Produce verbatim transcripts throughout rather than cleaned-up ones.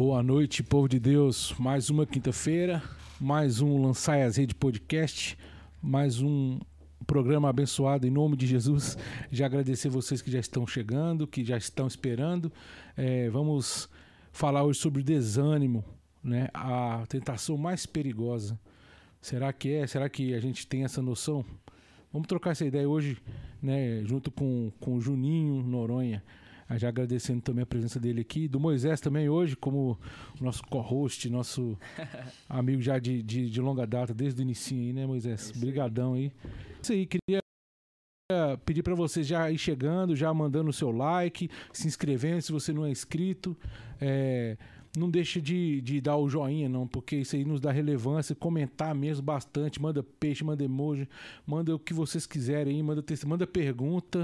Boa noite, povo de Deus. Mais uma quinta-feira, mais um Lançai as Redes Podcast, mais um programa abençoado em nome de Jesus. Já agradecer vocês que já estão chegando, que já estão esperando. É, vamos falar hoje sobre desânimo, né? A tentação mais perigosa. Será que é? Será que a gente tem essa noção? Vamos trocar essa ideia hoje, né, junto com, com o Juninho Noronha. Já agradecendo também a presença dele aqui, do Moisés também hoje, como nosso co-host, nosso amigo já de, de, de longa data, desde o início aí, né, Moisés? Obrigadão aí. Isso aí, queria pedir para você já ir chegando, já mandando o seu like, se inscrevendo se você não é inscrito. É, não deixa de, de dar o joinha, não, porque isso aí nos dá relevância, comentar mesmo bastante, manda peixe, manda emoji, manda o que vocês quiserem aí, manda texto, manda pergunta.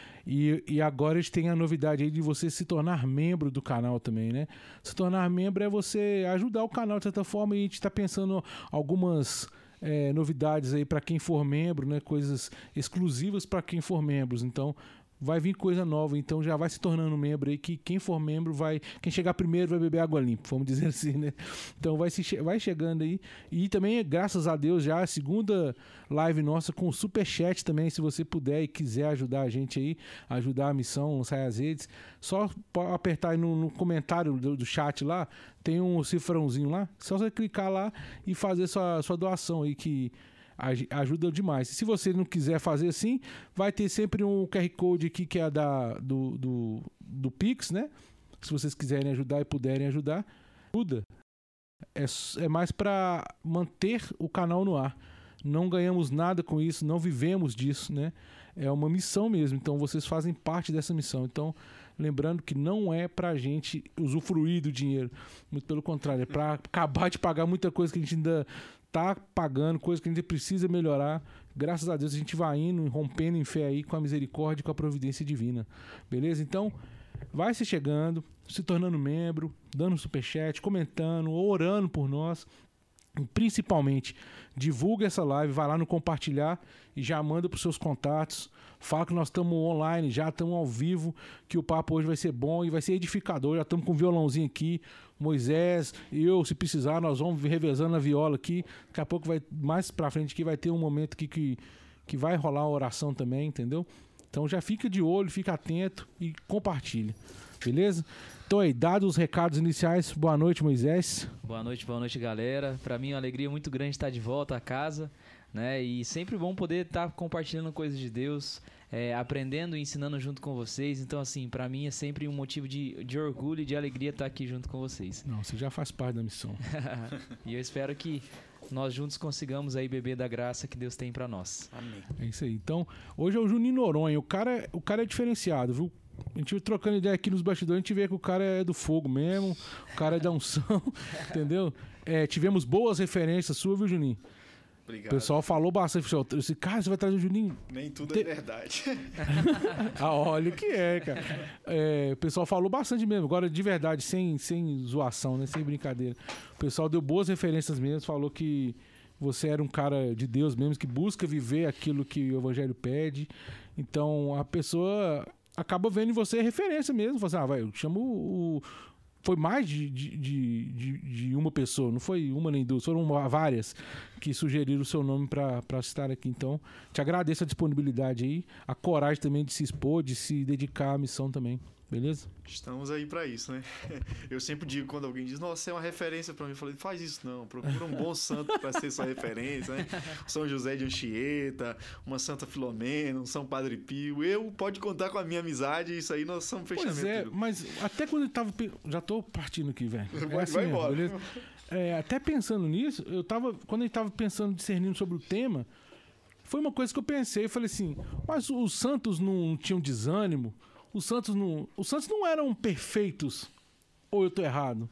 E, e agora a gente tem a novidade aí de você se tornar membro do canal também, né? Se tornar membro é você ajudar o canal de certa forma, e a gente está pensando algumas é, novidades aí para quem for membro, né? Coisas exclusivas para quem for membros. Então vai vir coisa nova, então já vai se tornando membro aí, que quem for membro vai, quem chegar primeiro vai beber água limpa, vamos dizer assim, né? Então vai, se, vai chegando aí, e também graças a Deus já a segunda live nossa com o Superchat também, se você puder e quiser ajudar a gente aí, ajudar a missão, Lançai as Redes, só apertar aí no, no comentário do, do chat lá, tem um cifrãozinho lá, só você clicar lá e fazer sua, sua doação aí, que ajuda demais. Se você não quiser fazer assim, vai ter sempre um Q R Code aqui que é da, do, do, do Pix, né? Se vocês quiserem ajudar e puderem ajudar, ajuda. É, é mais para manter o canal no ar. Não ganhamos nada com isso, não vivemos disso, né? É uma missão mesmo, então vocês fazem parte dessa missão. Então, lembrando que não é pra gente usufruir do dinheiro, muito pelo contrário, é pra acabar de pagar muita coisa que a gente ainda tá pagando, coisa que a gente precisa melhorar. Graças a Deus a gente vai indo, rompendo em fé aí com a misericórdia e com a providência divina. Beleza? Então, vai se chegando, se tornando membro, dando superchat, comentando, orando por nós. E principalmente, divulga essa live, vai lá no compartilhar e já manda para os seus contatos. Fala que nós estamos online, já estamos ao vivo, que o papo hoje vai ser bom e vai ser edificador. Já estamos com um violãozinho aqui, Moisés, eu, se precisar, nós vamos revezando a viola aqui. Daqui a pouco, vai, mais para frente aqui, vai ter um momento aqui que, que vai rolar a oração também, entendeu? Então já fica de olho, fica atento e compartilha. Beleza? Então aí, dados os recados iniciais, boa noite, Moisés. Boa noite, boa noite, galera. Para mim é uma alegria muito grande estar de volta a casa, né? E sempre bom poder estar compartilhando coisas de Deus, é, aprendendo e ensinando junto com vocês. Então, assim, para mim é sempre um motivo de, de orgulho e de alegria estar aqui junto com vocês. Não, você já faz parte da missão. E eu espero que nós juntos consigamos aí beber da graça que Deus tem para nós. Amém. É isso aí. Então, hoje é o Juninho Noronha. O cara, o cara é diferenciado, viu? A gente trocando ideia aqui nos bastidores, a gente vê que o cara é do fogo mesmo, o cara é da unção, entendeu? É, tivemos boas referências suas, viu, Juninho? Obrigado. O pessoal falou bastante, pessoal. Eu disse, cara, você vai trazer o Juninho? Nem tudo Te... é verdade. Ah, olha o que é, cara. É, o pessoal falou bastante mesmo, agora de verdade, sem, sem zoação, né? Sem brincadeira. O pessoal deu boas referências mesmo, falou que você era um cara de Deus mesmo, que busca viver aquilo que o Evangelho pede. Então, a pessoa acaba vendo em você referência mesmo. Fala assim, ah, vai, eu chamo o... Foi mais de, de, de, de uma pessoa, não foi uma nem duas, foram várias que sugeriram o seu nome para estar aqui. Então, te agradeço a disponibilidade aí, a coragem também de se expor, de se dedicar à missão também. Beleza? Estamos aí para isso, né? Eu sempre digo quando alguém diz, nossa, é uma referência para mim, eu falei, faz isso não, procura um bom santo para ser sua referência, né? São José de Anchieta, uma Santa Filomena, um São Padre Pio. Eu, pode contar com a minha amizade, isso aí nós somos fechamento. Pois é, mas até quando eu tava... Já tô partindo aqui, velho. Vai, é assim vai mesmo, embora. Beleza? É, até pensando nisso, eu tava... Quando a gente tava pensando, discernindo sobre o tema, foi uma coisa que eu pensei, eu falei assim, mas os santos não tinham desânimo? Os santos não, os santos não eram perfeitos? Ou eu tô errado?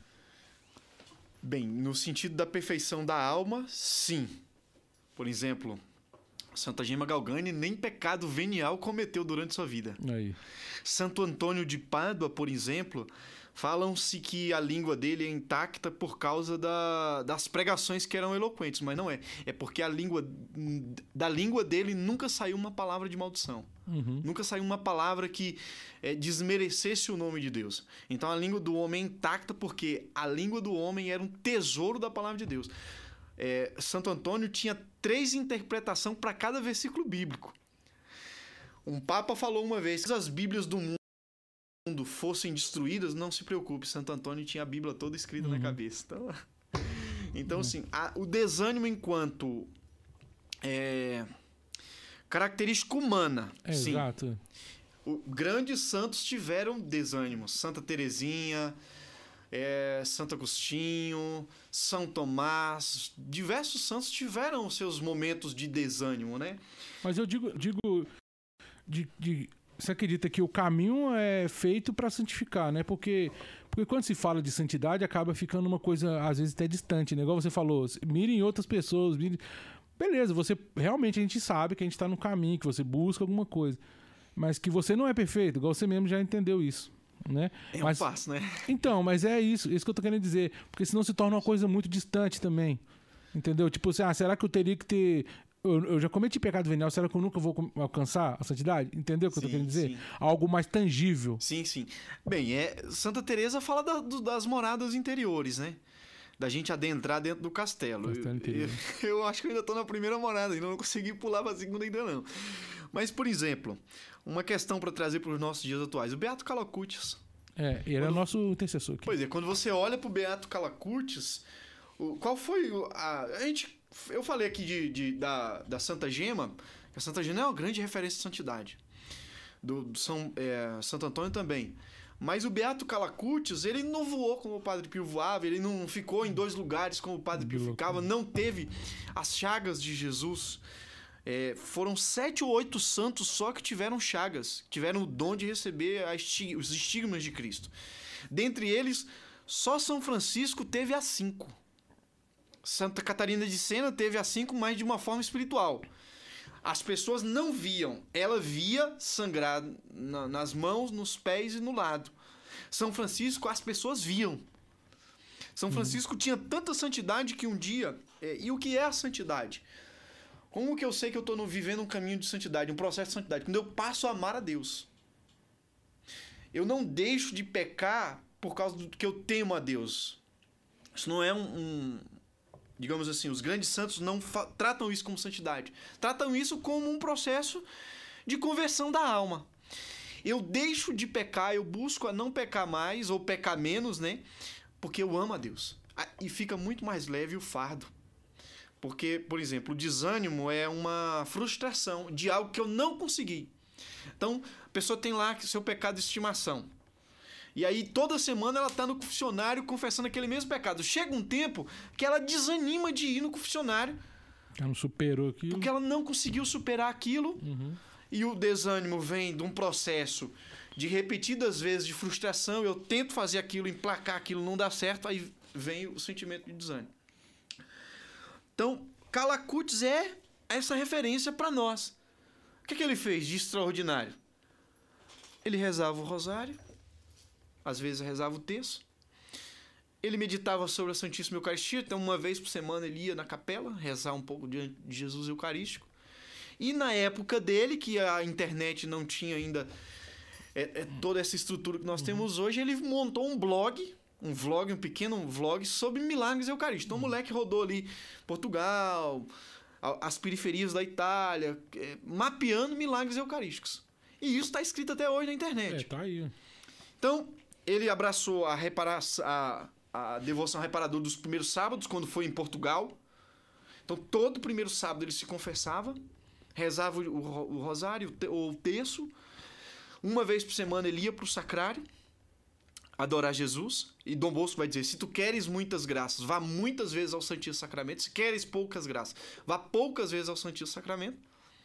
Bem, no sentido da perfeição da alma, sim. Por exemplo, Santa Gema Galgani nem pecado venial cometeu durante sua vida. Aí. Santo Antônio de Pádua, por exemplo, Falam-se que a língua dele é intacta por causa da, das pregações que eram eloquentes, mas não é. É porque a língua, da língua dele nunca saiu uma palavra de maldição. Uhum. Nunca saiu uma palavra que é, desmerecesse o nome de Deus. Então a língua do homem é intacta porque a língua do homem era um tesouro da palavra de Deus. É, Santo Antônio tinha três interpretações para cada versículo bíblico. Um papa falou uma vez: se as bíblias do mundo fossem destruídas, não se preocupe, Santo Antônio tinha a Bíblia toda escrita uhum. na cabeça. Então, então uhum. assim, a, o desânimo enquanto é, característica humana. É, sim. Exato. O, grandes santos tiveram desânimo. Santa Teresinha, é, Santo Agostinho, São Tomás, diversos santos tiveram seus momentos de desânimo, né? Mas eu digo, digo de, de, você acredita que o caminho é feito para santificar, né? Porque, porque quando se fala de santidade, acaba ficando uma coisa, às vezes, até distante, né? Igual você falou, mire em outras pessoas, mire... Beleza, você realmente a gente sabe que a gente está no caminho, que você busca alguma coisa, mas que você não é perfeito, igual você mesmo já entendeu isso, né? É mas, um passo, né? Então, mas é isso, isso que eu tô querendo dizer, porque senão se torna uma coisa muito distante também, entendeu? Tipo assim, ah, será que eu teria que ter... Eu, eu já cometi pecado venial, será que eu nunca vou alcançar a santidade? Entendeu o que sim, eu tô querendo dizer? Sim. Algo mais tangível. Sim, sim. Bem, é, Santa Teresa fala da, do, das moradas interiores, né? Da gente adentrar dentro do castelo. castelo eu, eu, eu acho que eu ainda tô na primeira morada, ainda não consegui pular pra segunda ainda não. Mas, por exemplo, uma questão para trazer para os nossos dias atuais. O Beato Calacutes. É, ele era quando, nosso intercessor aqui. Pois é, quando você olha pro Beato Calacutes, o, qual foi a... A gente... Eu falei aqui de, de, da, da Santa Gema, que a Santa Gema é uma grande referência de santidade. Do, do São, é, Santo Antônio também. Mas o Beato Calacutes, ele não voou como o Padre Pio voava, ele não ficou em dois lugares como o Padre Pio ficava, não teve as chagas de Jesus. É, foram sete ou oito santos só que tiveram chagas, tiveram o dom de receber a esti- os estigmas de Cristo. Dentre eles, só São Francisco teve as cinco. Santa Catarina de Sena teve as cinco, mas de uma forma espiritual. As pessoas não viam, ela via sangrar na, nas mãos, nos pés e no lado. São Francisco, as pessoas viam. São Francisco uhum. tinha tanta santidade que um dia... É, e o que é a santidade? Como que eu sei que eu estou vivendo um caminho de santidade, um processo de santidade? Quando eu passo a amar a Deus. Eu não deixo de pecar por causa do que eu temo a Deus. Isso não é um... um digamos assim, os grandes santos não fa- tratam isso como santidade. Tratam isso como um processo de conversão da alma. Eu deixo de pecar, eu busco a não pecar mais ou pecar menos, né? Porque eu amo a Deus. E fica muito mais leve o fardo. Porque, por exemplo, o desânimo é uma frustração de algo que eu não consegui. Então, a pessoa tem lá seu pecado de estimação. E aí, toda semana, ela está no confessionário confessando aquele mesmo pecado. Chega um tempo que ela desanima de ir no confessionário. Ela não superou aquilo. Porque ela não conseguiu superar aquilo. Uhum. E o desânimo vem de um processo de repetidas vezes de frustração. Eu tento fazer aquilo, emplacar aquilo, não dá certo. Aí vem o sentimento de desânimo. Então, Calacutes é essa referência para nós. O que, que ele fez de extraordinário? Ele rezava o rosário. Às vezes rezava o terço. Ele meditava sobre a Santíssima Eucaristia. Então, uma vez por semana ele ia na capela rezar um pouco de Jesus Eucarístico. E na época dele, que a internet não tinha ainda é, é, toda essa estrutura que nós uhum. temos hoje, ele montou um blog, um vlog, um pequeno vlog sobre milagres eucarísticos. Então, uhum. o moleque rodou ali Portugal, as periferias da Itália, é, mapeando milagres eucarísticos. E isso está escrito até hoje na internet. É, tá aí. Então, ele abraçou a, repara- a, a devoção reparadora dos primeiros sábados, quando foi em Portugal. Então, todo primeiro sábado ele se confessava, rezava o, o, o rosário, o, o terço. Uma vez por semana ele ia para o sacrário, adorar Jesus. E Dom Bosco vai dizer, se tu queres muitas graças, vá muitas vezes ao Santíssimo Sacramento. Se queres poucas graças, vá poucas vezes ao Santíssimo Sacramento.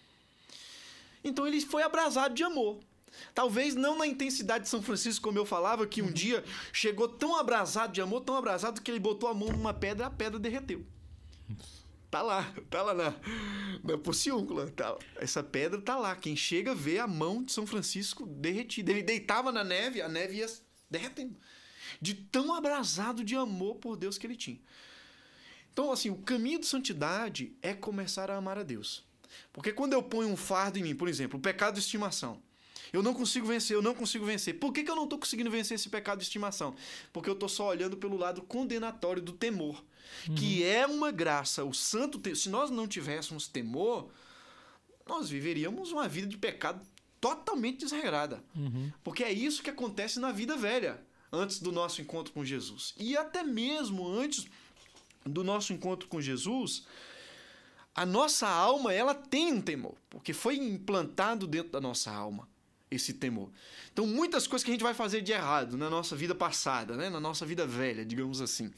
Então, ele foi abrasado de amor. Talvez não na intensidade de São Francisco, como eu falava, que um uhum. dia chegou tão abrasado de amor, tão abrasado, que ele botou a mão numa pedra e a pedra derreteu. Tá lá, tá lá na, na Porciúncula. Tá, essa pedra tá lá. Quem chega vê a mão de São Francisco derretida. Ele deitava na neve, a neve ia derretendo. De tão abrasado de amor por Deus que ele tinha. Então, assim, o caminho de santidade é começar a amar a Deus. Porque quando eu ponho um fardo em mim, por exemplo, o pecado de estimação, eu não consigo vencer, eu não consigo vencer. Por que, que eu não estou conseguindo vencer esse pecado de estimação? Porque eu estou só olhando pelo lado condenatório do temor, uhum. que é uma graça. O santo, se nós não tivéssemos temor, nós viveríamos uma vida de pecado totalmente desregrada. Uhum. Porque é isso que acontece na vida velha, antes do nosso encontro com Jesus. E até mesmo antes do nosso encontro com Jesus, a nossa alma, ela tem um temor, porque foi implantado dentro da nossa alma esse temor. Então, muitas coisas que a gente vai fazer de errado na nossa vida passada, né? Na nossa vida velha, digamos assim.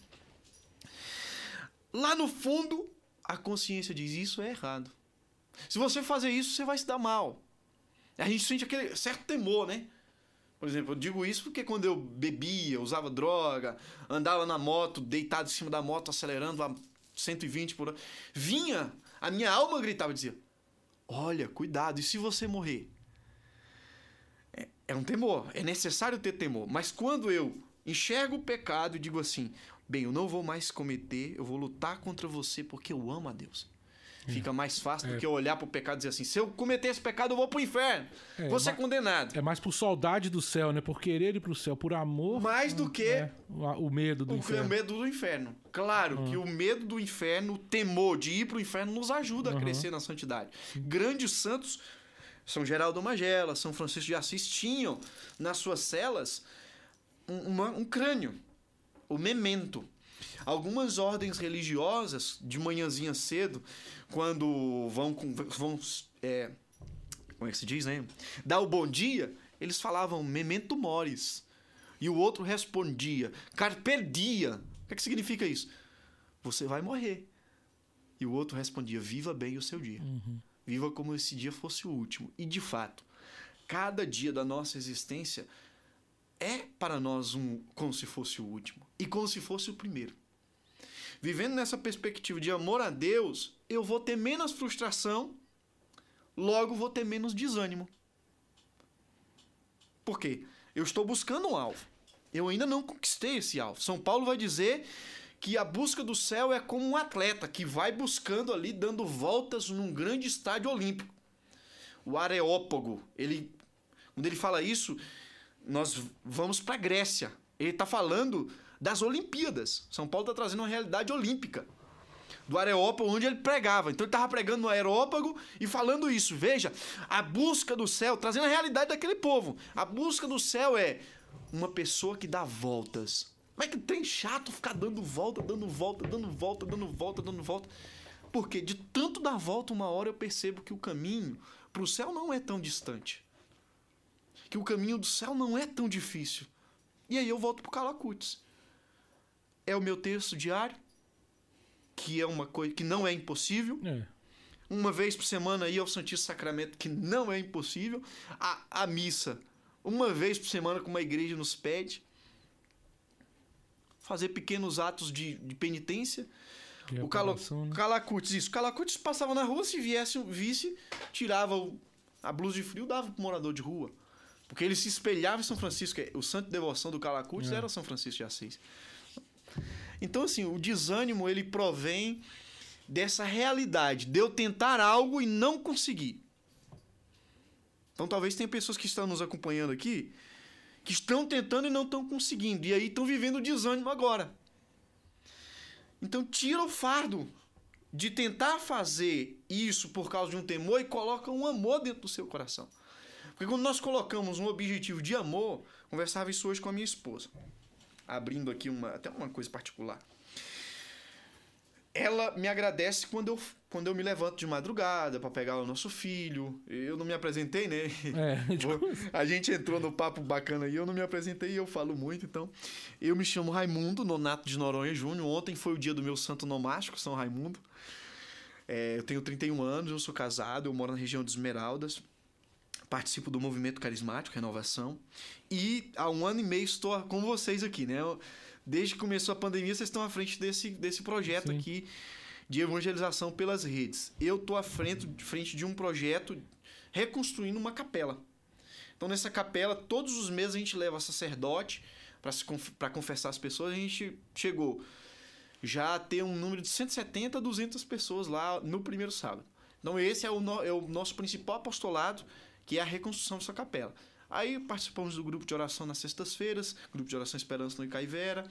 Lá no fundo, a consciência diz, isso é errado. Se você fazer isso, você vai se dar mal. A gente sente aquele certo temor, né? Por exemplo, eu digo isso porque quando eu bebia, usava droga, andava na moto, deitado em cima da moto, acelerando a cento e vinte por hora, vinha, a minha alma gritava e dizia, olha, cuidado, e se você morrer? É, é um temor, é necessário ter temor. Mas quando eu enxergo o pecado e digo assim, bem, eu não vou mais cometer, eu vou lutar contra você porque eu amo a Deus. Fica mais fácil é. do que eu olhar pro pecado e dizer assim, se eu cometer esse pecado, eu vou pro inferno. É, vou ser condenado. É mais por saudade do céu, né? Por querer ir pro céu, por amor. Mais do que é, o medo do o, inferno. O medo do inferno. Claro uhum. que o medo do inferno, o temor de ir pro inferno, nos ajuda uhum. a crescer na santidade. Sim. Grandes santos, São Geraldo Magela, São Francisco de Assis, tinham nas suas celas um, uma, um crânio, o memento. Algumas ordens religiosas, de manhãzinha cedo, quando vão, vão é, como é que se diz, né? Dar o bom dia, eles falavam memento mores. E o outro respondia, carpe diem. O que, é que significa isso? Você vai morrer. E o outro respondia, viva bem o seu dia. Uhum. Viva como esse dia fosse o último. E de fato, cada dia da nossa existência é para nós um, como se fosse o último. E como se fosse o primeiro. Vivendo nessa perspectiva de amor a Deus, eu vou ter menos frustração, logo vou ter menos desânimo. Por quê? Eu estou buscando um alvo. Eu ainda não conquistei esse alvo. São Paulo vai dizer que a busca do céu é como um atleta que vai buscando ali, dando voltas num grande estádio olímpico. O Areópago, ele, quando ele fala isso, nós vamos para a Grécia. Ele está falando das Olimpíadas. São Paulo está trazendo uma realidade olímpica. Do Areópago, onde ele pregava. Então ele estava pregando no Areópago e falando isso. Veja, a busca do céu, trazendo a realidade daquele povo. A busca do céu é uma pessoa que dá voltas. Mas é que tem chato ficar dando volta, dando volta, dando volta, dando volta, dando volta. Porque de tanto dar volta, uma hora eu percebo que o caminho para o céu não é tão distante. Que o caminho do céu não é tão difícil. E aí eu volto para o Calacutes. É o meu texto diário, que é uma coisa que não é impossível. É. Uma vez por semana ir ao Santíssimo Sacramento, que não é impossível. A, a missa, uma vez por semana, como a igreja nos pede. Fazer pequenos atos de, de penitência. O Calo, né? Calacutes, isso. Calacutes passava na rua, se viesse um vice, tirava o, a blusa de frio, dava pro morador de rua. Porque ele se espelhava em São Francisco. O santo de devoção do Calacutes é. era São Francisco de Assis. Então, assim, o desânimo, ele provém dessa realidade, de eu tentar algo e não conseguir. Então, talvez tenha pessoas que estão nos acompanhando aqui, que estão tentando e não estão conseguindo, e aí estão vivendo o desânimo agora. Então, tira o fardo de tentar fazer isso por causa de um temor e coloca um amor dentro do seu coração. Porque quando nós colocamos um objetivo de amor, conversava isso hoje com a minha esposa, abrindo aqui uma, até uma coisa particular. Ela me agradece quando eu, quando eu me levanto de madrugada para pegar o nosso filho. Eu não me apresentei, né? É, tipo... A gente entrou no papo bacana aí, eu não me apresentei e eu falo muito, então. Eu me chamo Raimundo Nonato de Noronha Júnior. Ontem foi o dia do meu santo nomástico, São Raimundo. É, eu tenho trinta e um anos, eu sou casado, eu moro na região de Esmeraldas. Participo do movimento carismático, Renovação. E há um ano e meio estou com vocês aqui, né? Eu, desde que começou a pandemia, vocês estão à frente desse, desse projeto Sim. aqui de evangelização pelas redes. Eu estou à frente, frente de um projeto reconstruindo uma capela. Então, nessa capela, todos os meses a gente leva sacerdote para confessar as pessoas, a gente chegou já a ter um número de cento e setenta a duzentas pessoas lá no primeiro sábado. Então esse é o, no, é o nosso principal apostolado, que é a reconstrução dessa capela. Aí participamos do grupo de oração nas sextas-feiras, grupo de oração Esperança no Icaivera.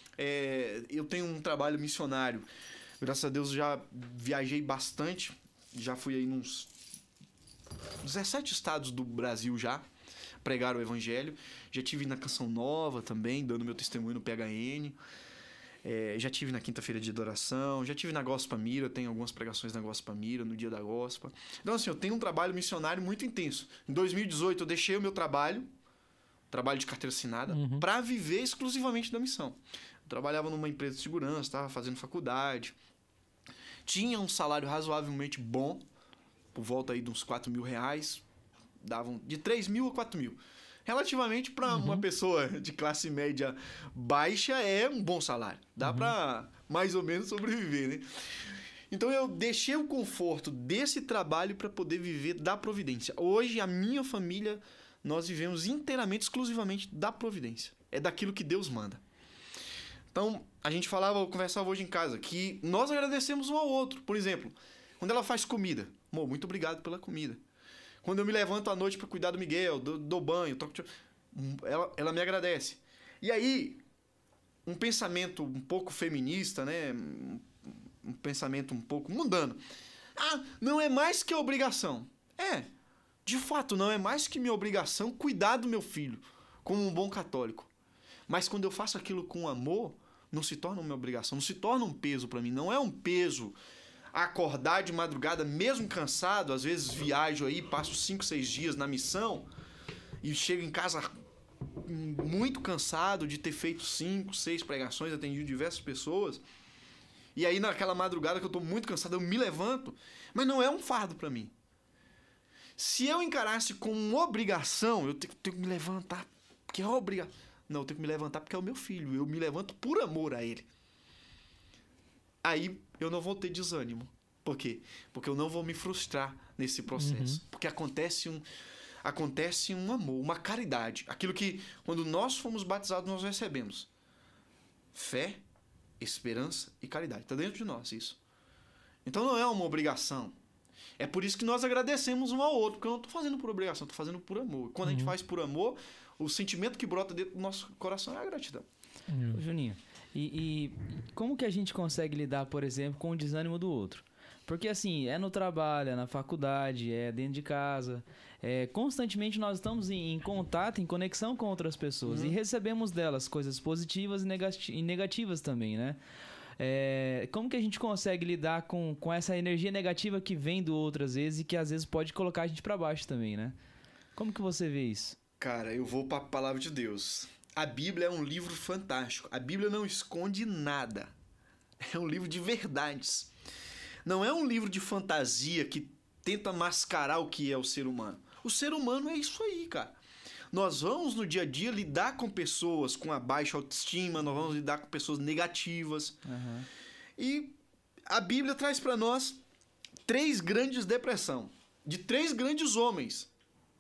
É, eu tenho um trabalho missionário. Graças a Deus já viajei bastante. Já fui aí nos dezessete estados do Brasil já pregar o evangelho. Já tive na Canção Nova também, dando meu testemunho no P H N. É, já tive na quinta-feira de adoração, já tive na Gospel Mira, tenho algumas pregações na Gospel Mira, no dia da Gospel. Então assim, eu tenho um trabalho missionário muito intenso. Em dois mil e dezoito eu deixei o meu trabalho, trabalho de carteira assinada, uhum. para viver exclusivamente da missão. Eu trabalhava numa empresa de segurança, estava fazendo faculdade, tinha um salário razoavelmente bom, por volta aí de uns quatro mil reais, davam de três mil a quatro mil. Relativamente para uhum. uma pessoa de classe média baixa é um bom salário. Dá uhum. para mais ou menos sobreviver, né? Então eu deixei o conforto desse trabalho para poder viver da providência. Hoje a minha família, nós vivemos inteiramente, exclusivamente da providência. É daquilo que Deus manda. Então a gente falava, eu conversava hoje em casa, que nós agradecemos um ao outro. Por exemplo, quando ela faz comida. Amor, muito obrigado pela comida. Quando eu me levanto à noite para cuidar do Miguel, dou, dou banho, toco, ela, ela me agradece. E aí, um pensamento um pouco feminista, né? Um pensamento um pouco mundano. Ah, não é mais que obrigação. É, de fato, não é mais que minha obrigação cuidar do meu filho, como um bom católico. Mas quando eu faço aquilo com amor, não se torna uma obrigação, não se torna um peso para mim. Não é um peso acordar de madrugada, mesmo cansado, às vezes viajo aí, passo cinco, seis dias na missão e chego em casa muito cansado de ter feito cinco, seis pregações, atendido diversas pessoas. E aí naquela madrugada que eu estou muito cansado, eu me levanto, mas não é um fardo para mim. Se eu encarasse como obrigação, eu tenho, tenho que me levantar, porque é obrigação. Não, eu tenho que me levantar porque é o meu filho, eu me levanto por amor a ele. Aí eu não vou ter desânimo. Por quê? Porque eu não vou me frustrar nesse processo. Uhum. Porque acontece um, acontece um amor, uma caridade. Aquilo que, quando nós fomos batizados, nós recebemos. Fé, esperança e caridade. Está dentro de nós isso. Então não é uma obrigação. É por isso que nós agradecemos um ao outro. Porque eu não estou fazendo por obrigação, estou fazendo por amor. Quando uhum. a gente faz por amor, o sentimento que brota dentro do nosso coração é a gratidão. Uhum. Juninho, E, e como que a gente consegue lidar, por exemplo, com o desânimo do outro? Porque assim, é no trabalho, é na faculdade, é dentro de casa. É, constantemente nós estamos em, em contato, em conexão com outras pessoas. Uhum. E recebemos delas coisas positivas e, negati- e negativas também, né? É, como que a gente consegue lidar com, com essa energia negativa que vem do outro às vezes e que às vezes pode colocar a gente pra baixo também, né? Como que você vê isso? Cara, eu vou pra palavra de Deus. A Bíblia é um livro fantástico. A Bíblia não esconde nada. É um livro de verdades. Não é um livro de fantasia que tenta mascarar o que é o ser humano. O ser humano é isso aí, cara. Nós vamos no dia a dia lidar com pessoas com a baixa autoestima, nós vamos lidar com pessoas negativas. Uhum. E a Bíblia traz para nós três grandes depressões, de três grandes homens.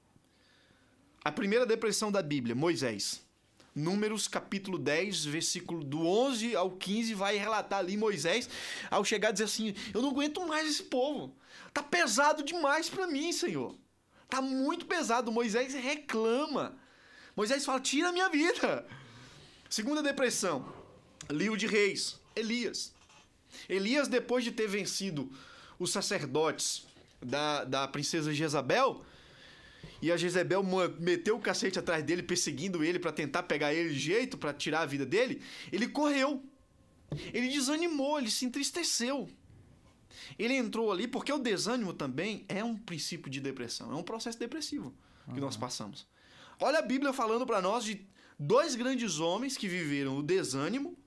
A primeira depressão da Bíblia, Moisés. Números capítulo dez, versículo do onze ao quinze, vai relatar ali Moisés, ao chegar a dizer assim, eu não aguento mais esse povo. Tá pesado demais para mim, Senhor. Tá muito pesado. Moisés reclama. Moisés fala, tira a minha vida. Segunda depressão, livro de Reis, Elias. Elias, depois de ter vencido os sacerdotes da, da princesa Jezabel, e a Jezebel meteu o cacete atrás dele, perseguindo ele para tentar pegar ele de jeito, para tirar a vida dele, ele correu. Ele desanimou, ele se entristeceu. Ele entrou ali porque o desânimo também é um princípio de depressão, é um processo depressivo que uhum. nós passamos. Olha a Bíblia falando para nós de dois grandes homens que viveram o desânimo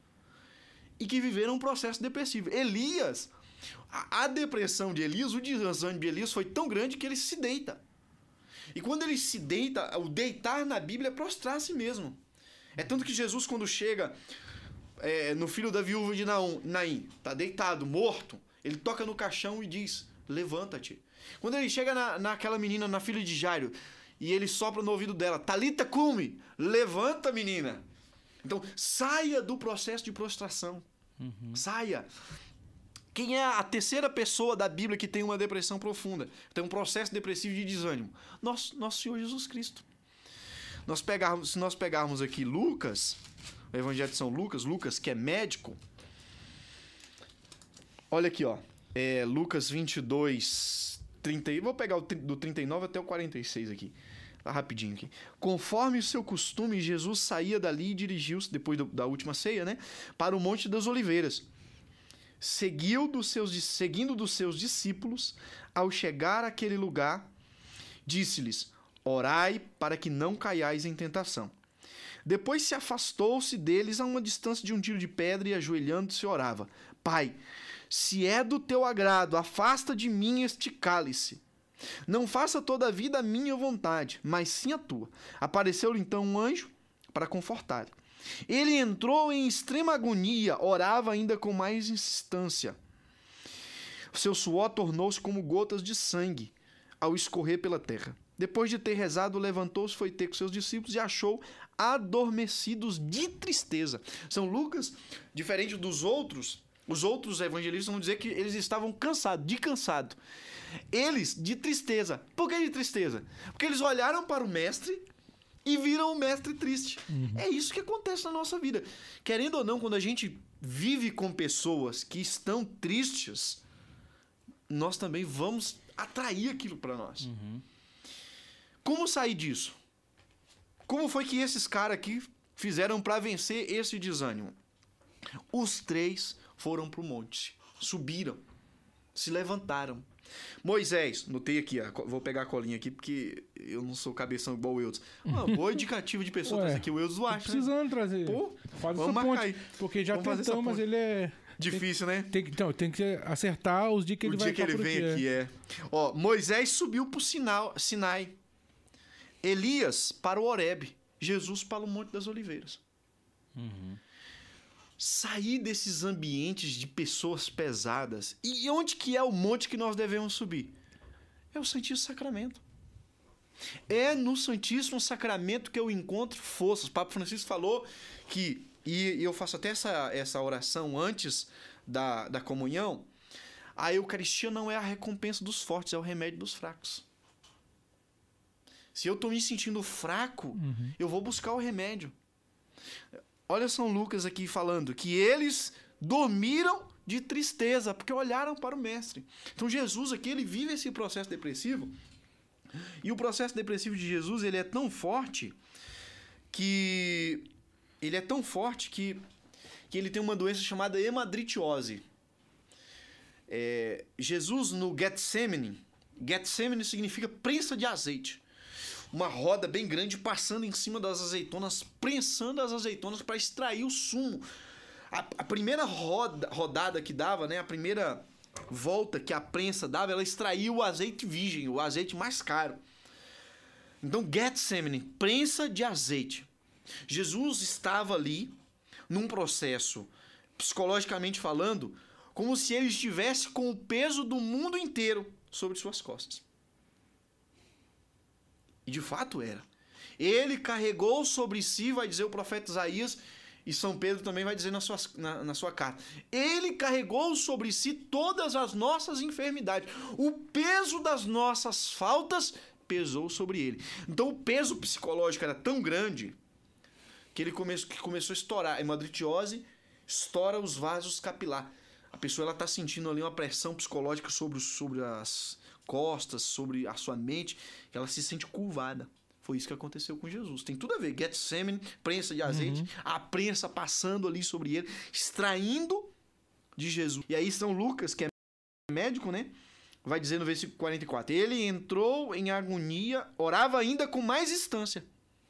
e que viveram um processo depressivo. Elias, a, a depressão de Elias, o desânimo de Elias foi tão grande que ele se deita. E quando ele se deita, o deitar na Bíblia é prostrar-se mesmo. É tanto que Jesus, quando chega é, no filho da viúva de Naim, está deitado, morto, ele toca no caixão e diz, levanta-te. Quando ele chega na, naquela menina, na filha de Jairo, e ele sopra no ouvido dela, Talita cumi, levanta, menina. Então, saia do processo de prostração. Uhum. Saia. Quem é a terceira pessoa da Bíblia que tem uma depressão profunda? Tem um processo depressivo de desânimo? Nosso, nosso Senhor Jesus Cristo. Nós pegarmos, se nós pegarmos aqui Lucas, o Evangelho de São Lucas, Lucas que é médico. Olha aqui, ó. É, Lucas vinte e dois, trinta. Vou pegar o, do trinta e nove até o quarenta e seis aqui. Tá rapidinho aqui. Conforme o seu costume, Jesus saía dali e dirigiu-se, depois do, da última ceia, né, para o Monte das Oliveiras. Seguiu dos seus, seguindo dos seus discípulos, ao chegar àquele lugar, disse-lhes: orai para que não caiais em tentação. Depois se afastou-se deles a uma distância de um tiro de pedra e, ajoelhando-se, orava: Pai, se é do teu agrado, afasta de mim este cálice. Não faça todavia a minha vontade, mas sim a tua. Apareceu-lhe então um anjo para confortá-lo. Ele entrou em extrema agonia, orava ainda com mais insistência. O seu suor tornou-se como gotas de sangue ao escorrer pela terra. Depois de ter rezado, levantou-se, foi ter com seus discípulos e achou adormecidos de tristeza. São Lucas, diferente dos outros, os outros evangelistas vão dizer que eles estavam cansados, de cansado. Eles, de tristeza. Por que de tristeza? Porque eles olharam para o mestre e viram o mestre triste. Uhum. É isso que acontece na nossa vida. Querendo ou não, quando a gente vive com pessoas que estão tristes, nós também vamos atrair aquilo para nós. Uhum. Como sair disso? Como foi que esses caras aqui fizeram para vencer esse desânimo? Os três foram para o monte, subiram, se levantaram. Moisés, notei aqui, ó, vou pegar a colinha aqui porque eu não sou cabeção igual o Eudes. Uma boa indicativa de pessoa trazer aqui, o Eudes Duarte. Precisando né? trazer. Pô, faz vamos essa ponte, aí. Porque já vamos tentamos, mas ele é... Difícil, tem, né? Tem, então, tem que acertar os dias que ele o vai dia que ele vem aqui, aqui é. é. Ó, Moisés subiu pro Sinal, Sinai. Elias para o Horebe. Jesus para o Monte das Oliveiras. Uhum. Sair desses ambientes de pessoas pesadas. E onde que é o monte que nós devemos subir? É o Santíssimo Sacramento. É no Santíssimo Sacramento que eu encontro forças. O Papa Francisco falou que, e eu faço até essa, essa oração antes da, da comunhão, a Eucaristia não é a recompensa dos fortes, é o remédio dos fracos. Se eu estou me sentindo fraco, uhum. eu vou buscar o remédio. Olha São Lucas aqui falando que eles dormiram de tristeza, porque olharam para o mestre. Então Jesus aqui, ele vive esse processo depressivo. E o processo depressivo de Jesus, ele é tão forte que... Ele é tão forte que, que ele tem uma doença chamada hemadritiose. É, Jesus no Getsemane, Getsemane significa prensa de azeite. Uma roda bem grande passando em cima das azeitonas, prensando as azeitonas para extrair o sumo. A, a primeira roda, rodada que dava, né, a primeira volta que a prensa dava, ela extraía o azeite virgem, o azeite mais caro. Então, Getsemane, prensa de azeite. Jesus estava ali, num processo, psicologicamente falando, como se ele estivesse com o peso do mundo inteiro sobre suas costas. E de fato era. Ele carregou sobre si, vai dizer o profeta Isaías, e São Pedro também vai dizer na sua, na, na sua carta. Ele carregou sobre si todas as nossas enfermidades. O peso das nossas faltas pesou sobre ele. Então o peso psicológico era tão grande que ele come, que começou a estourar. A hemadritiose estoura os vasos capilares. A pessoa está sentindo ali uma pressão psicológica sobre, sobre as costas, sobre a sua mente, ela se sente curvada. Foi isso que aconteceu com Jesus. Tem tudo a ver. Getsemane, prensa de azeite, uhum. a prensa passando ali sobre ele, extraindo de Jesus. E aí São Lucas, que é médico, né? Vai dizer no versículo quarenta e quatro. Ele entrou em agonia, orava ainda com mais instância.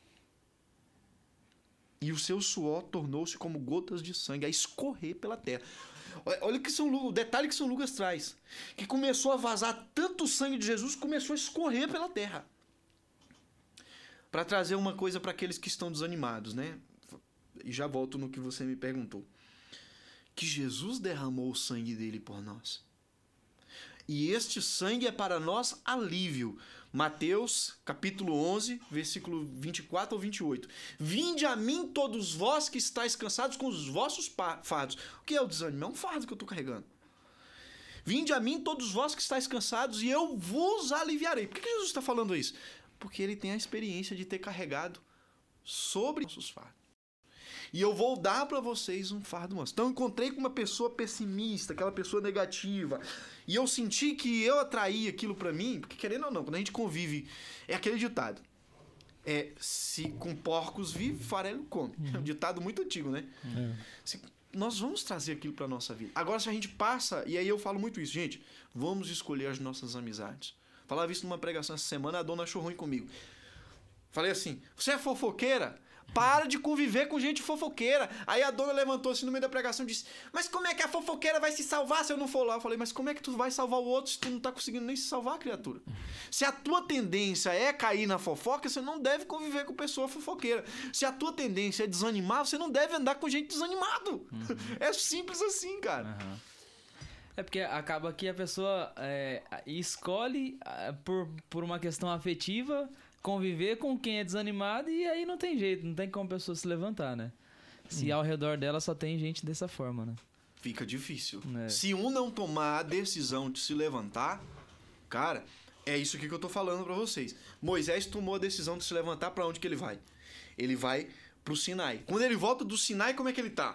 E o seu suor tornou-se como gotas de sangue a escorrer pela terra. Olha que São Lucas, o detalhe que São Lucas traz. Que começou a vazar tanto sangue de Jesus, começou a escorrer pela terra. Para trazer uma coisa para aqueles que estão desanimados, né? E já volto no que você me perguntou. Que Jesus derramou o sangue dele por nós. e este sangue é para nós alívio. Mateus, capítulo onze, versículo vinte e quatro ao vinte e oito. Vinde a mim todos vós que estáis cansados com os vossos fardos. O que é o desânimo? É um fardo que eu estou carregando. Vinde a mim todos vós que estáis cansados e eu vos aliviarei. Por que Jesus está falando isso? Porque ele tem a experiência de ter carregado sobre os nossos fardos. E eu vou dar para vocês um fardo manso. Então eu encontrei com uma pessoa pessimista, aquela pessoa negativa, e eu senti que eu atraí aquilo para mim, porque querendo ou não, quando a gente convive, é aquele ditado. É, se com porcos vive, farelo come. Uhum. É um ditado muito antigo, né? É. Se, nós vamos trazer aquilo para nossa vida. Agora, se a gente passa, e aí eu falo muito isso, gente, vamos escolher as nossas amizades. Falava isso numa pregação essa semana, a dona achou ruim comigo. Falei assim, você é fofoqueira? Para de conviver com gente fofoqueira. Aí a dona levantou-se no meio da pregação e disse, mas como é que a fofoqueira vai se salvar se eu não for lá? Eu falei, mas como é que tu vai salvar o outro se tu não tá conseguindo nem se salvar, criatura? Se a tua tendência é cair na fofoca, você não deve conviver com pessoa fofoqueira. Se a tua tendência é desanimar, você não deve andar com gente desanimado. Uhum. É simples assim, cara. Uhum. É porque acaba que a pessoa é, escolhe por, por uma questão afetiva conviver com quem é desanimado e aí não tem jeito, não tem como a pessoa se levantar, né? Se hum. ao redor dela só tem gente dessa forma, né? Fica difícil. É. Se um não tomar a decisão de se levantar, cara, é isso aqui que eu tô falando pra vocês. Moisés tomou a decisão de se levantar, pra onde que ele vai? Ele vai pro Sinai. Quando ele volta do Sinai, como é que ele tá?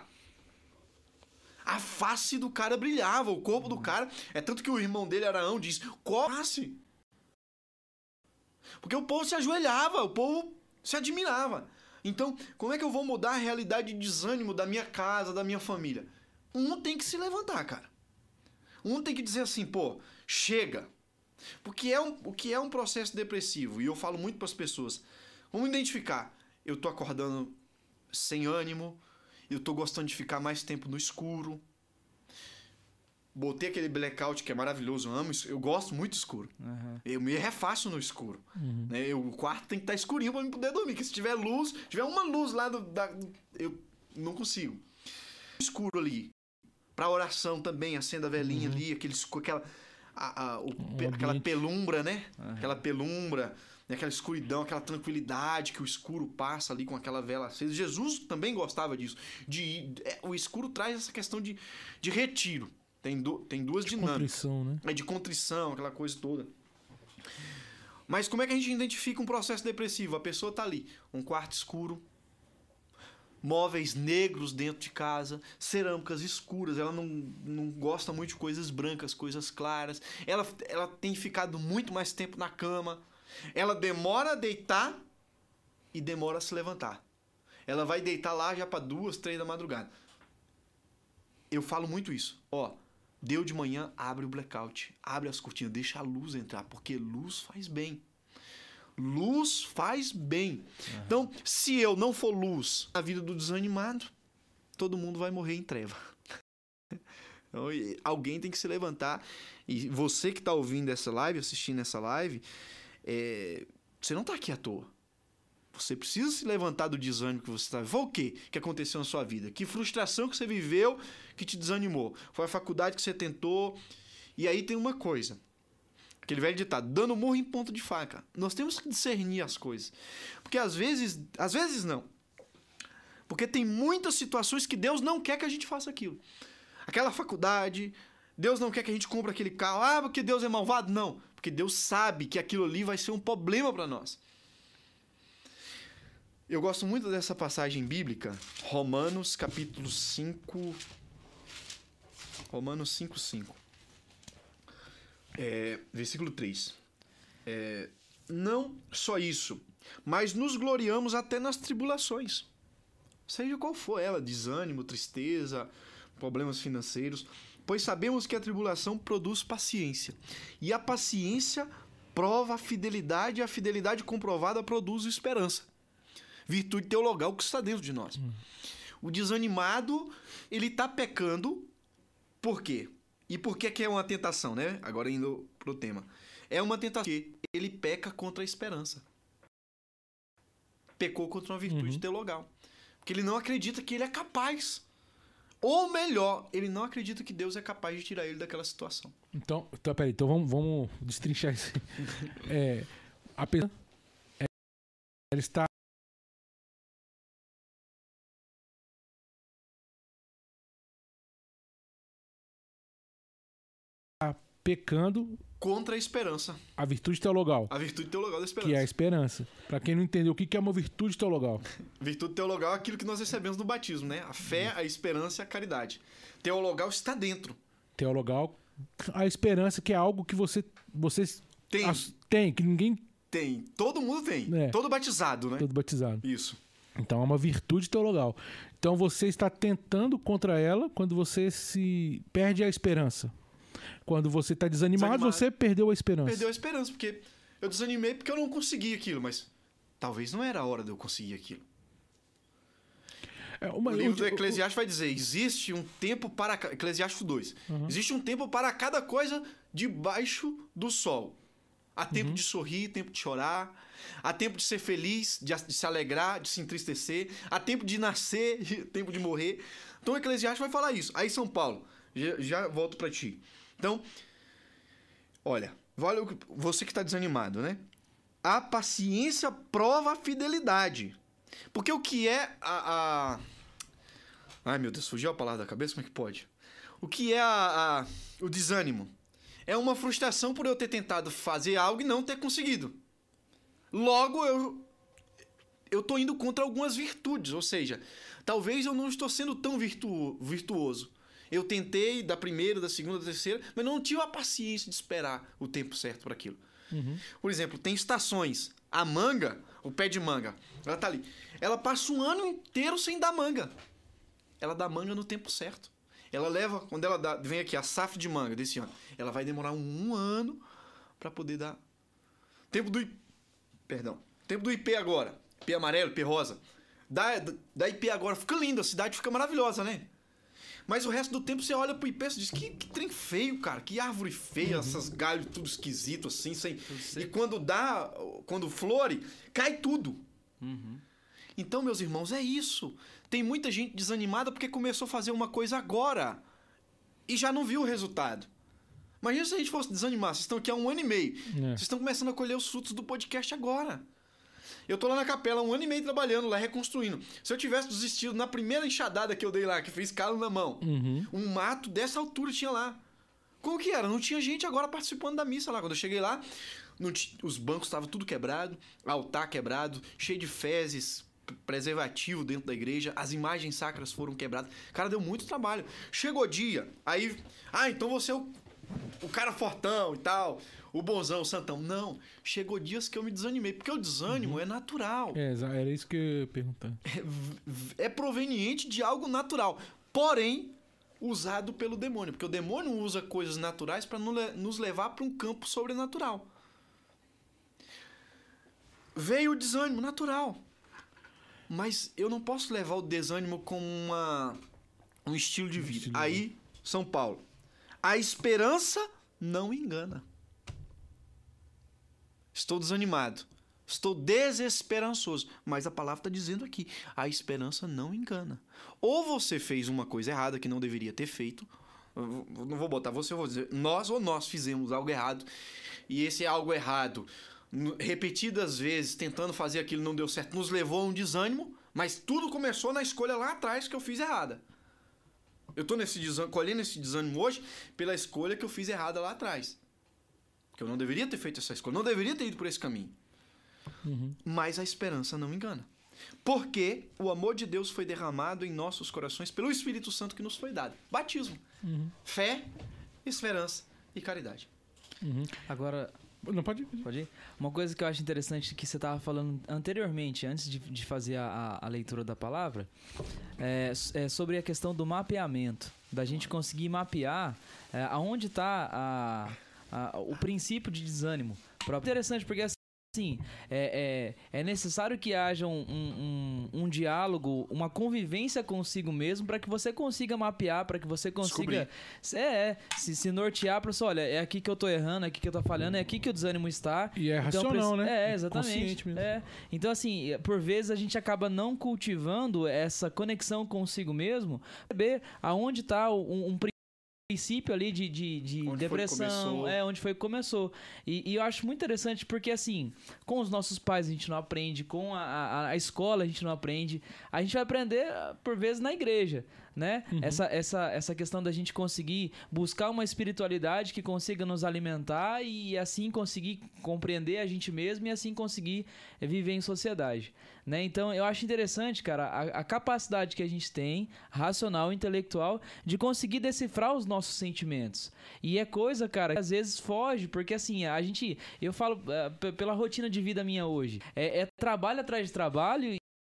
A face do cara brilhava, o corpo do cara... É tanto que o irmão dele, Araão, diz, corre-se. Porque o povo se ajoelhava, o povo se admirava. Então, como é que eu vou mudar a realidade de desânimo da minha casa, da minha família? Um tem que se levantar, cara. Um tem que dizer assim, pô, chega. Porque é um, o que é um processo depressivo? E eu falo muito para as pessoas. Vamos identificar. Eu tô acordando sem ânimo. Eu tô gostando de ficar mais tempo no escuro. Botei aquele blackout que é maravilhoso, eu amo isso, eu gosto muito do escuro. Uhum. Eu me refaço no escuro. Uhum. Né? Eu, o quarto tem que estar escurinho para eu poder dormir, porque se tiver luz, tiver uma luz lá, do, da, eu não consigo. Escuro ali. Para oração também, acenda a velhinha uhum. ali, aquele, aquela, a, a, o, um aquela pelumbra, né? Uhum. Aquela pelumbra, né? Aquela escuridão, aquela tranquilidade que o escuro passa ali com aquela vela acesa. Jesus também gostava disso. De, é, o escuro traz essa questão de, de retiro. Tem, do, tem duas de dinâmicas. Contrição, né? É de contrição, aquela coisa toda. Mas como é que a gente identifica um processo depressivo? A pessoa tá ali, um quarto escuro, móveis negros dentro de casa, cerâmicas escuras, ela não, não gosta muito de coisas brancas, coisas claras. Ela, ela tem ficado muito mais tempo na cama. Ela demora a deitar e demora a se levantar. Ela vai deitar lá já para duas, três da madrugada. Eu falo muito isso. Ó, deu de manhã, abre o blackout, abre as cortinas, deixa a luz entrar, porque luz faz bem. Luz faz bem. Uhum. Então, se eu não for luz na vida do desanimado, todo mundo vai morrer em treva. Então, alguém tem que se levantar. E você que está ouvindo essa live, assistindo essa live, é, você não está aqui à toa. Você precisa se levantar do desânimo que você está vivendo. Foi o quê que aconteceu na sua vida? Que frustração que você viveu que te desanimou? Foi a faculdade que você tentou? E aí tem uma coisa. Aquele velho ditado, dando murro em ponto de faca. Nós temos que discernir as coisas. Porque às vezes... Às vezes não. Porque tem muitas situações que Deus não quer que a gente faça aquilo. Aquela faculdade... Deus não quer que a gente compre aquele carro. Ah, porque Deus é malvado? Não. Porque Deus sabe que aquilo ali vai ser um problema para nós. Eu gosto muito dessa passagem bíblica, Romanos capítulo cinco, Romanos cinco, cinco, é, versículo três. É, não só isso, mas nos gloriamos até nas tribulações, seja qual for ela, desânimo, tristeza, problemas financeiros, pois sabemos que a tribulação produz paciência, e a paciência prova a fidelidade, e a fidelidade comprovada produz esperança. Virtude teologal que está dentro de nós. Hum. O desanimado, ele está pecando. Por quê? E por que que é uma tentação, né? Agora indo pro tema. É uma tentação porque ele peca contra a esperança. Pecou contra uma virtude uhum. teologal. Porque ele não acredita que ele é capaz. Ou melhor, ele não acredita que Deus é capaz de tirar ele daquela situação. Então, então peraí, então vamos, vamos destrinchar isso. É, a pessoa é, ela está pecando contra a esperança. A virtude teologal. A virtude teologal da esperança. Que é a esperança. Para quem não entendeu, o que é uma virtude teologal? Virtude teologal é aquilo que nós recebemos no batismo, né? A fé, a esperança e a caridade. Teologal está dentro. Teologal, a esperança, que é algo que você, você tem. As, tem, que ninguém... Tem. Todo mundo tem. É. Todo batizado, né? Todo batizado. Isso. Então é uma virtude teologal. Então você está tentando contra ela quando você se perde a esperança. Quando você está desanimado, desanimado, você perdeu a esperança. Perdeu a esperança, porque eu desanimei porque eu não consegui aquilo, mas talvez não era a hora de eu conseguir aquilo. É uma, o livro eu, do Eclesiastes eu, vai dizer, existe um tempo para... Eclesiastes dois. Uhum. Existe um tempo para cada coisa debaixo do sol. Há tempo uhum. de sorrir, tempo de chorar. Há tempo de ser feliz, de, de se alegrar, de se entristecer. Há tempo de nascer, tempo de morrer. Então o Eclesiastes vai falar isso. Aí São Paulo, já, já volto para ti. Então, olha, você que está desanimado, né? A paciência prova a fidelidade. Porque o que é a, a... Ai, meu Deus, fugiu a palavra da cabeça? Como é que pode? O que é a, a... o desânimo? É uma frustração por eu ter tentado fazer algo e não ter conseguido. Logo, eu eu tô indo contra algumas virtudes, ou seja, talvez eu não estou sendo tão virtu... virtuoso. Eu tentei da primeira, da segunda, da terceira, mas não tive a paciência de esperar o tempo certo para aquilo. Uhum. Por exemplo, tem estações. A manga, o pé de manga, ela tá ali. Ela passa um ano inteiro sem dar manga. Ela dá manga no tempo certo. Ela leva, quando ela dá, vem aqui a safra de manga desse ano, ela vai demorar um, um ano para poder dar. Tempo do Perdão. Tempo do ipê agora. Ipê amarelo, ipê rosa. Da, da ipê agora fica lindo, a cidade fica maravilhosa, né? Mas o resto do tempo você olha pro ipê e diz, que, que trem feio, cara. Que árvore feia, uhum. essas galhos tudo esquisito assim. Sem... E quando dá, quando flore, cai tudo. Uhum. Então, meus irmãos, é isso. Tem muita gente desanimada porque começou a fazer uma coisa agora e já não viu o resultado. Imagina se a gente fosse desanimar. Vocês estão aqui há um ano e meio. É. Vocês estão começando a colher os frutos do podcast agora. Eu tô lá na capela um ano e meio trabalhando lá, reconstruindo. Se eu tivesse desistido na primeira enxadada que eu dei lá, que fiz calo na mão, uhum. um mato dessa altura tinha lá. Como que era? Não tinha gente agora participando da missa lá. Quando eu cheguei lá, não t... os bancos estavam tudo quebrado, altar quebrado, cheio de fezes, preservativo dentro da igreja, as imagens sacras foram quebradas. Cara, deu muito trabalho. Chegou dia, aí... Ah, então você é o, o cara fortão e tal... O bonzão, o santão. Não. Chegou dias que eu me desanimei. Porque o desânimo uhum. é natural. É, era isso que eu ia perguntar. É, é proveniente de algo natural. Porém, usado pelo demônio. Porque o demônio usa coisas naturais para nos levar para um campo sobrenatural. Veio o desânimo natural. Mas eu não posso levar o desânimo como uma, um estilo de vida. Estilo Aí, de... São Paulo. A esperança não engana. Estou desanimado. Estou desesperançoso. Mas a palavra está dizendo aqui, a esperança não engana. Ou você fez uma coisa errada que não deveria ter feito. Não vou botar você, eu vou dizer nós ou nós fizemos algo errado. E esse algo errado, repetidas vezes, tentando fazer aquilo não deu certo, nos levou a um desânimo. Mas tudo começou na escolha lá atrás que eu fiz errada. Eu estou nesse desânimo, colhendo esse desânimo hoje pela escolha que eu fiz errada lá atrás. Que eu não deveria ter feito essa escolha, não deveria ter ido por esse caminho. Uhum. Mas a esperança não engana. Porque o amor de Deus foi derramado em nossos corações pelo Espírito Santo que nos foi dado. Batismo. Uhum. Fé, esperança e caridade. Uhum. Agora... Não, pode ir. Pode ir? Uma coisa que eu acho interessante que você estava falando anteriormente, antes de, de fazer a, a leitura da palavra, é, é sobre a questão do mapeamento. Da gente conseguir mapear é, aonde está a... Ah, o princípio de desânimo. Interessante, porque assim, Sim, é, é, é necessário que haja um, um, um, um diálogo, uma convivência consigo mesmo para que você consiga mapear, para que você consiga é, é, se, se nortear para você, olha, é aqui que eu tô errando, é aqui que eu tô falhando, é aqui que o desânimo está. E é então, racional, né? É, exatamente. Mesmo. É. Então, assim, por vezes a gente acaba não cultivando essa conexão consigo mesmo, saber aonde está um, um princípio ali de, de, de depressão, é onde foi que começou. E, e eu acho muito interessante porque, assim, com os nossos pais a gente não aprende, com a, a, a escola a gente não aprende, a gente vai aprender, por vezes, na igreja, né? Uhum. Essa, essa, essa questão da gente conseguir buscar uma espiritualidade que consiga nos alimentar e assim conseguir compreender a gente mesmo e assim conseguir viver em sociedade, né? Então eu acho interessante, cara, a, a capacidade que a gente tem, racional, intelectual, de conseguir decifrar os nossos sentimentos. E é coisa, cara, que às vezes foge, porque assim, a gente, eu falo uh, pela rotina de vida minha hoje, é, é trabalho atrás de trabalho.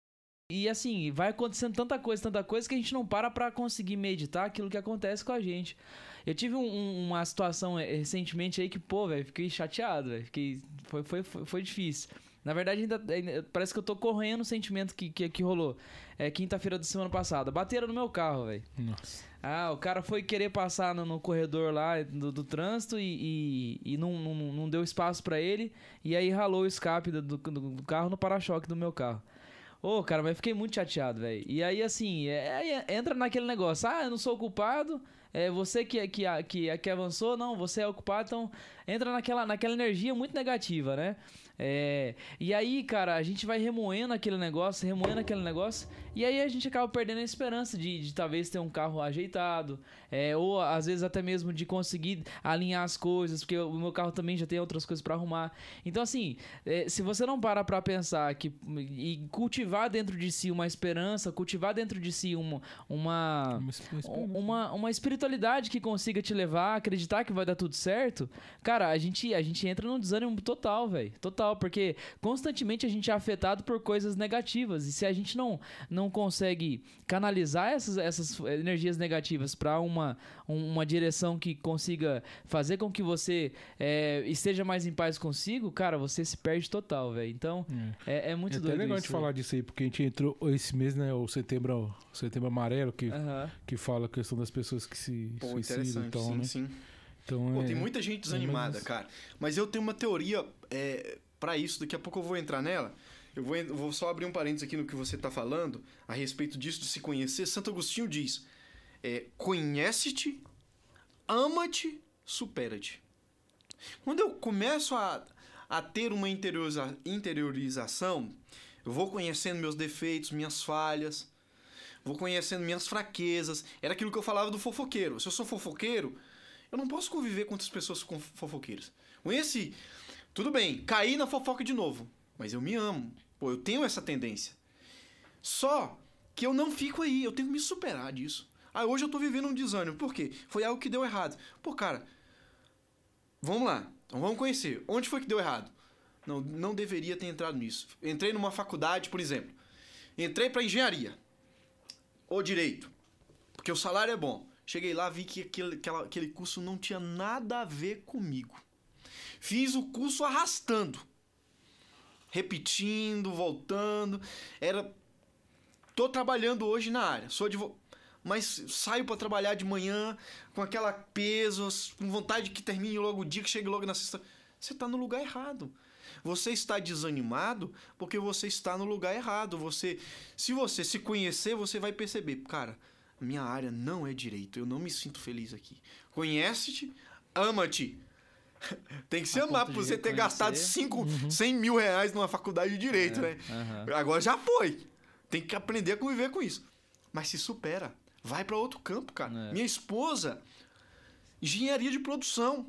E assim, vai acontecendo tanta coisa, tanta coisa que a gente não para pra conseguir meditar aquilo que acontece com a gente. Eu tive um, um, uma situação recentemente aí que, pô, velho, fiquei chateado, velho. Fiquei, foi, foi, foi, foi difícil. Na verdade, ainda, ainda parece que eu tô correndo o sentimento que, que, que rolou. É quinta-feira da semana passada. Bateram no meu carro, velho. Nossa. Ah, o cara foi querer passar no, no corredor lá do, do trânsito e, e, e não, não, não deu espaço pra ele. E aí ralou o escape do, do, do carro no para-choque do meu carro. Ô, oh, cara, mas fiquei muito chateado, velho. E aí, assim, é, é, entra naquele negócio. Ah, eu não sou o culpado. É você que, que, que, que avançou. Não, você é o culpado. Então, entra naquela, naquela energia muito negativa, né? É, e aí, cara, a gente vai remoendo aquele negócio, remoendo aquele negócio. E aí a gente acaba perdendo a esperança de, de talvez ter um carro ajeitado. É, ou, às vezes, até mesmo de conseguir alinhar as coisas. Porque o meu carro também já tem outras coisas pra arrumar. Então, assim, é, se você não para pra pensar que, e cultivar dentro de si uma esperança, cultivar dentro de si uma, uma, uma, uma espiritualidade que consiga te levar a acreditar que vai dar tudo certo, cara, a gente, a gente entra num desânimo total, velho. Total, porque constantemente a gente é afetado por coisas negativas. E se a gente não, não consegue canalizar essas, essas energias negativas pra uma, uma direção que consiga fazer com que você é, esteja mais em paz consigo, cara, você se perde total, velho. Então, é, é, é muito é doido. É até legal isso, de falar disso aí, porque a gente entrou esse mês, né, o setembro, o setembro amarelo, que, uhum. que fala a questão das pessoas que se Pô, suicidam e tal, sim, né? Sim. Então, Pô, é, tem muita gente desanimada, é, mas... cara. Mas eu tenho uma teoria é, pra isso, daqui a pouco eu vou entrar nela. Eu vou, eu vou só abrir um parênteses aqui no que você tá falando, a respeito disso de se conhecer. Santo Agostinho diz, é, conhece-te, ama-te, supera-te. Quando eu começo a, a ter uma interioriza, interiorização, eu vou conhecendo meus defeitos, minhas falhas, vou conhecendo minhas fraquezas. Era aquilo que eu falava do fofoqueiro. Se eu sou fofoqueiro, eu não posso conviver com outras pessoas fofoqueiras. Conheci, tudo bem, caí na fofoca de novo, mas eu me amo. Pô, eu tenho essa tendência. Só que eu não fico aí, eu tenho que me superar disso. Ah, hoje eu tô vivendo um desânimo. Por quê? Foi algo que deu errado. Pô, cara, vamos lá. Então vamos conhecer. Onde foi que deu errado? Não, não deveria ter entrado nisso. Entrei numa faculdade, por exemplo. Entrei pra engenharia. Ou direito. Porque o salário é bom. Cheguei lá, vi que aquele, aquela, aquele curso não tinha nada a ver comigo. Fiz o curso arrastando. Repetindo, voltando. Era... Tô trabalhando hoje na área. Sou advogado. Mas saio para trabalhar de manhã com aquela peso, com vontade que termine logo o dia, que chegue logo na sexta. Você está no lugar errado. Você está desanimado porque você está no lugar errado. Você, se você se conhecer, você vai perceber, cara, minha área não é direito. Eu não me sinto feliz aqui. Conhece-te, ama-te. Tem que se amar por você ter gastado cinco, uhum. cem mil reais numa faculdade de direito, é, né? Uhum. Agora já foi. Tem que aprender a conviver com isso. Mas se supera. Vai para outro campo, cara. É. Minha esposa, engenharia de produção.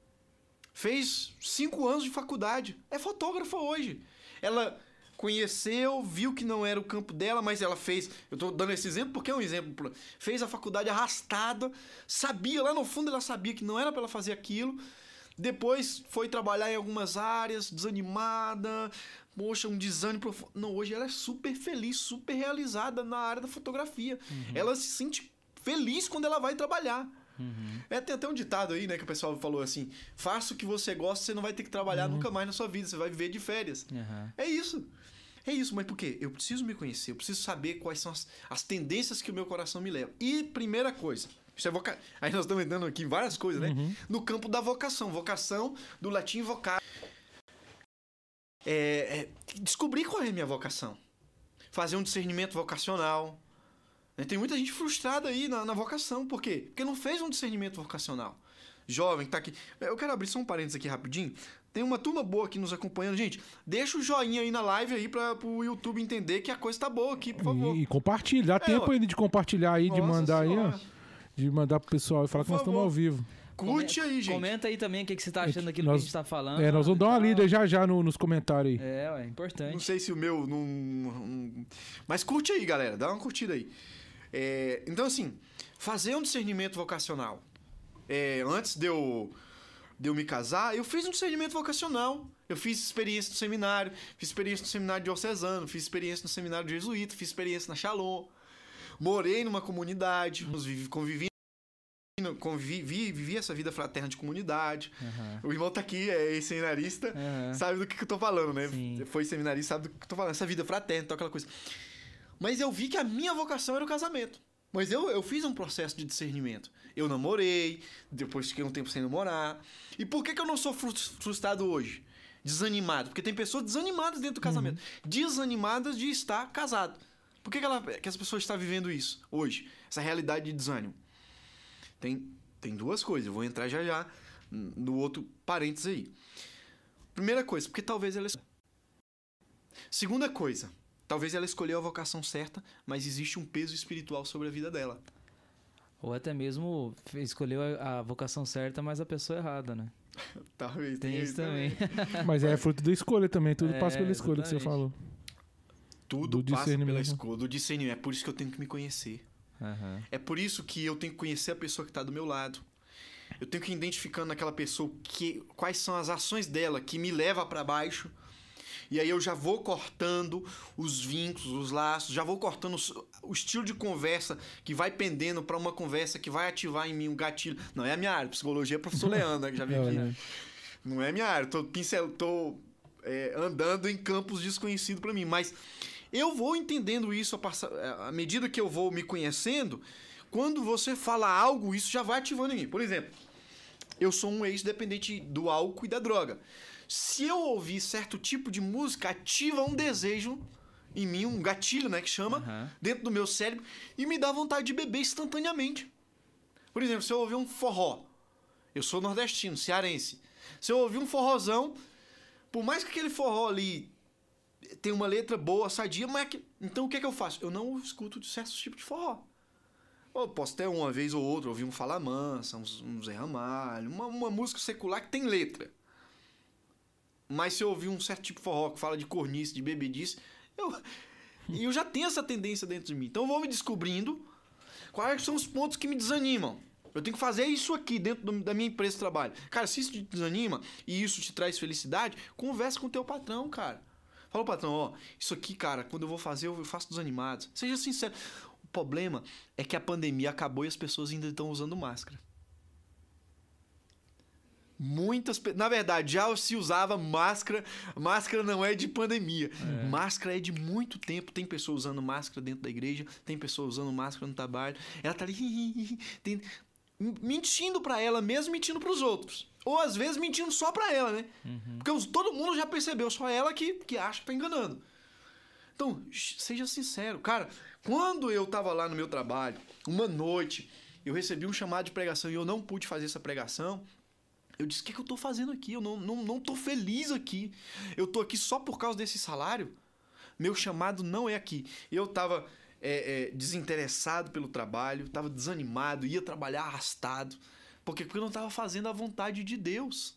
Fez cinco anos de faculdade. É fotógrafa hoje. Ela conheceu, viu que não era o campo dela, mas ela fez... Eu tô dando esse exemplo porque é um exemplo. Fez a faculdade arrastada. Sabia, lá no fundo ela sabia que não era para ela fazer aquilo. Depois foi trabalhar em algumas áreas, desanimada... Poxa, um desânimo profundo. Não, hoje ela é super feliz, super realizada na área da fotografia. Uhum. Ela se sente feliz quando ela vai trabalhar. Uhum. É, tem até um ditado aí, né, que o pessoal falou assim: faça o que você gosta, você não vai ter que trabalhar Uhum. nunca mais na sua vida, você vai viver de férias. Uhum. É isso. É isso, mas por quê? Eu preciso me conhecer, eu preciso saber quais são as, as tendências que o meu coração me leva. E primeira coisa, isso é voca... aí nós estamos entrando aqui em várias coisas, né? Uhum. No campo da vocação, vocação do latim vocar. É, é, descobrir qual é a minha vocação. Fazer um discernimento vocacional. Tem muita gente frustrada aí na, na vocação. Por quê? Porque não fez um discernimento vocacional. Jovem que tá aqui. Eu quero abrir só um parênteses aqui rapidinho. Tem uma turma boa aqui nos acompanhando. Gente, deixa o joinha aí na live aí para o YouTube entender que a coisa tá boa aqui, por favor. E, e compartilha. Dá É, tempo ó. ainda de compartilhar aí, de Nossa mandar aí, ó. Senhora. De mandar pro pessoal e falar Por que nós estamos favor. ao vivo. Curte aí, gente. Comenta aí também o que, que você tá achando daquilo Nós- que a gente tá falando. É, nós vamos dar uma e tal. lida já já no- nos comentários aí. É, ué, Não importante. sei se o meu não, não- mas curte aí, galera. Dá uma curtida aí. É, então, assim, fazer um discernimento vocacional. É, antes de eu, de eu me casar, eu fiz um discernimento vocacional. Eu fiz experiência no seminário, fiz experiência no seminário diocesano, fiz experiência no seminário jesuíta, fiz experiência na Shalom. Morei numa comunidade, vivi- convivi, convivi vivi essa vida fraterna de comunidade. Uhum. O irmão tá aqui, é seminarista, Uhum. sabe do que, que eu tô falando, né? Sim. Foi seminarista, sabe do que eu tô falando. Essa vida fraterna, tal, aquela coisa. Mas eu vi que a minha vocação era o casamento. Mas eu, eu fiz um processo de discernimento. Eu namorei, depois fiquei um tempo sem namorar. E por que, que eu não sou frus- frustrado hoje? Desanimado. Porque tem pessoas desanimadas dentro do casamento. Desanimadas de estar casado. Por que, que, ela, que as pessoas estão vivendo isso hoje? Essa realidade de desânimo. Tem, tem duas coisas. Eu vou entrar já já no outro parênteses aí. Primeira coisa, porque talvez ela... Segunda coisa, talvez ela escolheu a vocação certa, mas existe um peso espiritual sobre a vida dela. Ou até mesmo escolheu a, a vocação certa, mas a pessoa errada, né? Talvez Tem isso também. Mas é fruto da escolha também. Tudo É, passa pela escolha que você exatamente. falou. Tudo Do passa pela discernimento. escolha, do discernimento. É por isso que eu tenho que me conhecer. Aham. É por isso que eu tenho que conhecer a pessoa que está do meu lado. Eu tenho que ir identificando naquela pessoa que, quais são as ações dela que me levam para baixo. E aí eu já vou cortando os vínculos, os laços, já vou cortando os- o estilo de conversa que vai pendendo para uma conversa que vai ativar em mim um gatilho. Não é a minha área, psicologia é o professor Leandro, né, que já veio É, aqui. né? Não é minha área, tô, pincel, tô é, andando em campos desconhecidos para mim, mas eu vou entendendo isso a passa- à medida que eu vou me conhecendo. Quando você fala algo, isso já vai ativando em mim. Por exemplo, eu sou um ex-dependente do álcool e da droga. Se eu ouvir certo tipo de música, ativa um desejo em mim, um gatilho, né, que chama, Aham. dentro do meu cérebro, e me dá vontade de beber instantaneamente. Por exemplo, se eu ouvir um forró, eu sou nordestino, cearense. Se eu ouvir um forrozão, por mais que aquele forró ali tenha uma letra boa, sadia, mas é que... então o que é que eu faço? Eu não escuto certos tipos de forró. Eu posso ter uma vez ou outra ouvir um Fala Mansa, um, um Zé Ramalho, uma, uma música secular que tem letra. Mas se eu ouvir um certo tipo de forró que fala de cornice, de bebedice, eu, eu já tenho essa tendência dentro de mim. Então eu vou me descobrindo quais são os pontos que me desanimam. Eu tenho que fazer isso aqui dentro do- da minha empresa de trabalho. Cara, se isso te desanima e isso te traz felicidade, conversa com o teu patrão, cara. Fala, patrão, ó, isso aqui, cara, quando eu vou fazer, eu faço desanimado. Seja sincero. O problema é que a pandemia acabou e as pessoas ainda estão usando máscara. Muitas, pe- na verdade, já se usava máscara. Máscara não é de pandemia. Máscara é de muito tempo. Tem pessoas usando máscara dentro da igreja, tem pessoas usando máscara no trabalho. Ela tá ali tem- mentindo pra ela mesmo, mentindo pros outros. Ou às vezes mentindo só pra ela, né? Porque os- todo mundo já percebeu, só ela que, que acha que tá enganando. Então, sh- seja sincero. Cara, quando eu tava lá no meu trabalho, uma noite, eu recebi um chamado de pregação e eu não pude fazer essa pregação. Eu disse, o que, que eu tô fazendo aqui? Eu não, não, não tô feliz aqui. Eu tô aqui só por causa desse salário? Meu chamado não é aqui. Eu tava é, é, desinteressado pelo trabalho, tava desanimado, ia trabalhar arrastado. Porque, porque eu não tava fazendo a vontade de Deus.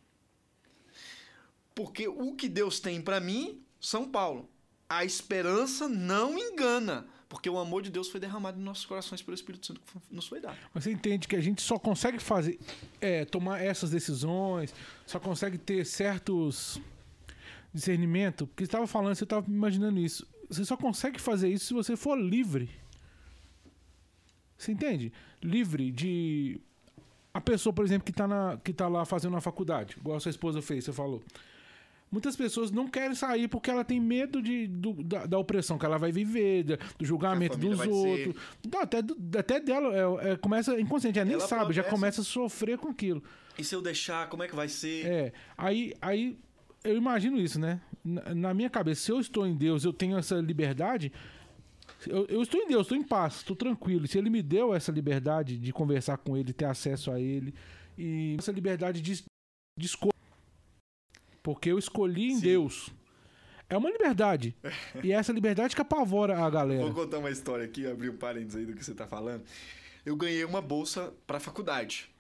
Porque o que Deus tem pra mim, São Paulo, a esperança não engana. Porque o amor de Deus foi derramado em nossos corações pelo Espírito Santo que nos foi dado. Mas você entende que a gente só consegue fazer, é, tomar essas decisões, só consegue ter certos discernimento, porque você estava falando, você estava imaginando isso. Você só consegue fazer isso se você for livre. Você entende? Livre de... A pessoa, por exemplo, que tá, na, que tá lá fazendo uma faculdade, igual a sua esposa fez, você falou. Muitas pessoas não querem sair porque ela tem medo de, do, da, da opressão que ela vai viver, do julgamento dos outros. Não, até, até dela, é, é, começa inconsciente, ela nem ela sabe, protesta. Já começa a sofrer com aquilo. E se eu deixar, como é que vai ser? É, aí, aí eu imagino isso, né? Na, na minha cabeça, se eu estou em Deus, eu tenho essa liberdade... Eu, eu estou em Deus, estou em paz, estou tranquilo. Se Ele me deu essa liberdade de conversar com Ele, ter acesso a Ele, e essa liberdade de, de escolha, porque eu escolhi em Sim. Deus. É uma liberdade. E é essa liberdade que apavora a galera. Vou contar uma história aqui, abrir um parênteses aí do que você está falando. Eu ganhei uma bolsa para a faculdade.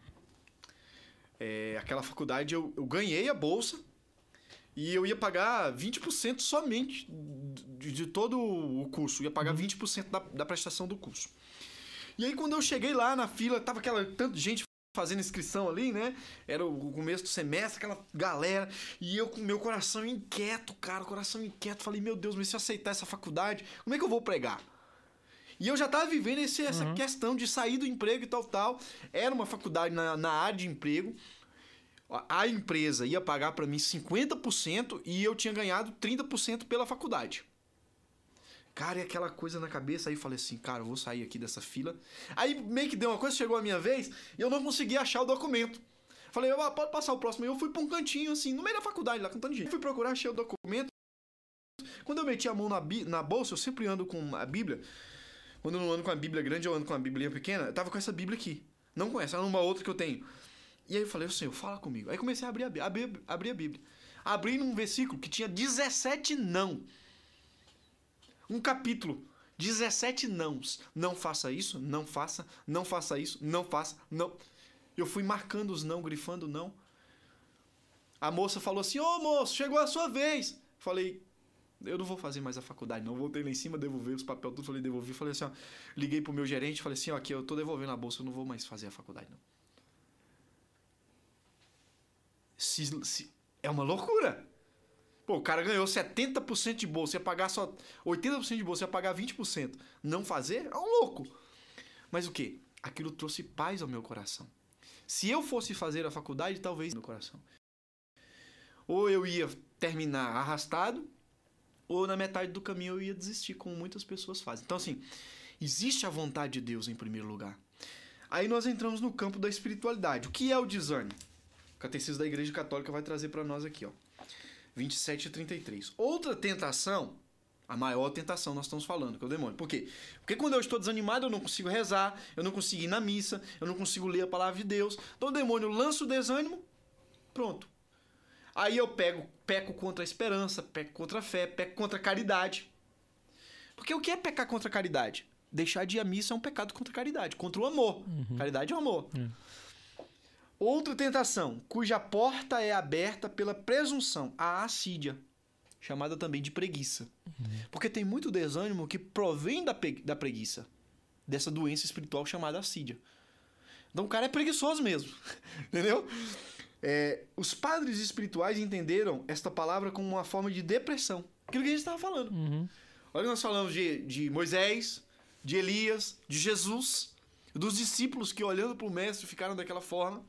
É, aquela faculdade, eu, eu ganhei a bolsa. E eu ia pagar vinte por cento somente de, de todo o curso. Eu ia pagar vinte por cento da, da prestação do curso. E aí, quando eu cheguei lá na fila, tava aquela tanta gente fazendo inscrição ali, né? Era o começo do semestre, aquela galera. E eu com meu coração inquieto, cara, coração inquieto. Falei, meu Deus, mas se eu aceitar essa faculdade, como é que eu vou pregar? E eu já tava vivendo esse, essa uhum. questão de sair do emprego e tal, tal. Era uma faculdade na, na área de emprego. A empresa ia pagar para mim cinquenta por cento e eu tinha ganhado trinta por cento pela faculdade. Cara, e aquela coisa na cabeça, aí eu falei assim, cara, eu vou sair aqui dessa fila. Aí meio que deu uma coisa, chegou a minha vez e eu não consegui achar o documento. Falei, ah, pode passar o próximo. E eu fui para um cantinho assim, no meio da faculdade, lá com tanta gente. Fui procurar, achei o documento. Quando eu meti a mão na, na bolsa, eu sempre ando com a Bíblia. Quando eu não ando com a Bíblia grande, eu ando com a Bíblia pequena. Eu tava com essa Bíblia aqui. Não com essa, era uma outra que eu tenho. E aí eu falei, Senhor, fala comigo. Aí comecei a abrir a, abrir, abrir a Bíblia. Abri num versículo que tinha dezessete não. Um capítulo. dezessete nãos. Não faça isso, não faça, não faça isso, não faça, não. Eu fui marcando os não, grifando não. A moça falou assim, ô oh, moço, chegou a sua vez. Falei, eu não vou fazer mais a faculdade não. Voltei lá em cima, devolvi os papéis, tudo, falei, devolvi. Falei assim, ó, liguei pro meu gerente, falei assim, ó, aqui eu tô devolvendo a bolsa, eu não vou mais fazer a faculdade não. Se, se, é uma loucura. Pô, o cara ganhou setenta por cento de bolsa, ia pagar só oitenta por cento de bolsa, ia pagar vinte por cento. Não fazer? É um louco. Mas o quê? Aquilo trouxe paz ao meu coração. Se eu fosse fazer a faculdade, talvez no meu coração. Ou eu ia terminar arrastado, ou na metade do caminho eu ia desistir, como muitas pessoas fazem. Então, assim, existe a vontade de Deus em primeiro lugar. Aí nós entramos no campo da espiritualidade. O que é o desânimo? O Catecismo da Igreja Católica vai trazer para nós aqui, ó. vinte e sete e trinta e três. Outra tentação, a maior tentação nós estamos falando, que é o demônio. Por quê? Porque quando eu estou desanimado, eu não consigo rezar, eu não consigo ir na missa, eu não consigo ler a palavra de Deus. Então o demônio lança o desânimo, pronto. Aí eu pego, peco contra a esperança, peco contra a fé, peco contra a caridade. Porque o que é pecar contra a caridade? Deixar de ir à missa é um pecado contra a caridade, contra o amor. Uhum. Caridade é o amor. Uhum. Outra tentação, cuja porta é aberta pela presunção, a assídia, chamada também de preguiça. Uhum. Porque tem muito desânimo que provém da, da preguiça, dessa doença espiritual chamada assídia. Então o cara é preguiçoso mesmo, entendeu? É, os padres espirituais entenderam esta palavra como uma forma de depressão, aquilo que a gente estava falando. Uhum. Olha que nós falamos de, de Moisés, de Elias, de Jesus, dos discípulos que olhando para o mestre ficaram daquela forma.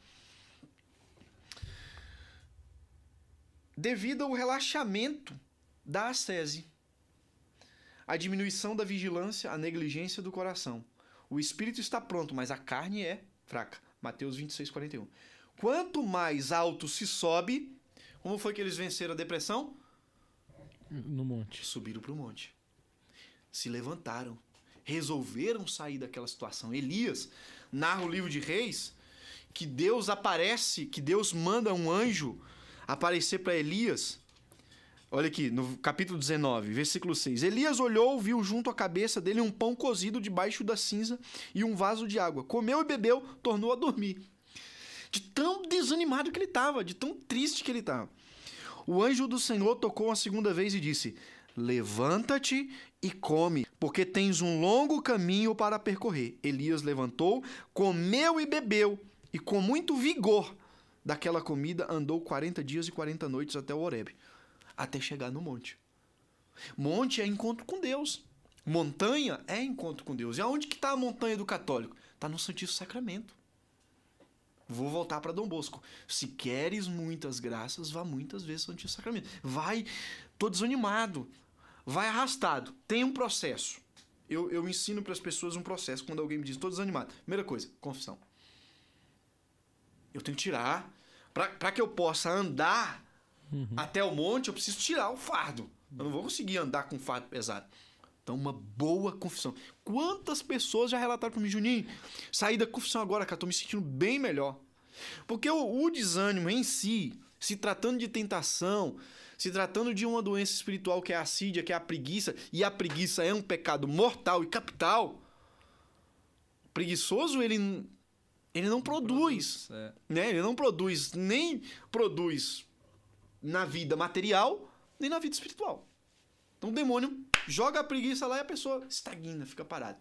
Devido ao relaxamento da ascese, a diminuição da vigilância, a negligência do coração. O espírito está pronto, mas a carne é fraca. Mateus vinte e seis, quarenta e um. Quanto mais alto se sobe, como foi que eles venceram a depressão? No monte. Subiram para o monte. Se levantaram. Resolveram sair daquela situação. Elias narra o livro de Reis que Deus aparece, que Deus manda um anjo aparecer para Elias. Olha aqui, no capítulo dezenove, versículo seis. Elias olhou, viu junto à cabeça dele um pão cozido debaixo da cinza e um vaso de água. Comeu e bebeu, tornou a dormir. De tão desanimado que ele estava, de tão triste que ele estava. O anjo do Senhor tocou a segunda vez e disse: levanta-te e come, porque tens um longo caminho para percorrer. Elias levantou, comeu e bebeu, e com muito vigor daquela comida andou quarenta dias e quarenta noites até o Horebe, até chegar no monte. Monte é encontro com Deus. Montanha é encontro com Deus. E aonde que está a montanha do católico? Está no Santíssimo Sacramento. Vou voltar para Dom Bosco. Se queres muitas graças, vá muitas vezes ao Santíssimo Sacramento. Vai, tô desanimado, vai arrastado. Tem um processo. Eu, eu ensino para as pessoas um processo quando alguém me diz, tô desanimado. Primeira coisa, confissão. Eu tenho que tirar. Para que eu possa andar uhum. até o monte, eu preciso tirar o fardo. Eu não vou conseguir andar com fardo pesado. Então, uma boa confissão. Quantas pessoas já relataram para mim, Juninho, saí da confissão agora, cara, tô me sentindo bem melhor. Porque o, o desânimo em si, se tratando de tentação, se tratando de uma doença espiritual que é a assídia, que é a preguiça, e a preguiça é um pecado mortal e capital, preguiçoso, ele, ele não, não produz. produz é. né? Ele não produz, nem produz na vida material, nem na vida espiritual. Então o demônio joga a preguiça lá e a pessoa estagna, fica parada.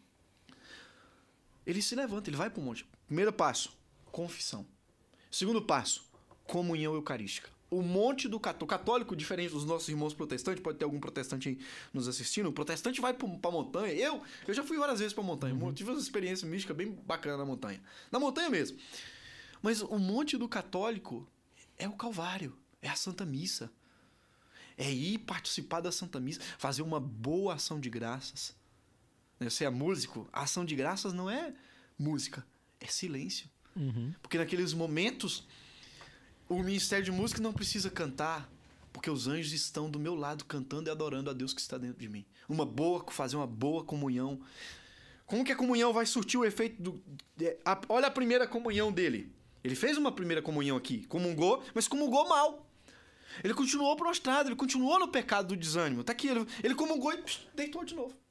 Ele se levanta, ele vai para o monte. Primeiro passo, confissão. Segundo passo, comunhão eucarística. O monte do católico, católico, diferente dos nossos irmãos protestantes, pode ter algum protestante aí nos assistindo, o protestante vai para a montanha. Eu, eu já fui várias vezes para a montanha, uhum. tive uma experiência mística bem bacana na montanha. Na montanha mesmo. Mas o monte do católico é o Calvário, é a Santa Missa. É ir participar da Santa Missa, fazer uma boa ação de graças. Você é músico, a ação de graças não é música, é silêncio. Uhum. Porque naqueles momentos, o ministério de música não precisa cantar, porque os anjos estão do meu lado cantando e adorando a Deus que está dentro de mim. Uma boa, fazer uma boa comunhão. Como que a comunhão vai surtir o efeito do... A, olha a primeira comunhão dele. Ele fez uma primeira comunhão aqui, comungou, mas comungou mal. Ele continuou prostrado, ele continuou no pecado do desânimo. Tá aqui, ele, ele comungou e psh, deitou de novo.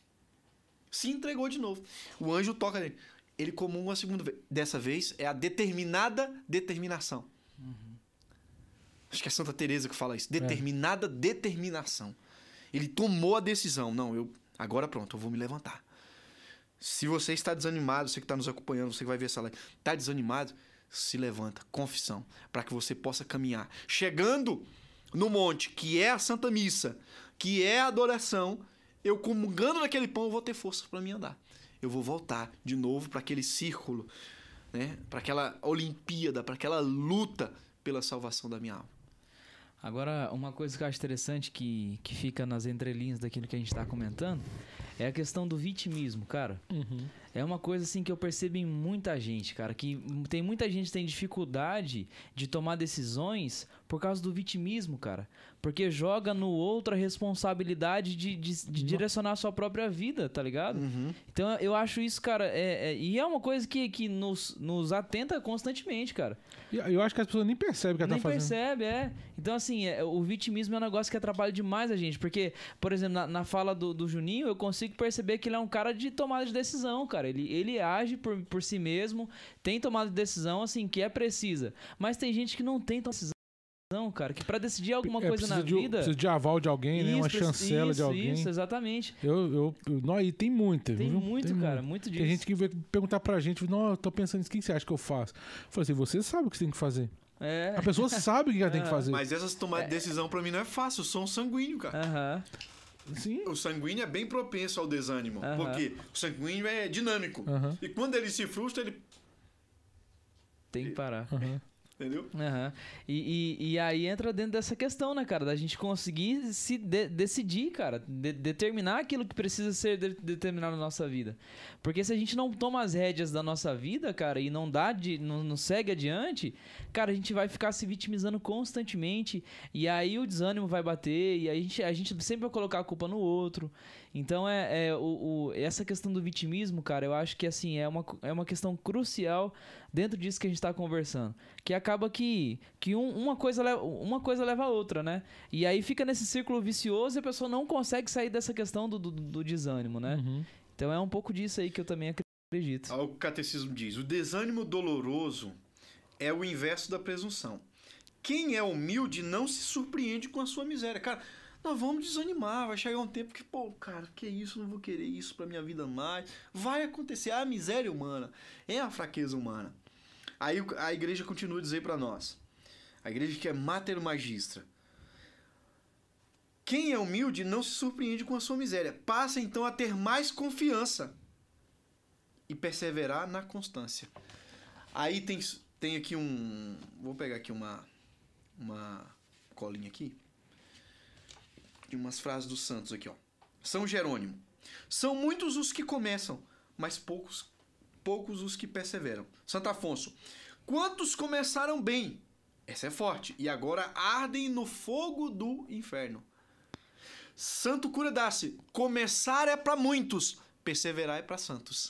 Se entregou de novo. O anjo toca nele. Ele comunga a segunda vez. Dessa vez é a determinada determinação. Uhum. Acho que é Santa Teresa que fala isso. Determinada é. determinação. Ele tomou a decisão. Não, eu agora pronto, eu vou me levantar. Se você está desanimado, você que está nos acompanhando, você que vai ver essa live, está desanimado, se levanta, confissão, para que você possa caminhar. Chegando no monte, que é a Santa Missa, que é a adoração, eu comungando naquele pão, eu vou ter força para me andar. Eu vou voltar de novo para aquele círculo, né? Para aquela Olimpíada, para aquela luta pela salvação da minha alma. Agora, uma coisa que eu acho interessante que, que fica nas entrelinhas daquilo que a gente está comentando é a questão do vitimismo, cara. Uhum. É uma coisa assim que eu percebo em muita gente, cara, que tem muita gente que tem dificuldade de tomar decisões por causa do vitimismo, cara. Porque joga no outro a responsabilidade de, de, de direcionar a sua própria vida, tá ligado? Uhum. Então eu acho isso, cara, é, é, e é uma coisa que, que nos, nos atenta constantemente, cara. Eu acho que as pessoas nem percebem o que ela tá fazendo. Nem percebe, é. Então assim, é, o vitimismo é um negócio que atrapalha demais a gente. Porque, por exemplo, na, na fala do, do Juninho, eu consigo perceber que ele é um cara de tomada de decisão, cara. Ele, ele age por, por si mesmo, tem tomada de decisão, assim, que é precisa. Mas tem gente que não tem tomada de decisão. Não, cara, que pra decidir alguma é, coisa na de, vida... Precisa de aval de alguém, isso, né? Uma chancela isso, de alguém. Isso, exatamente. Eu, eu, eu, não, e tem muita. Tem viu? muito, tem cara, muito, muito disso. Tem gente que veio perguntar pra gente, não, eu tô pensando nisso, o que você acha que eu faço? Eu falei assim, você sabe o que você tem que fazer. É. A pessoa sabe o que ela tem que fazer. Mas essas tomadas de decisão pra mim não é fácil, eu sou um sanguíneo, cara. Aham. Sim. O sanguíneo é bem propenso ao desânimo, uh-huh. porque o sanguíneo é dinâmico. Uh-huh. E quando ele se frustra, ele... Tem que parar. Uh-huh. Entendeu? Uhum. E, e, e aí entra dentro dessa questão, né, cara? Da gente conseguir se de- decidir, cara. De- determinar aquilo que precisa ser de- determinado na nossa vida. Porque se a gente não toma as rédeas da nossa vida, cara, e não dá de, não, não segue adiante, cara, a gente vai ficar se vitimizando constantemente. E aí o desânimo vai bater. E aí a gente, a gente sempre vai colocar a culpa no outro. Então, é, é o, o, essa questão do vitimismo, cara, eu acho que assim, é uma, é uma questão crucial dentro disso que a gente está conversando. Que acaba que, que um, uma, coisa leva, uma coisa leva a outra, né? E aí fica nesse círculo vicioso e a pessoa não consegue sair dessa questão do, do, do desânimo, né? Uhum. Então é um pouco disso aí que eu também acredito. O catecismo diz, o desânimo doloroso é o inverso da presunção. Quem é humilde não se surpreende com a sua miséria. Cara... Nós vamos desanimar, vai chegar um tempo que, pô, cara, que isso, não vou querer isso pra minha vida mais. Vai acontecer, é a miséria humana, é a fraqueza humana. Aí a igreja continua a dizer pra nós, a igreja que é Mater Magistra, Quem é humilde não se surpreende com a sua miséria. Passa então a ter mais confiança e perseverar na constância. Aí tem, tem aqui um... Vou pegar aqui uma, uma colinha aqui. E umas frases dos santos aqui, ó. São Jerônimo. São muitos os que começam, mas poucos, poucos os que perseveram. Santo Afonso. Quantos começaram bem? Essa é forte. E agora ardem no fogo do inferno. Santo Cura Darcy. Começar é para muitos, perseverar é para santos.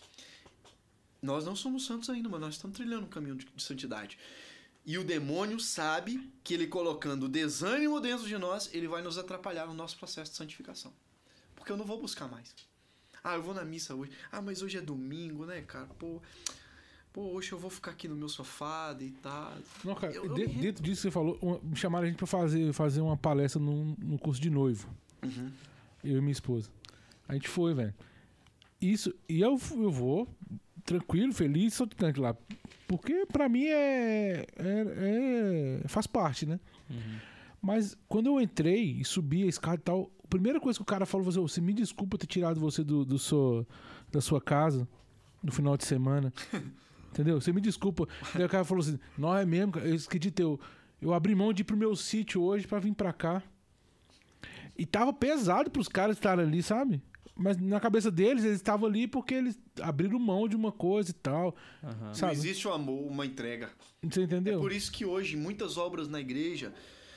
Nós não somos santos ainda, mas nós estamos trilhando um caminho de, de santidade. E o demônio sabe que ele colocando desânimo dentro de nós, ele vai nos atrapalhar no nosso processo de santificação. Porque eu não vou buscar mais. Ah, eu vou na missa hoje. Ah, mas hoje é domingo, né, cara? Pô, pô hoje eu vou ficar aqui no meu sofá, deitado. Não, cara, eu, eu de, me... dentro disso que você falou, uma, me chamaram a gente pra fazer, fazer uma palestra no, no curso de noivo. Uhum. Eu e minha esposa. A gente foi, velho. Isso, e eu, eu vou tranquilo, feliz, soltante lá. Porque pra mim é, é, é faz parte, né? Uhum. Mas quando eu entrei e subi a escada e tal, a primeira coisa que o cara falou foi: você me desculpa ter tirado você do, do seu, da sua casa no final de semana. Entendeu? Você me desculpa. Daí o cara falou assim: não é mesmo, cara, eu acredito, eu, eu abri mão de ir pro meu sítio hoje pra vir pra cá. E tava pesado pros caras estarem ali, sabe? Mas na cabeça deles, eles estavam ali porque eles abriram mão de uma coisa e tal. Uhum. Sabe? Não existe o amor, uma entrega. Você entendeu? É por isso que hoje muitas obras na igreja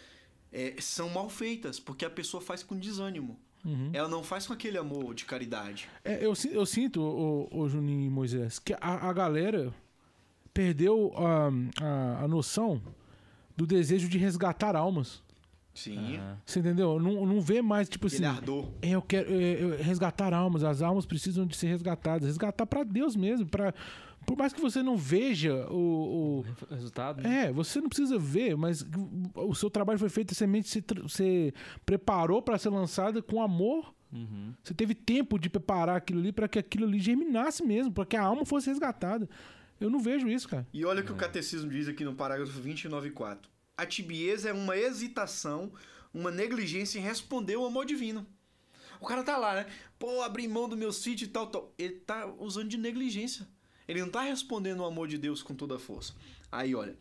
é, são mal feitas, porque a pessoa faz com desânimo. Uhum. Ela não faz com aquele amor de caridade. É, eu, eu sinto, o, o Juninho e Moisés, que a, a galera perdeu a, a, a noção do desejo de resgatar almas. Sim. Uhum. Você entendeu? Não, não vê mais, tipo assim... Ele ardor. É, eu quero é, eu- resgatar almas. As almas precisam de ser resgatadas. Resgatar pra Deus mesmo. Pra, por mais que você não veja o... o- O resultado, né? é, você não precisa ver, mas o seu trabalho foi feito, a semente se, tra- se preparou pra ser lançada com amor. Uhum. Você teve tempo de preparar aquilo ali pra que aquilo ali germinasse mesmo, pra que a alma fosse resgatada. Eu não vejo isso, cara. E olha o que o catecismo diz aqui no parágrafo vinte e nove ponto quatro. A tibieza é uma hesitação, uma negligência em responder ao amor divino. O cara tá lá, né? Pô, abri mão do meu sítio e tal, tal. Ele tá usando de negligência. Ele não tá respondendo ao amor de Deus com toda a força. Aí, olha.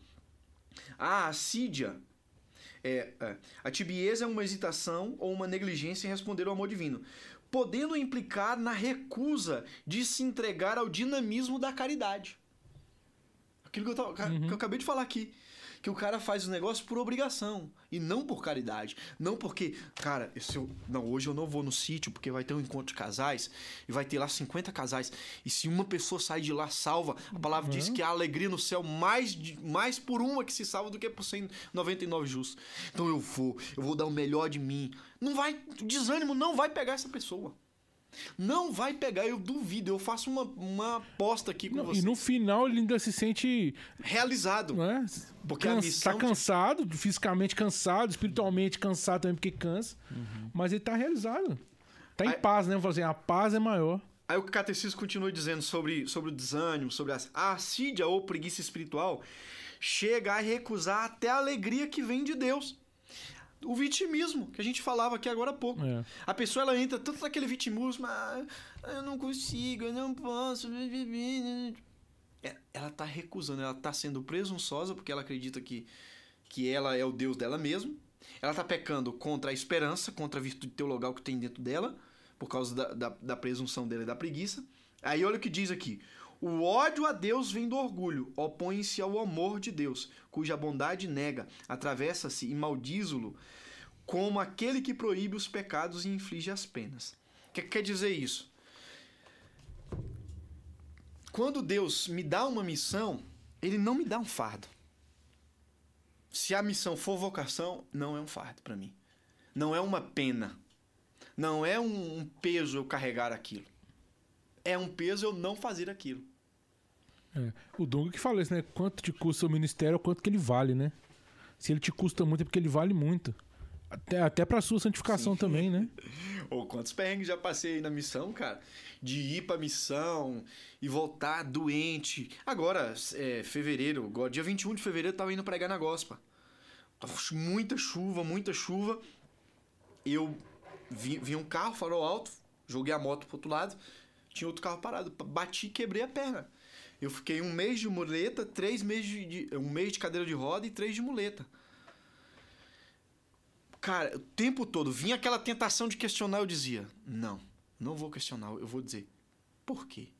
A assídia... É, é, a tibieza é uma hesitação ou uma negligência em responder ao amor divino, podendo implicar na recusa de se entregar ao dinamismo da caridade. Aquilo que eu, tava, Uhum. que eu acabei de falar aqui. Que o cara faz o negócio por obrigação e não por caridade. Não porque, cara, esse eu, não, hoje eu não vou no sítio porque vai ter um encontro de casais e vai ter lá cinquenta casais. E se uma pessoa sair de lá salva, a palavra diz que há alegria no céu mais, de- mais por uma que se salva do que por cento e noventa e nove justos. Então eu vou, eu vou dar o melhor de mim. Não vai, o desânimo não vai pegar essa pessoa. Não vai pegar, eu duvido. Eu faço uma, uma aposta aqui com Não, você. e no final ele ainda se sente... Realizado. Não é? Porque a Cansa- missão tá de- cansado, fisicamente cansado, espiritualmente cansado também porque cansa. Mas ele tá realizado. Tá em Aí- paz, né? Eu falo assim, a paz é maior. Aí o catecismo continua dizendo sobre, sobre o desânimo, sobre a, a assídia ou preguiça espiritual, chega a recusar até a alegria que vem de Deus. O vitimismo, que a gente falava aqui agora há pouco. É. A pessoa, ela entra tanto naquele vitimismo, ah, eu não consigo, eu não posso. É, ela tá recusando, ela tá sendo presunçosa porque ela acredita que, que ela é o Deus dela mesma. Ela tá pecando contra a esperança, contra a virtude teologal que tem dentro dela, por causa da, da, da presunção dela e da preguiça. Aí olha o que diz aqui. O ódio a Deus vem do orgulho, opõe-se ao amor de Deus, cuja bondade nega, atravessa-se e maldiz-lo como aquele que proíbe os pecados e inflige as penas. O que quer dizer isso? Quando Deus me dá uma missão, Ele não me dá um fardo. Se a missão for vocação, não é um fardo para mim. Não é uma pena. Não é um peso eu carregar aquilo. É um peso eu não fazer aquilo. É. O Dunga que fala isso, né? Quanto te custa o ministério, ou quanto que ele vale, né? Se ele te custa muito, é porque ele vale muito. Até, até pra sua santificação Sim. também, né? Ou quantos perrengues já passei aí na missão, cara? De ir pra missão e voltar doente. Agora, é, fevereiro, agora, dia vinte e um de fevereiro, eu tava indo pregar na Gospa. Tava muita chuva, muita chuva. eu vi, vi um carro, farol alto, joguei a moto pro outro lado, tinha outro carro parado, bati e quebrei a perna. Eu fiquei um mês de muleta, três meses de, de... um mês de cadeira de roda e três de muleta. Cara, o tempo todo vinha aquela tentação de questionar, eu dizia, não, não vou questionar, eu vou dizer, por quê?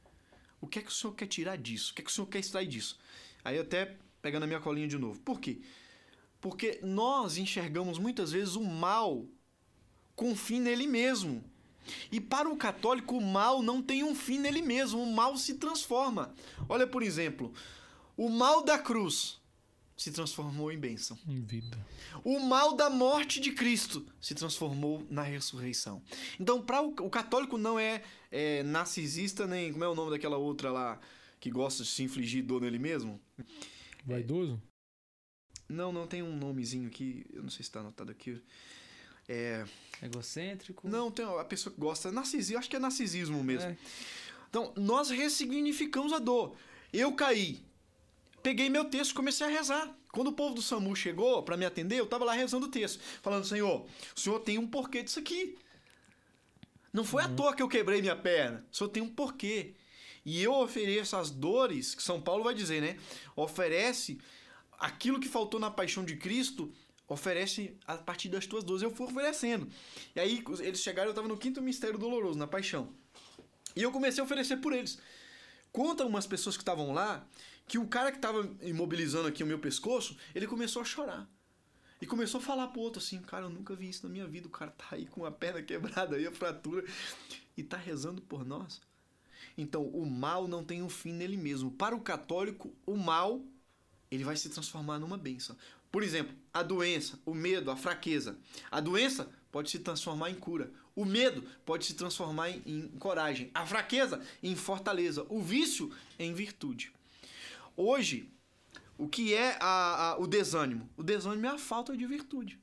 O que é que o senhor quer tirar disso? O que é que o senhor quer extrair disso? Aí até pegando a minha colinha de novo. Por quê? Porque nós enxergamos muitas vezes o mal com fim nele mesmo. E para o católico, o mal não tem um fim nele mesmo. O mal se transforma. Olha, por exemplo, o mal da cruz se transformou em bênção. Em vida. O mal da morte de Cristo se transformou na ressurreição. Então, para o, o católico não é, é narcisista, nem... Como é o nome daquela outra lá que gosta de se infligir dor nele mesmo? Vaidoso? Não, não, tem um nomezinho aqui. Eu não sei se está anotado aqui. É... Egocêntrico? Não, tem a pessoa que gosta. Narcisismo, acho que é narcisismo mesmo. É. Então, nós ressignificamos a dor. Eu caí. Peguei meu texto e comecei a rezar. Quando o povo do SAMU chegou para me atender, eu estava lá rezando o texto. Falando, Senhor, o Senhor tem um porquê disso aqui. Não foi uhum. à toa que eu quebrei minha perna. O Senhor tem um porquê. E eu ofereço as dores, que São Paulo vai dizer, né? Oferece aquilo que faltou na paixão de Cristo, oferece a partir das tuas dores. Eu fui oferecendo. E aí eles chegaram, eu estava no quinto mistério doloroso, na paixão. E eu comecei a oferecer por eles. Conta umas pessoas que estavam lá, que o cara que estava imobilizando aqui o meu pescoço, ele começou a chorar. E começou a falar pro outro assim, cara, eu nunca vi isso na minha vida. O cara tá aí com a perna quebrada, aí a fratura, e tá rezando por nós. Então, o mal não tem um fim nele mesmo. Para o católico, o mal, ele vai se transformar numa bênção. Por exemplo, a doença, o medo, a fraqueza. A doença pode se transformar em cura. O medo pode se transformar em, em coragem. A fraqueza em fortaleza. O vício em virtude. Hoje, o que é a, a, o desânimo? O desânimo é a falta de virtude.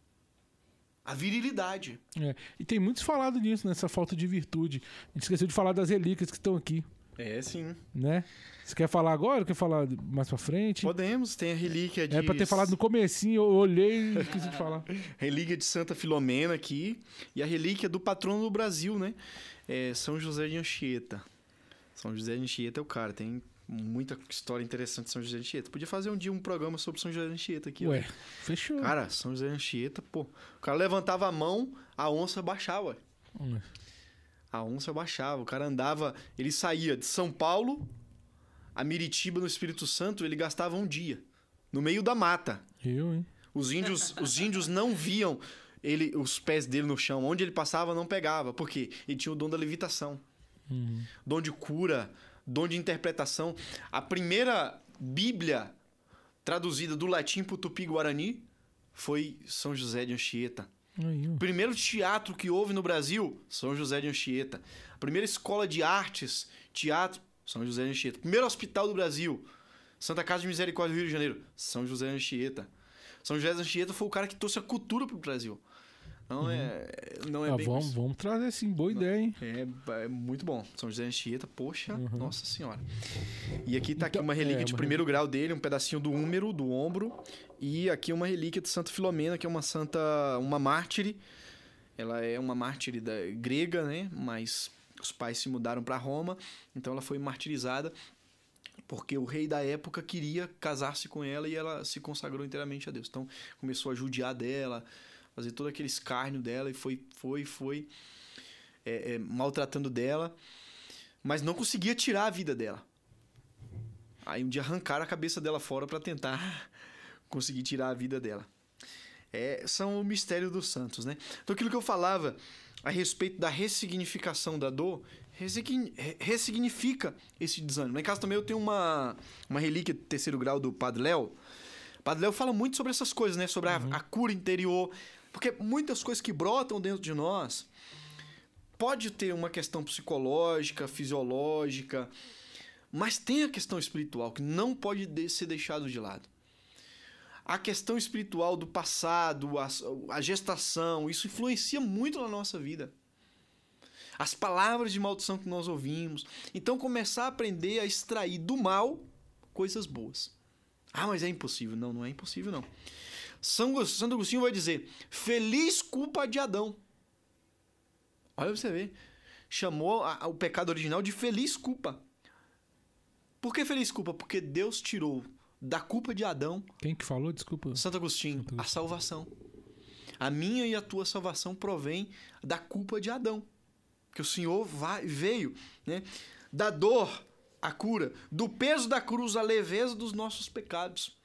A virilidade. É, e tem muitos falado nisso, nessa falta de virtude. A gente esqueceu de falar das relíquias que estão aqui. É, sim. Né? Você quer falar agora ou quer falar mais pra frente? Podemos, tem a relíquia de... É pra ter falado no comecinho, eu olhei e esqueci de falar. Relíquia de Santa Filomena aqui. E a relíquia do patrono do Brasil, né? É São José de Anchieta. São José de Anchieta é o cara, tem muita história interessante de São José de Anchieta. Podia fazer um dia um programa sobre São José de Anchieta aqui. Ué, ó. fechou. Cara, São José de Anchieta, pô. O cara levantava a mão, a onça baixava. Hum. A onça baixava. O cara andava... Ele saía de São Paulo a Miritiba, no Espírito Santo, ele gastava um dia. No meio da mata. Eu, hein? Os índios, os índios não viam ele, os pés dele no chão. Onde ele passava, não pegava. Por quê? Ele tinha o dom da levitação. Uhum. Dom de cura, dom de interpretação. A primeira Bíblia traduzida do latim para o tupi-guarani foi São José de Anchieta. Aí, o primeiro teatro que houve no Brasil, São José de Anchieta. A primeira escola de artes, teatro, São José de Anchieta. Primeiro hospital do Brasil, Santa Casa de Misericórdia do Rio de Janeiro, São José de Anchieta. São José de Anchieta foi o cara que trouxe a cultura para o Brasil. Não, uhum. é, não é ah, bem vamos, vamos trazer sim, boa não, ideia, hein? É, é muito bom. São José de Anchieta, poxa, uhum. Nossa Senhora. E aqui tá então, aqui uma relíquia é, de uma primeiro relíquia. grau dele, um pedacinho do húmero, do ombro. E aqui uma relíquia de Santa Filomena, que é uma santa, uma mártire. Ela é uma mártire da, grega, né? Mas os pais se mudaram para Roma, então ela foi martirizada porque o rei da época queria casar-se com ela e ela se consagrou inteiramente a Deus. Então começou a judiar dela, fazer todo aquele escárnio dela e foi, foi, foi é, é, maltratando dela, mas não conseguia tirar a vida dela. Aí um dia arrancaram a cabeça dela fora para tentar conseguir tirar a vida dela. É, são o mistério dos santos, né? Então aquilo que eu falava a respeito da ressignificação da dor, ressignifica esse desânimo. Lá em casa também eu tenho uma, uma relíquia de terceiro grau do Padre Léo. O Padre Léo fala muito sobre essas coisas, né? Sobre uhum. a, a cura interior. Porque muitas coisas que brotam dentro de nós pode ter uma questão psicológica, fisiológica, mas tem a questão espiritual que não pode de- ser deixado de lado. A questão espiritual do passado, a, a gestação, isso influencia muito na nossa vida. As palavras de maldição que nós ouvimos. Então, começar a aprender a extrair do mal coisas boas. Ah, mas é impossível. Não, não é impossível, não. São Santo Agostinho vai dizer, feliz culpa de Adão. Olha pra você ver. Chamou a, a, o pecado original de feliz culpa. Por que feliz culpa? Porque Deus tirou da culpa de Adão... Quem que falou? Desculpa. Santo Agostinho. Santo Agostinho. A salvação. A minha e a tua salvação provém da culpa de Adão. Que o Senhor vai, veio, né? Da dor, a cura. Do peso da cruz, a leveza dos nossos pecados.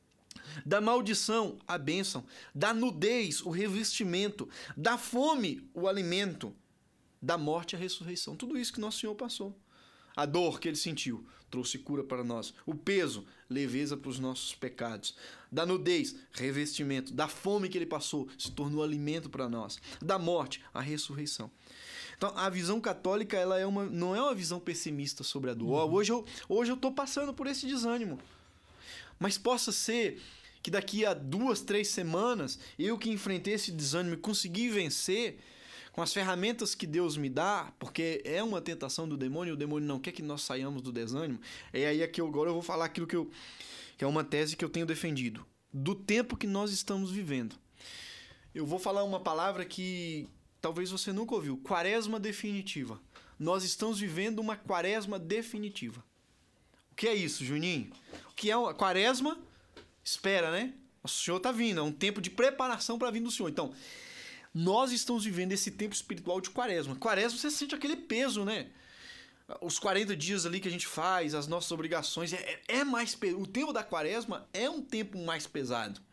Da maldição, a bênção. Da nudez, o revestimento. Da fome, o alimento. Da morte, a ressurreição. Tudo isso que nosso Senhor passou. A dor que ele sentiu trouxe cura para nós. O peso, leveza para os nossos pecados. Da nudez, revestimento. Da fome que ele passou, se tornou alimento para nós. Da morte, a ressurreição. Então, a visão católica ela é uma, não é uma visão pessimista sobre a dor. Uhum. Hoje eu hoje eu estou passando por esse desânimo. Mas possa ser que daqui a duas, três semanas, eu que enfrentei esse desânimo e consegui vencer com as ferramentas que Deus me dá, porque é uma tentação do demônio, o demônio não quer que nós saiamos do desânimo. É aí que eu, agora eu vou falar aquilo que, eu, que é uma tese que eu tenho defendido. Do tempo que nós estamos vivendo. Eu vou falar uma palavra que talvez você nunca ouviu. Quaresma definitiva. Nós estamos vivendo uma quaresma definitiva. O que é isso, Juninho? O que é uma quaresma? Espera, né? O Senhor está vindo. É um tempo de preparação para a vinda do Senhor. Então, nós estamos vivendo esse tempo espiritual de quaresma. Quaresma, você sente aquele peso, né? Os quarenta dias ali que a gente faz, as nossas obrigações, é, é mais pe... o tempo da quaresma é um tempo mais pesado.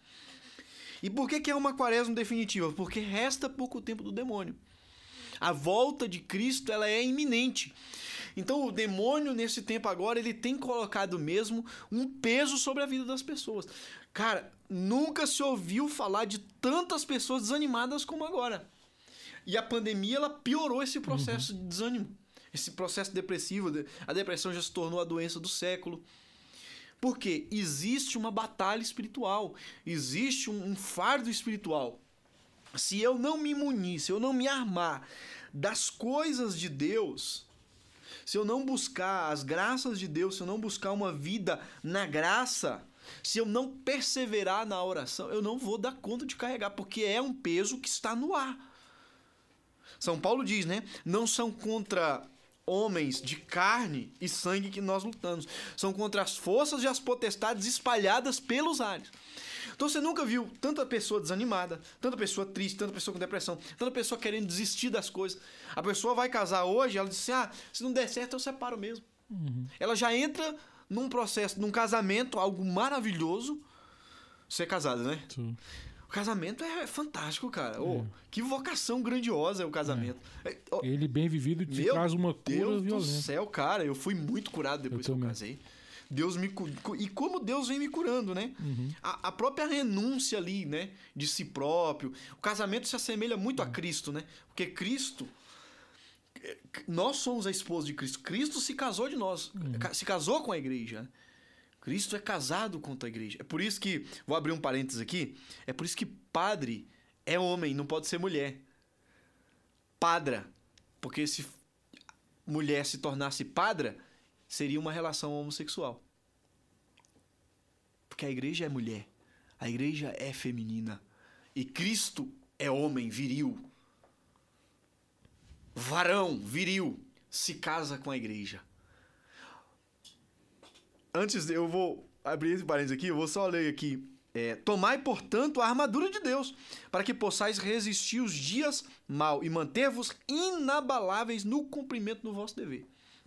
E por que que é uma quaresma definitiva? Porque resta pouco tempo do demônio. A volta de Cristo, ela é iminente. Então o demônio nesse tempo agora, ele tem colocado mesmo um peso sobre a vida das pessoas. Cara, nunca se ouviu falar de tantas pessoas desanimadas como agora. E a pandemia, ela piorou esse processo uhum. de desânimo. Esse processo depressivo. A depressão já se tornou a doença do século. Porque existe uma batalha espiritual. Existe um, um fardo espiritual. Se eu não me munir, se eu não me armar das coisas de Deus, se eu não buscar as graças de Deus, se eu não buscar uma vida na graça, se eu não perseverar na oração, eu não vou dar conta de carregar, porque é um peso que está no ar. São Paulo diz, né? Não são contra homens de carne e sangue que nós lutamos. São contra as forças e as potestades espalhadas pelos ares. Então você nunca viu tanta pessoa desanimada, tanta pessoa triste, tanta pessoa com depressão, tanta pessoa querendo desistir das coisas. A pessoa vai casar hoje, ela diz assim, ah, se não der certo eu separo mesmo. Uhum. Ela já entra num processo, num casamento, algo maravilhoso, ser casado, né? Sim. O casamento é fantástico, cara. É. Oh, que vocação grandiosa é o casamento. É. Oh, ele bem vivido te meu traz uma cura Deus violenta. Deus do céu, cara, eu fui muito curado depois eu que eu casei. Deus me e como Deus vem me curando, né? Uhum. A, a própria renúncia ali, né? De si próprio. O casamento se assemelha muito uhum. a Cristo, né? Porque Cristo, nós somos a esposa de Cristo. Cristo se casou de nós, uhum. se casou com a igreja. Cristo é casado com a igreja. É por isso que, vou abrir um parênteses aqui, é por isso que padre é homem, não pode ser mulher. Padra, porque se mulher se tornasse padra, seria uma relação homossexual. Porque a igreja é mulher. A igreja é feminina. E Cristo é homem, viril. Varão, viril. Se casa com a igreja. Antes, eu vou abrir esse parênteses aqui, eu vou só ler aqui. É, tomai, portanto, a armadura de Deus, para que possais resistir os dias mal e manter-vos inabaláveis no cumprimento do vosso dever.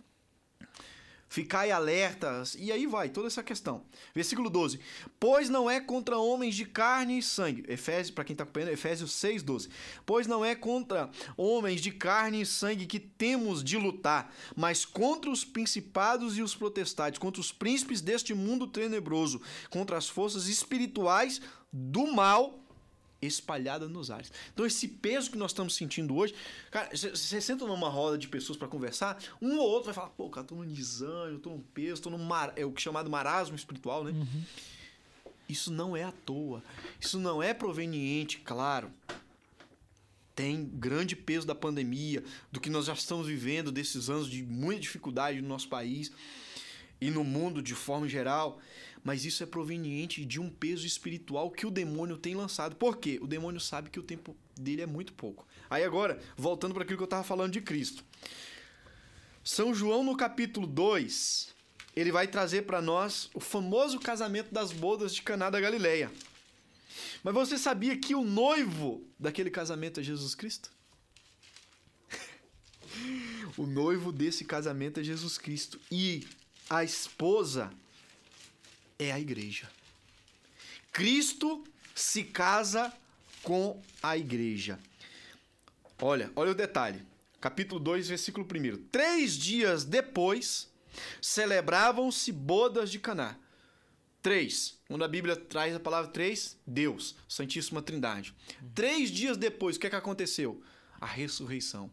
Ficai alertas, e aí vai, toda essa questão. Versículo doze. Pois não é contra homens de carne e sangue. Efésios, para quem está acompanhando, Efésios seis, doze. Pois não é contra homens de carne e sangue que temos de lutar, mas contra os principados e os potestades, contra os príncipes deste mundo tenebroso, contra as forças espirituais do mal espalhada nos ares. Então esse peso que nós estamos sentindo hoje, cara, você senta numa roda de pessoas para conversar, um ou outro vai falar, pô, cara, tô num desânimo, tô num peso, tô num mar... é o chamado marasmo espiritual, né? Uhum. Isso não é à toa, isso não é proveniente, claro. Tem grande peso da pandemia, do que nós já estamos vivendo, desses anos de muita dificuldade no nosso país. e no mundo de forma geral, mas isso é proveniente de um peso espiritual que o demônio tem lançado. Por quê? O demônio sabe que o tempo dele é muito pouco. Aí agora, voltando para aquilo que eu estava falando de Cristo. São João, no capítulo dois, ele vai trazer para nós o famoso casamento das bodas de Caná da Galileia. Mas você sabia que o noivo daquele casamento é Jesus Cristo? O noivo desse casamento é Jesus Cristo. E a esposa é a igreja. Cristo se casa com a igreja. Olha, olha o detalhe. Capítulo dois, versículo um. Três dias depois, celebravam-se bodas de Caná. Três. Quando a Bíblia traz a palavra três, Deus, Santíssima Trindade. Três dias depois, o que é que aconteceu? A ressurreição.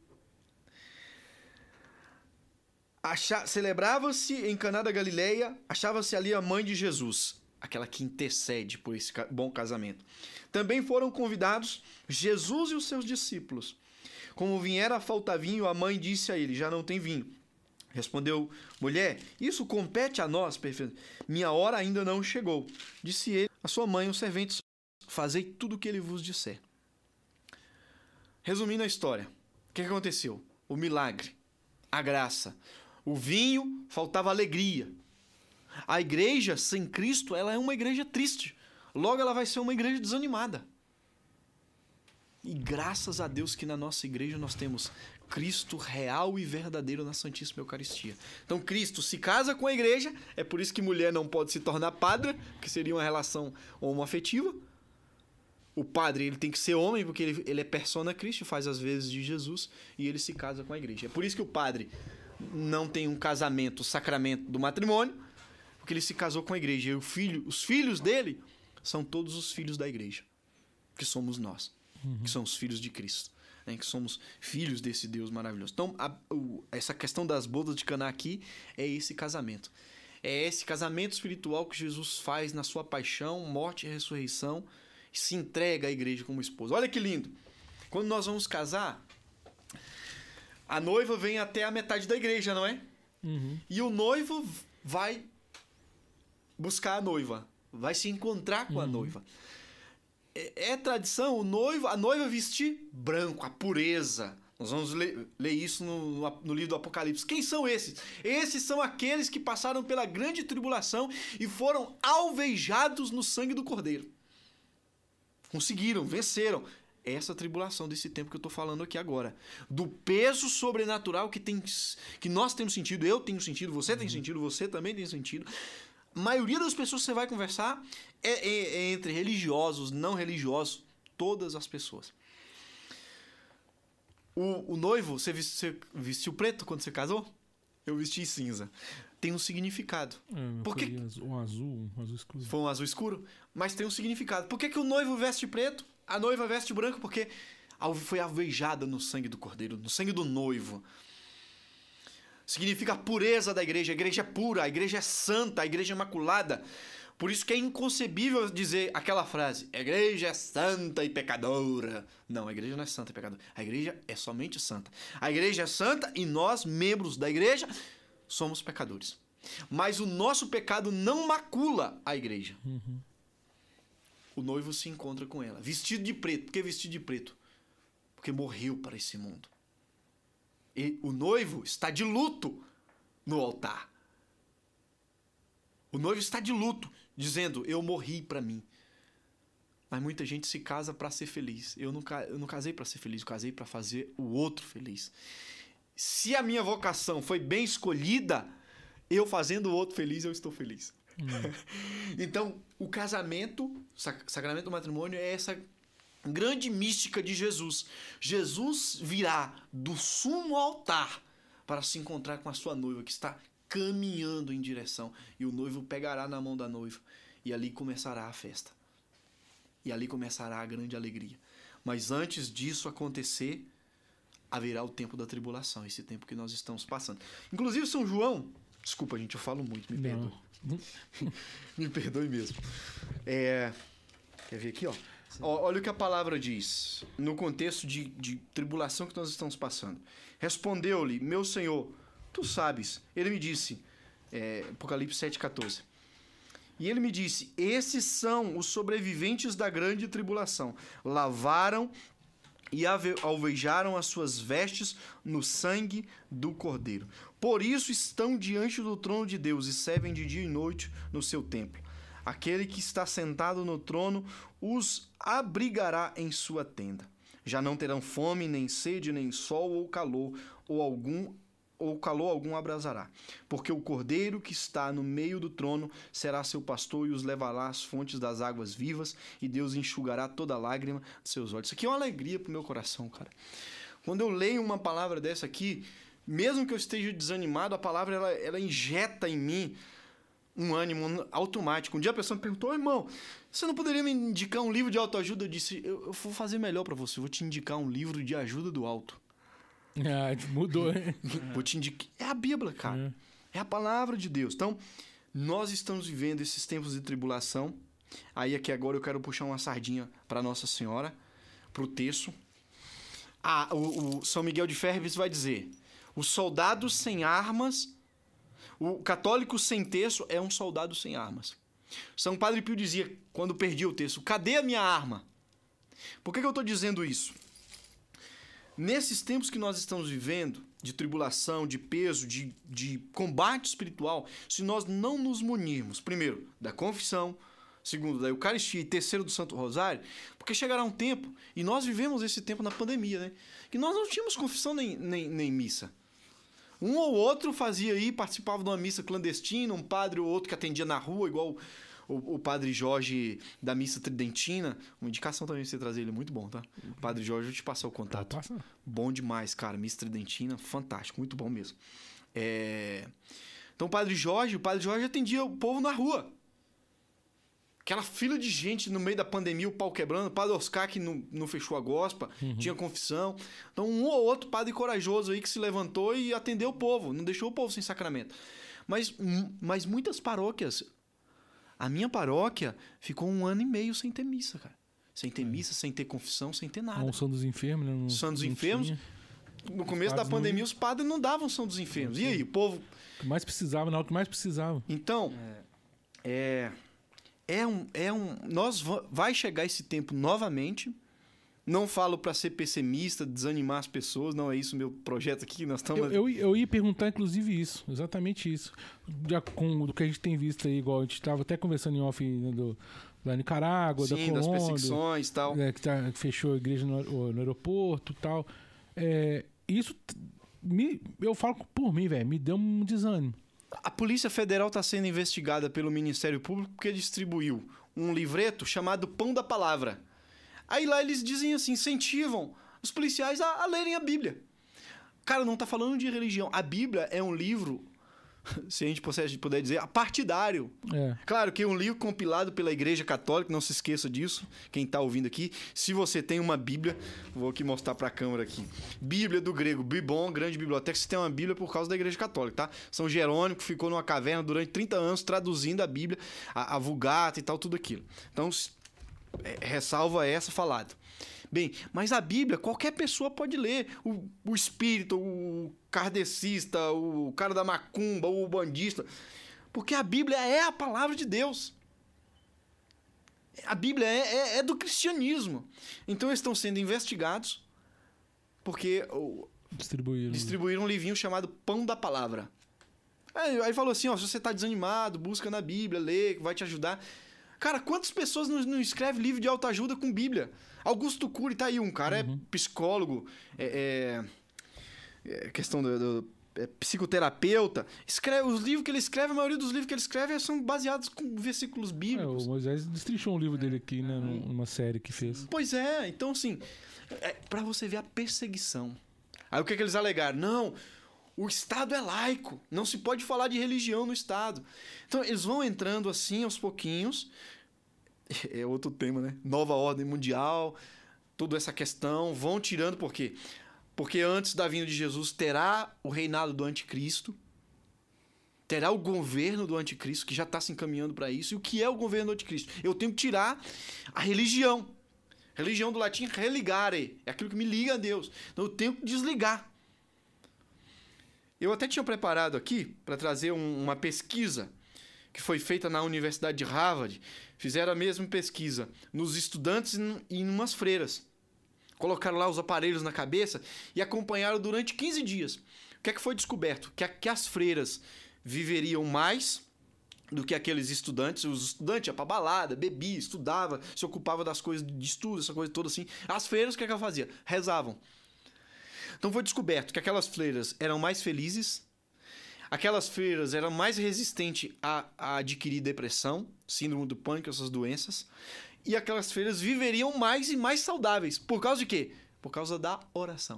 Acha... Celebrava-se em Caná da Galileia, achava-se ali a mãe de Jesus, aquela que intercede por esse bom casamento. Também foram convidados Jesus e os seus discípulos. Como viera a faltar vinho, a mãe disse a ele, já não tem vinho. Respondeu, mulher, isso compete a nós, perfeito. Minha hora ainda não chegou. Disse ele, a sua mãe, os serventes, fazei tudo o que ele vos disser. Resumindo a história, o que aconteceu? O milagre, a graça. O vinho, faltava alegria. A igreja sem Cristo, ela é uma igreja triste. Logo, ela vai ser uma igreja desanimada. E graças a Deus que na nossa igreja nós temos Cristo real e verdadeiro na Santíssima Eucaristia. Então, Cristo se casa com a igreja, é por isso que mulher não pode se tornar padre, que seria uma relação homoafetiva. O padre, ele tem que ser homem, porque ele, ele é persona Christi, faz as vezes de Jesus, e ele se casa com a igreja. É por isso que o padre não tem um casamento, o sacramento do matrimônio, porque ele se casou com a igreja. E o filho, os filhos dele são todos os filhos da igreja, que somos nós, uhum. que somos filhos de Cristo, né? Que somos filhos desse Deus maravilhoso. Então, a, o, essa questão das bodas de Caná aqui é esse casamento. É esse casamento espiritual que Jesus faz na sua paixão, morte e ressurreição, e se entrega à igreja como esposa. Olha que lindo! Quando nós vamos casar, a noiva vem até a metade da igreja, não é? Uhum. E o noivo vai buscar a noiva, vai se encontrar com uhum. a noiva. É, é tradição o noivo, a noiva vestir branco, a pureza. Nós vamos ler, ler isso no, no livro do Apocalipse. Quem são esses? Esses são aqueles que passaram pela grande tribulação e foram alvejados no sangue do Cordeiro. Conseguiram, venceram essa tribulação desse tempo que eu estou falando aqui agora. Do peso sobrenatural que, tem, que nós temos sentido, eu tenho sentido, você uhum. tem sentido, você também tem sentido. A maioria das pessoas que você vai conversar é, é, é entre religiosos, não religiosos, todas as pessoas. O, o noivo, você, vesti, você vestiu preto quando você casou? Eu vesti cinza. Tem um significado. É, Porque... um azul, um azul escuro. Foi um azul escuro, mas tem um significado. Por que, que o noivo veste preto? A noiva veste branco porque foi alvejada no sangue do Cordeiro, no sangue do noivo. Significa a pureza da igreja. A igreja é pura, a igreja é santa, a igreja é imaculada. Por isso que é inconcebível dizer aquela frase, a igreja é santa e pecadora. Não, a igreja não é santa e pecadora. A igreja é somente santa. A igreja é santa e nós, membros da igreja, somos pecadores. Mas o nosso pecado não macula a igreja. Uhum. O noivo se encontra com ela, vestido de preto. Por que vestido de preto? Porque morreu para esse mundo. E o noivo está de luto no altar. O noivo está de luto, dizendo, eu morri para mim. Mas muita gente se casa para ser feliz. Eu não, eu não casei para ser feliz, eu casei para fazer o outro feliz. Se a minha vocação foi bem escolhida, eu fazendo o outro feliz, eu estou feliz. Hum. Então, o casamento, sac- sacramento do matrimônio é essa grande mística de Jesus. Jesus virá do sumo altar para se encontrar com a sua noiva, que está caminhando em direção. E o noivo pegará na mão da noiva. E ali começará a festa. E ali começará a grande alegria. Mas antes disso acontecer, haverá o tempo da tribulação, esse tempo que nós estamos passando. Inclusive, São João... Desculpa, gente, eu falo muito, me perdoe. Me perdoe mesmo. É... Quer ver aqui, ó? Olha o que a palavra diz, no contexto de, de tribulação que nós estamos passando. Respondeu-lhe, meu senhor, tu sabes. Ele me disse, É, Apocalipse sete, quatorze. E ele me disse: esses são os sobreviventes da grande tribulação. Lavaram e alvejaram as suas vestes no sangue do Cordeiro. Por isso estão diante do trono de Deus e servem de dia e noite no seu templo. Aquele que está sentado no trono os abrigará em sua tenda. Já não terão fome, nem sede, nem sol ou calor, ou algum ou calor algum abrasará. Porque o Cordeiro que está no meio do trono será seu pastor e os levará às fontes das águas vivas, e Deus enxugará toda lágrima de seus olhos. Isso aqui é uma alegria pro meu coração, cara. Quando eu leio uma palavra dessa aqui, mesmo que eu esteja desanimado, a palavra ela, ela injeta em mim um ânimo automático. Um dia a pessoa me perguntou: irmão, você não poderia me indicar um livro de autoajuda? Eu disse: eu, eu vou fazer melhor para você, eu vou te indicar um livro de ajuda do alto. Ah, mudou, hein? Vou te indicar. É a Bíblia, cara. É. é a palavra de Deus. Então, nós estamos vivendo esses tempos de tribulação. Aí aqui agora eu quero puxar uma sardinha para Nossa Senhora, pro texto. Ah, o, o São Miguel de Férviz vai dizer: o soldado sem armas, o católico sem terço é um soldado sem armas. São Padre Pio dizia, quando perdia o terço: cadê a minha arma? Por que, que eu estou dizendo isso? Nesses tempos que nós estamos vivendo, de tribulação, de peso, de, de combate espiritual, se nós não nos munirmos, primeiro, da confissão, segundo, da Eucaristia e terceiro, do Santo Rosário, porque chegará um tempo, e nós vivemos esse tempo na pandemia, né? Que nós não tínhamos confissão nem, nem, nem missa. Um ou outro fazia aí, participava de uma missa clandestina, um padre ou outro que atendia na rua, igual o, o padre Jorge da missa tridentina. Uma indicação também pra você trazer ele, muito bom, tá? O padre Jorge, eu te passar o contato. Bom demais, cara. Missa tridentina, fantástico, muito bom mesmo. É... Então o padre Jorge, o padre Jorge atendia o povo na rua. Aquela fila de gente no meio da pandemia, o pau quebrando. O padre Oscar que não, não fechou a gospa, uhum. tinha confissão. Então um ou outro padre corajoso aí que se levantou e atendeu o povo. Não deixou o povo sem sacramento. Mas, mas muitas paróquias... A minha paróquia ficou um ano e meio sem ter missa, cara. Sem ter é. missa, sem ter confissão, sem ter nada. Um São dos Enfermos, né? Não, São dos Enfermos. Tinha. No começo da pandemia, não... os padres não davam São dos Enfermos. E aí, o povo... O que mais precisava, na hora que mais precisava. Então, é... é, é um... É um nós vai chegar esse tempo novamente. Não falo para ser pessimista, desanimar as pessoas. Não é isso o meu projeto aqui. Nós estamos... eu, eu, eu ia perguntar, inclusive, isso. Exatamente isso. Já com o que a gente tem visto aí, igual a gente estava até conversando em off, né, do, da Nicarágua, Sim, da Colômbia. das perseguições e tal. É, que, tá, que fechou a igreja no, no aeroporto e tal. É, isso, me, eu falo por mim, velho, me deu um desânimo. A Polícia Federal está sendo investigada pelo Ministério Público porque distribuiu um livreto chamado Pão da Palavra. Aí lá eles dizem assim, incentivam os policiais a, a lerem a Bíblia. Cara, não tá falando de religião. A Bíblia é um livro, se a gente puder dizer, partidário. É. Claro que é um livro compilado pela Igreja Católica, não se esqueça disso, quem tá ouvindo aqui. Se você tem uma Bíblia, vou aqui mostrar pra câmera aqui. Bíblia do grego, Bibon, grande biblioteca, você tem uma Bíblia por causa da Igreja Católica, tá? São Jerônimo, que ficou numa caverna durante trinta anos traduzindo a Bíblia, a, a Vulgata e tal, tudo aquilo. Então... É, ressalva essa falado. Bem, mas a Bíblia qualquer pessoa pode ler. O, o espírito, o kardecista, o cara da macumba, o bandista. Porque a Bíblia é a palavra de Deus. A Bíblia é, é, é do cristianismo. Então eles estão sendo investigados porque distribuíram, distribuíram um livrinho chamado Pão da Palavra. Aí, aí falou assim, ó, se você está desanimado, busca na Bíblia, lê, vai te ajudar. Cara, quantas pessoas não, não escrevem livro de autoajuda com Bíblia? Augusto Cury tá aí, um cara uhum. é psicólogo, é, é, é questão do, do é psicoterapeuta. Escreve, os livros que ele escreve, a maioria dos livros que ele escreve são baseados com versículos bíblicos. É, o Moisés destrinchou um livro dele aqui, né, numa série que fez. Pois é, então assim, é pra você ver a perseguição. Aí o que, é que eles alegaram? Não... O Estado é laico, não se pode falar de religião no Estado. Então, eles vão entrando assim aos pouquinhos. É outro tema, né? Nova ordem mundial, toda essa questão. Vão tirando, por quê? Porque antes da vinda de Jesus terá o reinado do anticristo, terá o governo do anticristo, que já está se encaminhando para isso. E o que é o governo do anticristo? Eu tenho que tirar a religião. Religião do latim, religare. É aquilo que me liga a Deus. Então, eu tenho que desligar. Eu até tinha preparado aqui para trazer um, uma pesquisa que foi feita na Universidade de Harvard. Fizeram a mesma pesquisa nos estudantes e em umas freiras. Colocaram lá os aparelhos na cabeça e acompanharam durante quinze dias. O que é que foi descoberto? Que, a, que as freiras viveriam mais do que aqueles estudantes. Os estudantes iam pra balada, bebia, estudava, se ocupava das coisas de estudo, essa coisa toda assim. As freiras, o que é que elas faziam? Rezavam. Então foi descoberto que aquelas freiras eram mais felizes, aquelas freiras eram mais resistentes a, a adquirir depressão, síndrome do pânico, essas doenças, e aquelas freiras viveriam mais e mais saudáveis. Por causa de quê? Por causa da oração.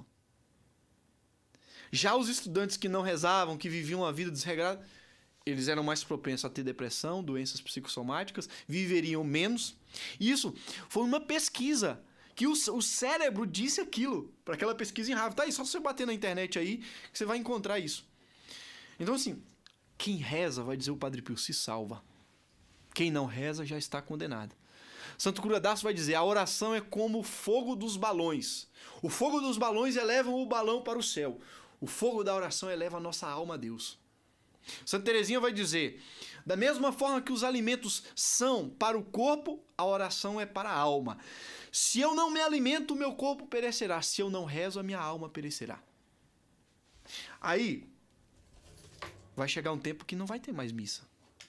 Já os estudantes que não rezavam, que viviam uma vida desregrada, eles eram mais propensos a ter depressão, doenças psicossomáticas, viveriam menos. Isso foi uma pesquisa que o, o cérebro disse aquilo para aquela pesquisa em Harvard. Tá aí, só você bater na internet aí que você vai encontrar isso. Então, assim, quem reza, vai dizer o Padre Pio, se salva. Quem não reza já está condenado. Santo Cura d'Ars vai dizer, a oração é como o fogo dos balões. O fogo dos balões eleva o balão para o céu. O fogo da oração eleva a nossa alma a Deus. Santa Teresinha vai dizer, da mesma forma que os alimentos são para o corpo, a oração é para a alma. Se eu não me alimento, o meu corpo perecerá. Se eu não rezo, a minha alma perecerá. Aí, vai chegar um tempo que não vai ter mais missa.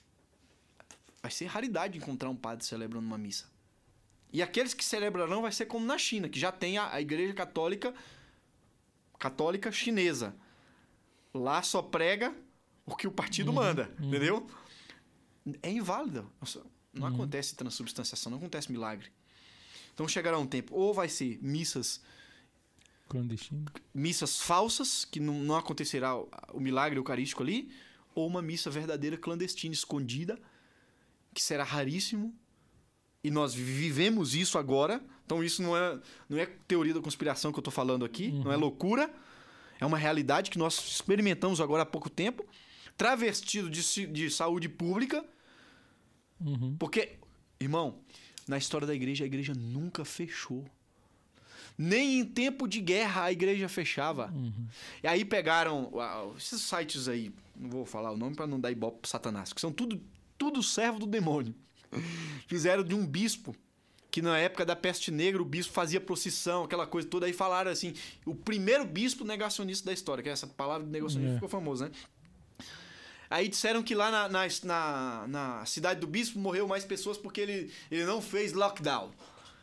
Vai ser raridade encontrar um padre celebrando uma missa. E aqueles que celebrarão vai ser como na China, que já tem a, a Igreja Católica, católica chinesa. Lá só prega o que o partido uhum, manda, uhum. entendeu? É inválido. Não uhum. acontece transubstanciação, não acontece milagre. Então chegará um tempo, ou vai ser missas clandestinas, missas falsas, que não, não acontecerá o, o milagre eucarístico ali, ou uma missa verdadeira clandestina, escondida, que será raríssimo. E nós vivemos isso agora. Então isso não é, não é teoria da conspiração que eu estou falando aqui, uhum. não é loucura. É uma realidade que nós experimentamos agora há pouco tempo, travestido de, de saúde pública. Uhum. Porque, irmão, na história da igreja, a igreja nunca fechou. Nem em tempo de guerra a igreja fechava. Uhum. E aí pegaram uau, esses sites aí, não vou falar o nome para não dar ibope pro Satanás, que são tudo, tudo servo do demônio. Fizeram de um bispo, que na época da peste negra o bispo fazia procissão, aquela coisa toda. Aí falaram assim, o primeiro bispo negacionista da história, que é essa palavra de negacionista é. ficou famosa, né? Aí disseram que lá na, na, na, na cidade do bispo morreu mais pessoas porque ele, ele não fez lockdown.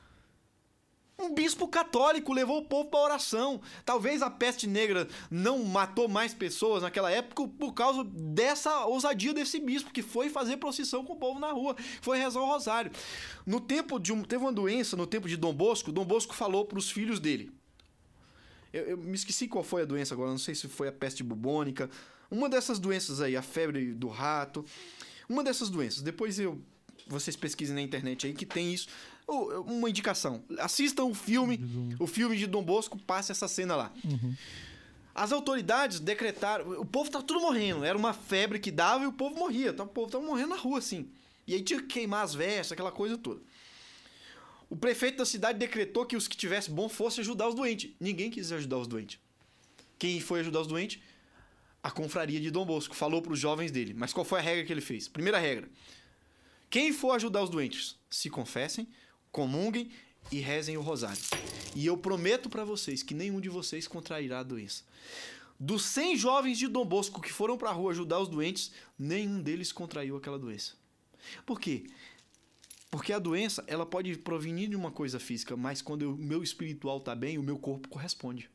Um bispo católico levou o povo para oração. Talvez a peste negra não matou mais pessoas naquela época por causa dessa ousadia desse bispo, que foi fazer procissão com o povo na rua, foi rezar o rosário. No tempo de um, teve uma doença, no tempo de Dom Bosco, Dom Bosco falou para os filhos dele. Eu, eu me esqueci qual foi a doença agora, não sei se foi a peste bubônica. Uma dessas doenças aí, a febre do rato. Uma dessas doenças. Depois eu, vocês pesquisem na internet aí que tem isso. Uma indicação. Assistam o filme, o filme de Dom Bosco, passa essa cena lá. Uhum. As autoridades decretaram... O povo tava tudo morrendo. Era uma febre que dava e o povo morria. O povo tava morrendo na rua, assim. E aí tinha que queimar as vestes, aquela coisa toda. O prefeito da cidade decretou que os que tivessem bom fossem ajudar os doentes. Ninguém quis ajudar os doentes. Quem foi ajudar os doentes? A confraria de Dom Bosco. Falou para os jovens dele. Mas qual foi a regra que ele fez? Primeira regra. Quem for ajudar os doentes, se confessem, comunguem e rezem o rosário. E eu prometo para vocês que nenhum de vocês contrairá a doença. Dos cem jovens de Dom Bosco que foram para a rua ajudar os doentes, nenhum deles contraiu aquela doença. Por quê? Porque a doença, ela pode provenir de uma coisa física, mas quando o meu espiritual está bem, o meu corpo corresponde.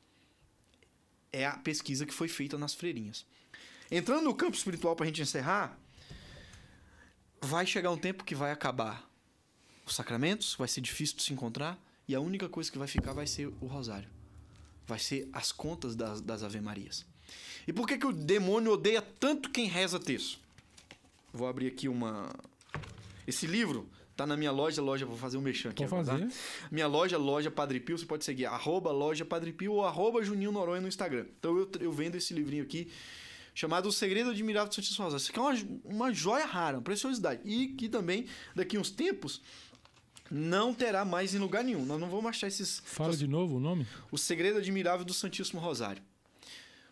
É a pesquisa que foi feita nas freirinhas. Entrando no campo espiritual para a gente encerrar, vai chegar um tempo que vai acabar os sacramentos, vai ser difícil de se encontrar, e a única coisa que vai ficar vai ser o rosário. Vai ser as contas das, das Ave-Marias. E por que, que o demônio odeia tanto quem reza terço? Vou abrir aqui uma... Esse livro tá na minha loja, loja, vou fazer um mexão aqui. Vou fazer. Tá? Minha loja, loja Padre Pio, você pode seguir, arroba loja Padre Pio ou arroba Juninho Noronha no Instagram. Então eu, eu vendo esse livrinho aqui, chamado O Segredo Admirável do Santíssimo Rosário. Isso aqui é uma, uma joia rara, uma preciosidade. E que também, daqui uns tempos, não terá mais em lugar nenhum. Nós não vamos achar esses... Fala de novo o nome? O Segredo Admirável do Santíssimo Rosário.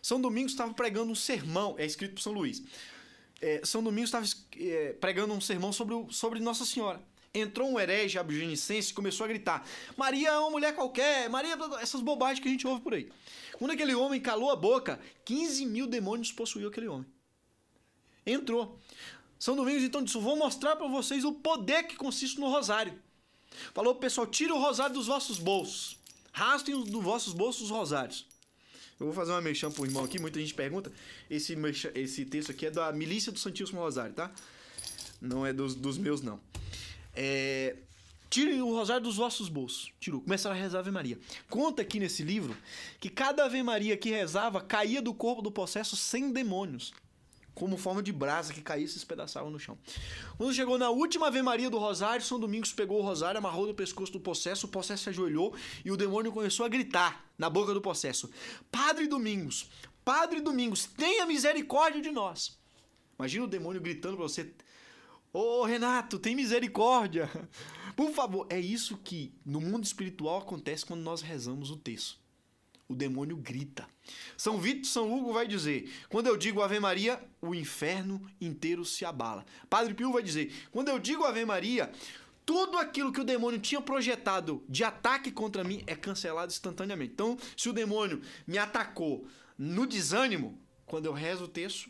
São Domingos estava pregando um sermão, é escrito por São Luís. É, São Domingos estava é, pregando um sermão sobre, o, sobre Nossa Senhora. Entrou um herege abogenicense e começou a gritar: Maria é uma mulher qualquer, Maria... Essas bobagens que a gente ouve por aí. Quando aquele homem calou a boca, quinze mil demônios possuíam aquele homem. Entrou. São Domingos então disse: vou mostrar para vocês o poder que consiste no rosário. Falou pro pessoal: tira o rosário dos vossos bolsos. Rastem dos vossos bolsos os rosários. Eu vou fazer uma merchan pro irmão aqui, muita gente pergunta. Esse, merchan, esse texto aqui é da Milícia do Santíssimo Rosário, tá? Não é dos, dos meus, não. É, tirem o rosário dos vossos bolsos. Tirou. Começaram a rezar a Ave Maria. Conta aqui nesse livro que cada Ave Maria que rezava caía do corpo do possesso sem demônios, como forma de brasa que caía e se espedaçava no chão. Quando chegou na última Ave Maria do rosário, São Domingos pegou o rosário, amarrou no pescoço do possesso, o possesso se ajoelhou e o demônio começou a gritar na boca do possesso: Padre Domingos, Padre Domingos, tenha misericórdia de nós. Imagina o demônio gritando para você: Ô Renato, tem misericórdia. Por favor. É isso que no mundo espiritual acontece quando nós rezamos o terço. O demônio grita. São Vítor, São Hugo vai dizer: quando eu digo Ave Maria, o inferno inteiro se abala. Padre Pio vai dizer: quando eu digo Ave Maria, tudo aquilo que o demônio tinha projetado de ataque contra mim é cancelado instantaneamente. Então, se o demônio me atacou no desânimo, quando eu rezo o terço,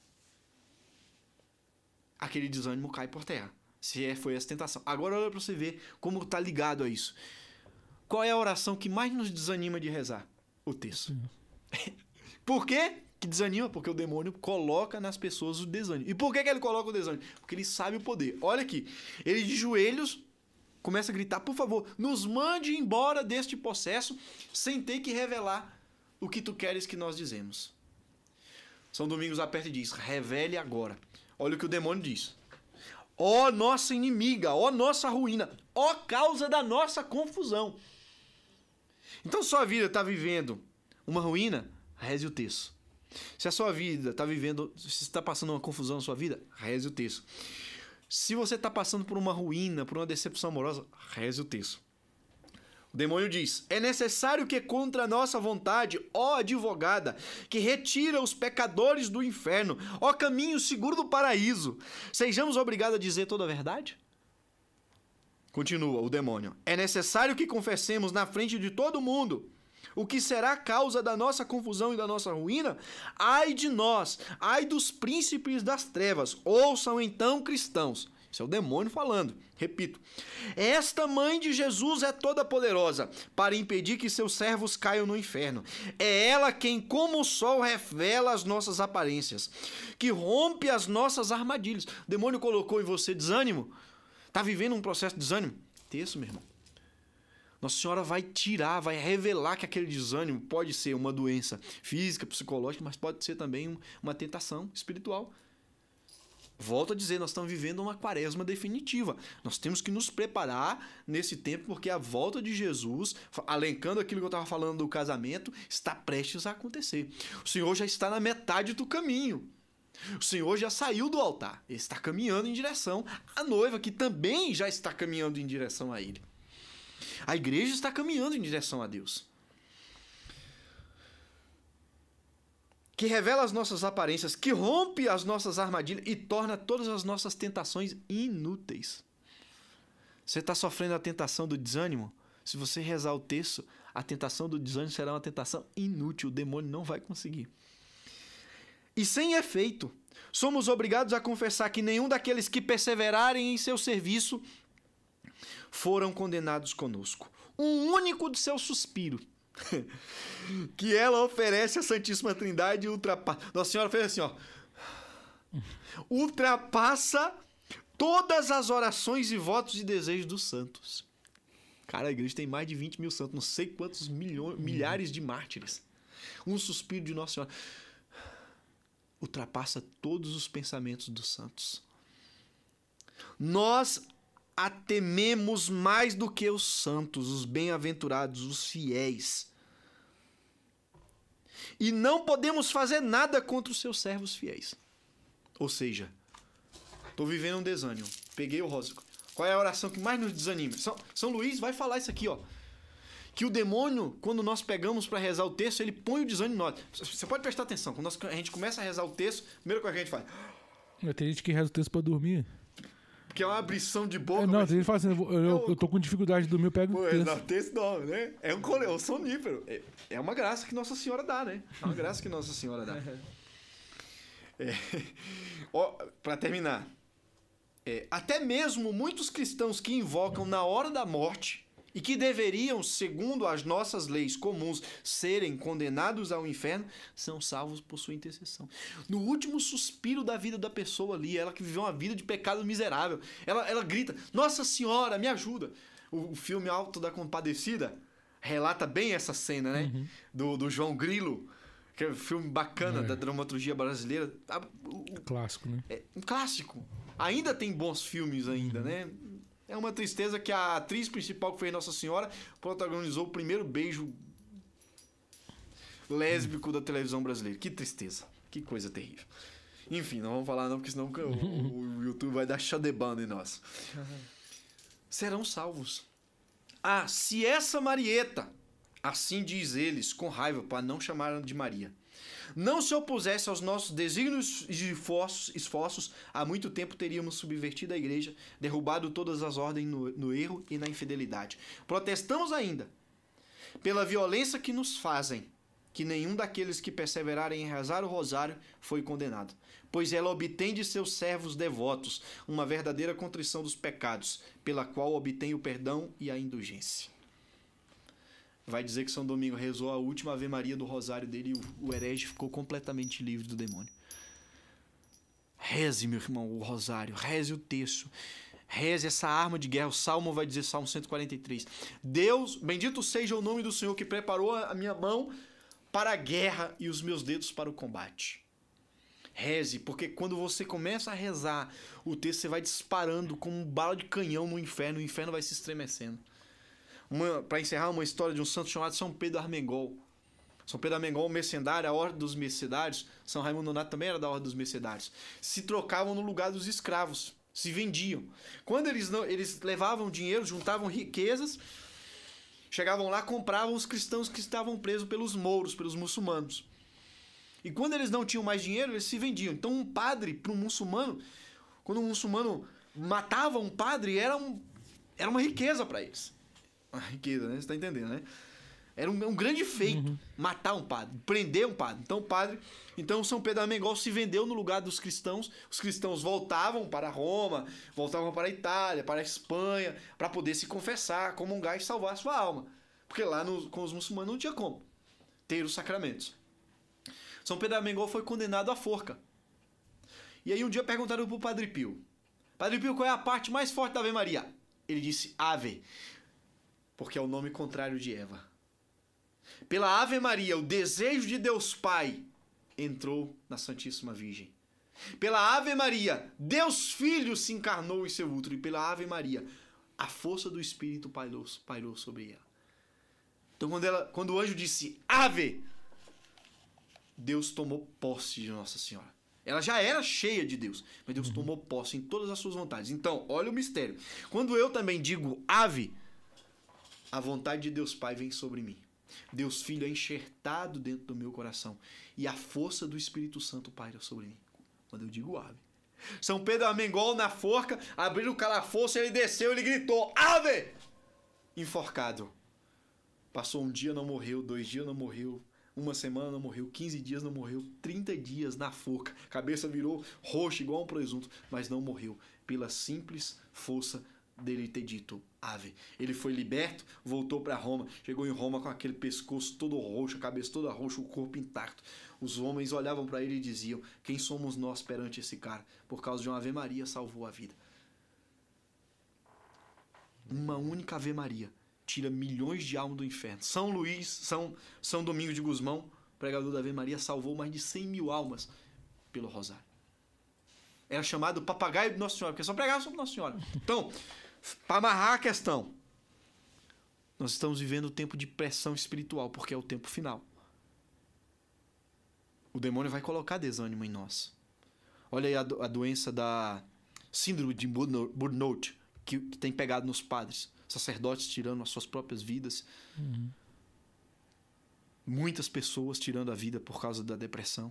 aquele desânimo cai por terra. Se foi essa tentação. Agora olha para você ver como está ligado a isso. Qual é a oração que mais nos desanima de rezar? O terço. Por quê que desanima? Porque o demônio coloca nas pessoas o desânimo. E por que que ele coloca o desânimo? Porque ele sabe o poder. Olha aqui. Ele de joelhos começa a gritar: por favor, nos mande embora deste possesso sem ter que revelar o que tu queres que nós dizemos. São Domingos aperta e diz: revele agora. Olha o que o demônio diz: ó nossa inimiga, ó nossa ruína, ó causa da nossa confusão. Então, se a sua vida está vivendo uma ruína, reze o terço. Se a sua vida está vivendo, se você está passando uma confusão na sua vida, reze o terço. Se você está passando por uma ruína, por uma decepção amorosa, reze o terço. O demônio diz: é necessário que contra a nossa vontade, ó advogada, que retira os pecadores do inferno, ó caminho seguro do paraíso, sejamos obrigados a dizer toda a verdade? Continua o demônio: é necessário que confessemos na frente de todo mundo o que será a causa da nossa confusão e da nossa ruína? Ai de nós, ai dos príncipes das trevas, ouçam então, cristãos. Isso é o demônio falando. Repito: esta mãe de Jesus é toda poderosa para impedir que seus servos caiam no inferno. É ela quem, como o sol, revela as nossas aparências, que rompe as nossas armadilhas. O demônio colocou em você desânimo? Está vivendo um processo de desânimo? Terço, meu irmão. Nossa Senhora vai tirar, vai revelar que aquele desânimo pode ser uma doença física, psicológica, mas pode ser também uma tentação espiritual. Volto a dizer, nós estamos vivendo uma quaresma definitiva. Nós temos que nos preparar nesse tempo, porque a volta de Jesus, alencando aquilo que eu estava falando do casamento, está prestes a acontecer. O Senhor já está na metade do caminho. O Senhor já saiu do altar. Ele está caminhando em direção à noiva, que também já está caminhando em direção a Ele. A igreja está caminhando em direção a Deus. Que revela as nossas aparências, que rompe as nossas armadilhas e torna todas as nossas tentações inúteis. Você está sofrendo a tentação do desânimo? Se você rezar o terço, a tentação do desânimo será uma tentação inútil. O demônio não vai conseguir. E sem efeito, somos obrigados a confessar que nenhum daqueles que perseverarem em seu serviço foram condenados conosco. Um único de seu suspiro que ela oferece à Santíssima Trindade ultrapassa. Nossa Senhora fez assim, ó. Ultrapassa todas as orações e votos e desejos dos santos. Cara, a igreja tem mais de vinte mil santos, não sei quantos milhões, milhares de mártires. Um suspiro de Nossa Senhora ultrapassa todos os pensamentos dos santos. Nós a tememos mais do que os santos, os bem-aventurados, os fiéis. E não podemos fazer nada contra os seus servos fiéis. Ou seja, estou vivendo um desânimo. Peguei o rosa. Qual é a oração que mais nos desanima? São, São Luís vai falar isso aqui, ó. que o demônio, quando nós pegamos para rezar o texto, ele põe o desânimo em nós. Você pode prestar atenção, quando nós, a gente começa a rezar o texto, primeiro que a gente faz... Tem gente que reza o texto pra dormir. Que é uma abrição de boca. É, não, mas... tem gente que fala assim, eu, eu, eu tô com dificuldade de dormir, eu pego Pô, o texto. Não, texto não, né? É um, cole... um sonífero. É, é uma graça que Nossa Senhora dá, né? É uma graça que Nossa Senhora dá. É... Ó, pra terminar. É, até mesmo muitos cristãos que invocam na hora da morte e que deveriam, segundo as nossas leis comuns, serem condenados ao inferno, são salvos por sua intercessão. No último suspiro da vida da pessoa ali, ela que viveu uma vida de pecado miserável, ela, ela grita, Nossa Senhora, me ajuda! O, o filme Alto da Compadecida relata bem essa cena, né? Uhum. Do, do João Grilo, que é um filme bacana, é. da dramaturgia brasileira. O, clássico, né? É um clássico. Ainda tem bons filmes ainda, uhum. né? É uma tristeza que a atriz principal que fez Nossa Senhora protagonizou o primeiro beijo lésbico da televisão brasileira. Que tristeza. Que coisa terrível. Enfim, não vamos falar não, porque senão o, o YouTube vai dar chadebando em nós. Serão salvos. Ah, se essa Marieta, assim diz eles, com raiva, para não chamar de Maria, não se opusesse aos nossos desígnios e esforços, esforços, há muito tempo teríamos subvertido a igreja, derrubado todas as ordens no, no erro e na infidelidade. Protestamos ainda, pela violência que nos fazem, que nenhum daqueles que perseverarem em rezar o rosário foi condenado, pois ela obtém de seus servos devotos uma verdadeira contrição dos pecados, pela qual obtém o perdão e a indulgência. Vai dizer que São Domingo rezou a última Ave Maria do rosário dele e o, o herege ficou completamente livre do demônio. Reze, meu irmão, o rosário. Reze o terço. Reze essa arma de guerra. O Salmo vai dizer, Salmo cento e quarenta e três. Deus, bendito seja o nome do Senhor que preparou a minha mão para a guerra e os meus dedos para o combate. Reze, porque quando você começa a rezar, o texto você vai disparando como um bala de canhão no inferno. O inferno vai se estremecendo. Para encerrar, uma história de um santo chamado São Pedro Armengol. São Pedro Armengol, mercenário, a ordem dos mercedários. São Raimundo Nonato também era da ordem dos mercedários. Se trocavam no lugar dos escravos, se vendiam. Quando eles, não, eles levavam dinheiro, juntavam riquezas, chegavam lá, compravam os cristãos que estavam presos pelos mouros, pelos muçulmanos. E quando eles não tinham mais dinheiro, eles se vendiam. Então um padre para um muçulmano, quando um muçulmano matava um padre, era, um, era uma riqueza para eles. Uma riqueza, né? Você está entendendo, né? Era um, um grande feito uhum. matar um padre, prender um padre. Então o padre, então São Pedro Armengol se vendeu no lugar dos cristãos. Os cristãos voltavam para Roma, voltavam para a Itália, para a Espanha, para poder se confessar, comungar e salvar a sua alma. Porque lá no, com os muçulmanos não tinha como ter os sacramentos. São Pedro Armengol foi condenado à forca. E aí um dia perguntaram para o Padre Pio: Padre Pio, qual é a parte mais forte da Ave Maria? Ele disse Ave, porque é o nome contrário de Eva. Pela Ave Maria, o desejo de Deus Pai entrou na Santíssima Virgem. Pela Ave Maria, Deus Filho se encarnou em seu útero. E pela Ave Maria, a força do Espírito pairou, pairou sobre ela. Então quando, ela, quando o anjo disse Ave, Deus tomou posse de Nossa Senhora. Ela já era cheia de Deus, mas Deus uhum. tomou posse em todas as suas vontades. Então, olha o mistério. Quando eu também digo Ave, a vontade de Deus Pai vem sobre mim. Deus Filho é enxertado dentro do meu coração. E a força do Espírito Santo paira sobre mim. Quando eu digo Ave. São Pedro Armengol na forca, abriu o calafouço, ele desceu, ele gritou Ave! Enforcado. Passou um dia, não morreu. Dois dias, não morreu. Uma semana, não morreu. Quinze dias, não morreu. Trinta dias na forca. Cabeça virou roxa, igual um presunto. Mas não morreu. Pela simples força dele ter dito Ave. Ele foi liberto, voltou para Roma, chegou em Roma com aquele pescoço todo roxo, a cabeça toda roxa, o corpo intacto. Os homens olhavam para ele e diziam: quem somos nós perante esse cara? Por causa de uma Ave Maria salvou a vida. Uma única Ave Maria tira milhões de almas do inferno. São Luís, São, São Domingos de Gusmão, pregador da Ave Maria, salvou mais de cem mil almas pelo rosário. Era chamado papagaio de Nossa Senhora, porque só pregava sobre Nossa Senhora. Então, para amarrar a questão, nós estamos vivendo um tempo de pressão espiritual, porque é o tempo final. O demônio vai colocar desânimo em nós. Olha aí a, do, a doença da síndrome de Burnout, que, que tem pegado nos padres. sacerdotes tirando as suas próprias vidas, Uhum. muitas pessoas tirando a vida por causa da depressão.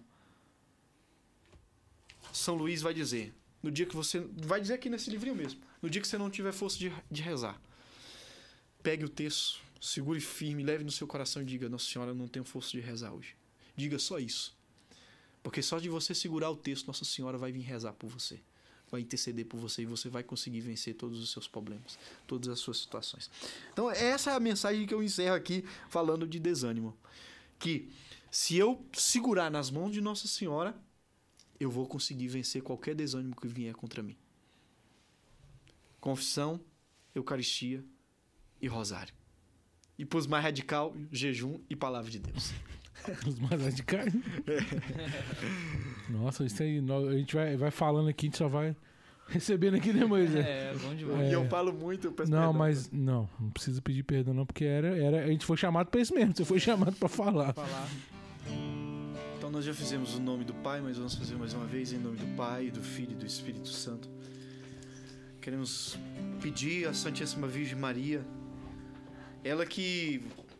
São Luís vai dizer, no dia que você, vai dizer aqui nesse livrinho mesmo, no dia que você não tiver força de, de rezar, pegue o texto, segure firme, leve no seu coração e diga: Nossa Senhora, eu não tenho força de rezar hoje. Diga só isso. Porque só de você segurar o texto, Nossa Senhora vai vir rezar por você. Vai interceder por você e você vai conseguir vencer todos os seus problemas, todas as suas situações. Então essa é a mensagem que eu encerro aqui falando de desânimo. Que se eu segurar nas mãos de Nossa Senhora, eu vou conseguir vencer qualquer desânimo que vier contra mim. Confissão, Eucaristia e Rosário. E pros mais radical, jejum e Palavra de Deus. Os mais radicais. É. Nossa, isso aí, a gente vai, vai falando aqui, a gente só vai recebendo aqui, né, Moisés? É, bom demais. É. E eu falo muito, eu peço Não, perdão. mas não, não precisa pedir perdão não, porque era, era, a gente foi chamado pra isso mesmo, você foi chamado pra falar. Falar. Então nós já fizemos o nome do Pai, mas vamos fazer mais uma vez em nome do Pai, do Filho e do Espírito Santo. Queremos pedir à Santíssima Virgem Maria, ela que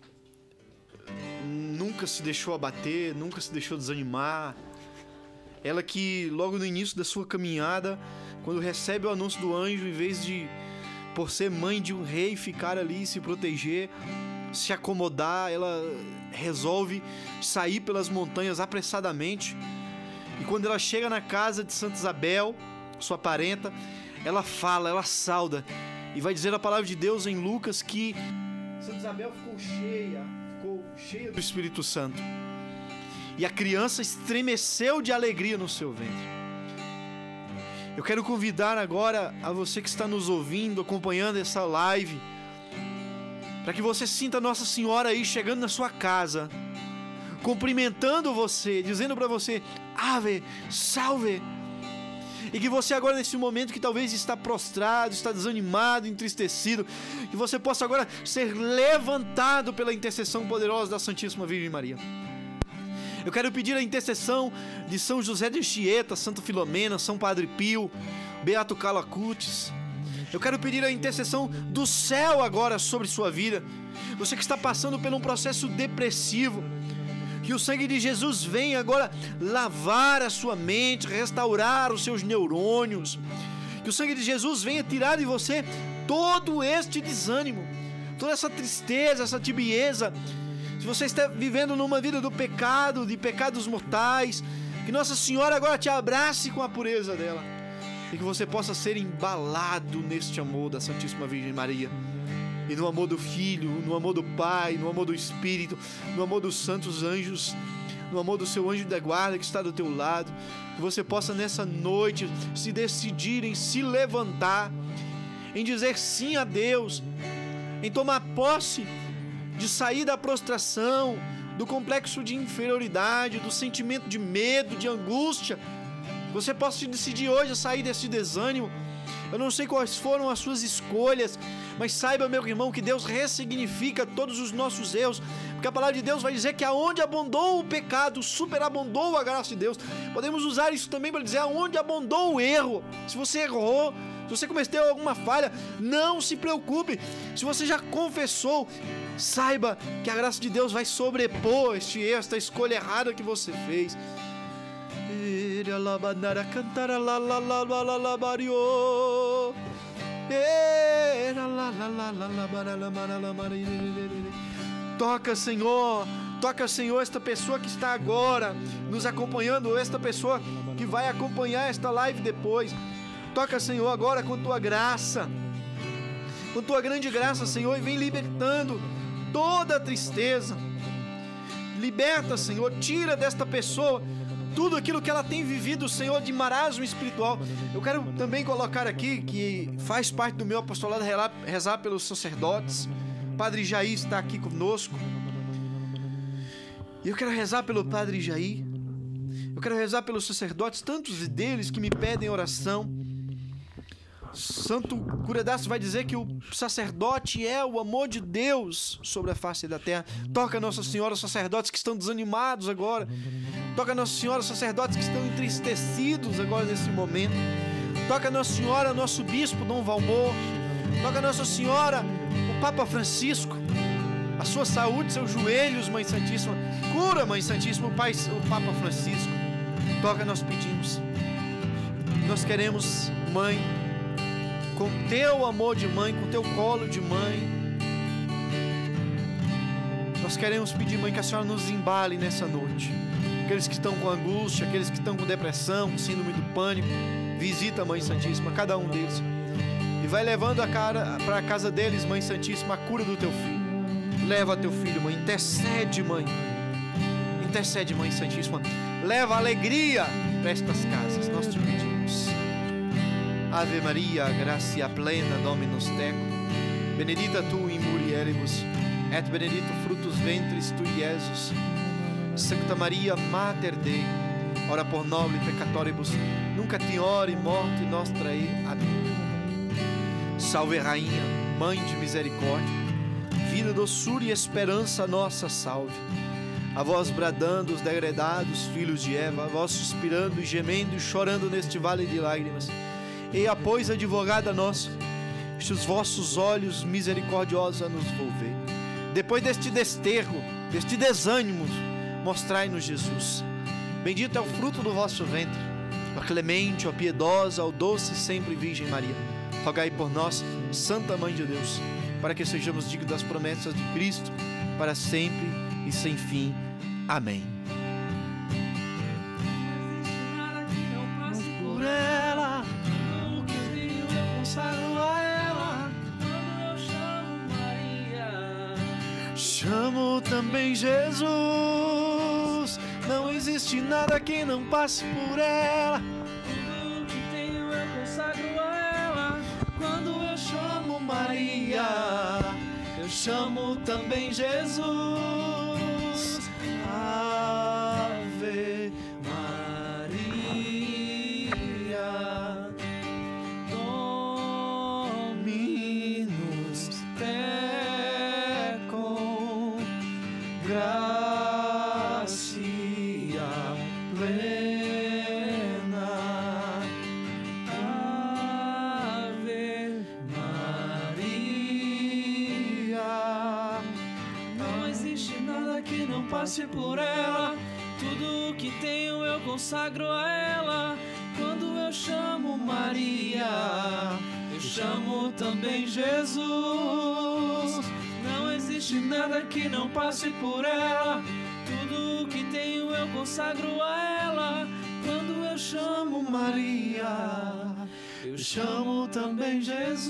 nunca se deixou abater, nunca se deixou desanimar, ela que logo no início da sua caminhada, quando recebe o anúncio do anjo, em vez de, por ser mãe de um rei, ficar ali e se proteger, se acomodar, ela resolve sair pelas montanhas apressadamente. E quando ela chega na casa de Santa Isabel, sua parenta, ela fala, ela sauda e vai dizer a palavra de Deus em Lucas que Santa Isabel ficou cheia, ficou cheia do Espírito Santo. E a criança estremeceu de alegria no seu ventre. Eu quero convidar agora a você que está nos ouvindo, acompanhando essa live, para que você sinta Nossa Senhora aí chegando na sua casa, cumprimentando você, dizendo para você: Ave, salve! E que você agora, nesse momento que talvez está prostrado, está desanimado, entristecido, que você possa agora ser levantado pela intercessão poderosa da Santíssima Virgem Maria. Eu quero pedir a intercessão de São José de Anchieta, Santa Filomena, São Padre Pio, Beato Calacutes. Eu quero pedir a intercessão do céu agora sobre sua vida. Você que está passando por um processo depressivo, que o sangue de Jesus venha agora lavar a sua mente, restaurar os seus neurônios. Que o sangue de Jesus venha tirar de você todo este desânimo, toda essa tristeza, essa tibieza. Se você está vivendo numa vida do pecado, de pecados mortais, que Nossa Senhora agora te abrace com a pureza dela. E que você possa ser embalado neste amor da Santíssima Virgem Maria. E no amor do Filho, no amor do Pai, no amor do Espírito, no amor dos santos anjos, no amor do seu anjo da guarda que está do teu lado. Que você possa nessa noite se decidir em se levantar, em dizer sim a Deus, em tomar posse de sair da prostração, do complexo de inferioridade, do sentimento de medo, de angústia. Você possa decidir hoje a sair desse desânimo. Eu não sei quais foram as suas escolhas, mas saiba, meu irmão, que Deus ressignifica todos os nossos erros, porque a palavra de Deus vai dizer que aonde abundou o pecado, superabundou a graça de Deus. Podemos usar isso também para dizer aonde abundou o erro. Se você errou, se você cometeu alguma falha, não se preocupe. Se você já confessou, saiba que a graça de Deus vai sobrepor este erro, esta escolha errada que você fez. Toca, Senhor, toca, Senhor, esta pessoa que está agora nos acompanhando, esta pessoa que vai acompanhar esta live depois. Toca, Senhor, agora com tua graça, com tua grande graça, Senhor, e vem libertando toda a tristeza. Liberta, Senhor, tira desta pessoa tudo aquilo que ela tem vivido, Senhor, de marasmo espiritual. Eu quero também colocar aqui, que faz parte do meu apostolado, rezar pelos sacerdotes. Padre Jair está aqui conosco. E eu quero rezar pelo Padre Jair. Eu quero rezar pelos sacerdotes, tantos deles que me pedem oração. Santo Curadácio vai dizer que o sacerdote é o amor de Deus sobre a face da terra. Toca Nossa Senhora, os sacerdotes que estão desanimados agora. Toca Nossa Senhora, os sacerdotes que estão entristecidos agora nesse momento. Toca Nossa Senhora, nosso bispo Dom Valmor. Toca Nossa Senhora, o Papa Francisco, a sua saúde, seus joelhos, Mãe Santíssima. Cura, Mãe Santíssima, o, Pai, o Papa Francisco. Toca, nós pedimos. Nós queremos, Mãe, com teu amor de mãe, com teu colo de mãe, nós queremos pedir, Mãe, que a Senhora nos embale nessa noite. Aqueles que estão com angústia, aqueles que estão com depressão, com síndrome do pânico, visita, Mãe Santíssima, cada um deles. E vai levando a cara para a casa deles, Mãe Santíssima, a cura do teu filho. Leva teu filho, Mãe. Intercede, Mãe. Intercede, Mãe Santíssima. Leva alegria para estas casas. Nós te pedimos. Ave Maria, gratia plena, Dominus tecum. Benedicta tu in mulieribus, et benedictus fructus ventris tui, Iesus. Sancta Maria, Mater Dei, ora por nobis peccatoribus, nunc et hora morte nostra. Amém. Salve, Rainha, Mãe de misericórdia, vida, doçura e esperança nossa, salve. A vós bradando os degredados filhos de Eva, a vós suspirando e gemendo e chorando neste vale de lágrimas. E a pois, advogada nossa, estes vossos olhos misericordiosos a nos volver. Depois deste desterro, deste desânimo, mostrai-nos Jesus. Bendito é o fruto do vosso ventre, ó clemente, ó piedosa, ó doce sempre Virgem Maria. Rogai por nós, Santa Mãe de Deus, para que sejamos dignos das promessas de Cristo, para sempre e sem fim. Amém. Por ela, o que eu consagro a ela, quando eu chamo Maria, chamo também Jesus. Não existe nada que não passe por ela. Tudo que tenho eu consagro a ela. Quando eu chamo Maria, eu chamo também Jesus. Ave Maria, Dominus tecum, gratia plena. Ave Maria, não existe nada que não passe por ela. Tudo que tenho eu consagro a ela. Quando eu chamo Maria, eu chamo também Jesus. Não existe nada que não passe por ela. Tudo que tenho eu consagro a ela. Quando eu chamo Maria, eu chamo também Jesus.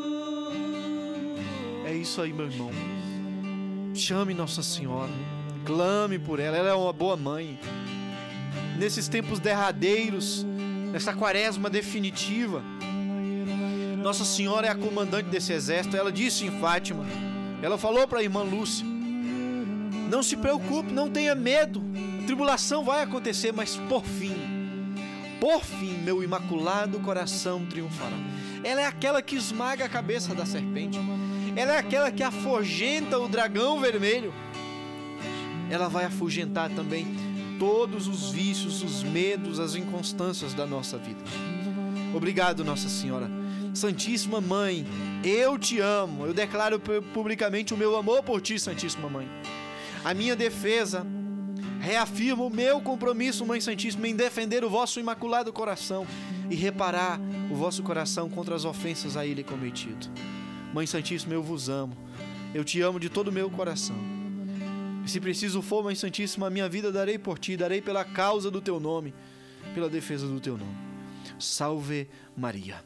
É isso aí, meu irmão. Chame Nossa Senhora, clame por ela. Ela é uma boa mãe. Nesses tempos derradeiros, nessa quaresma definitiva, Nossa Senhora é a comandante desse exército. Ela disse em Fátima, ela falou para a irmã Lúcia: não se preocupe, não tenha medo, a tribulação vai acontecer, mas por fim, por fim, meu imaculado coração triunfará. Ela é aquela que esmaga a cabeça da serpente. Ela é aquela que afugenta o dragão vermelho. Ela vai afugentar também todos os vícios, os medos, as inconstâncias da nossa vida. Obrigado, Nossa Senhora. Santíssima Mãe, eu te amo. Eu declaro publicamente o meu amor por ti, Santíssima Mãe. A minha defesa reafirma o meu compromisso, Mãe Santíssima, em defender o vosso imaculado coração e reparar o vosso coração contra as ofensas a ele cometido. Mãe Santíssima, eu vos amo. Eu te amo de todo o meu coração. E se preciso for, Mãe Santíssima, a minha vida darei por ti, darei pela causa do teu nome, pela defesa do teu nome. Salve Maria.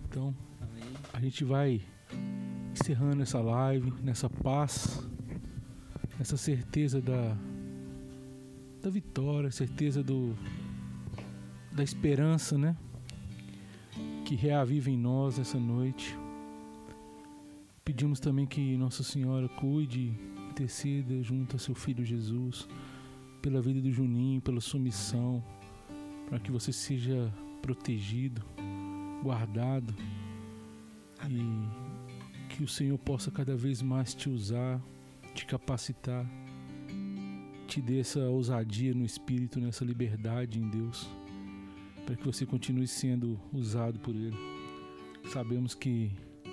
Então, Amém. a gente vai encerrando essa live, nessa paz, nessa certeza da, da vitória, certeza do, da esperança, né? Que reaviva em nós essa noite. Pedimos também que Nossa Senhora cuide, interceda junto a seu Filho Jesus, pela vida do Juninho, pela sua missão, para que você seja protegido, guardado, e que o Senhor possa cada vez mais te usar, te capacitar, te dê essa ousadia no Espírito, nessa liberdade em Deus, para que você continue sendo usado por Ele. Sabemos que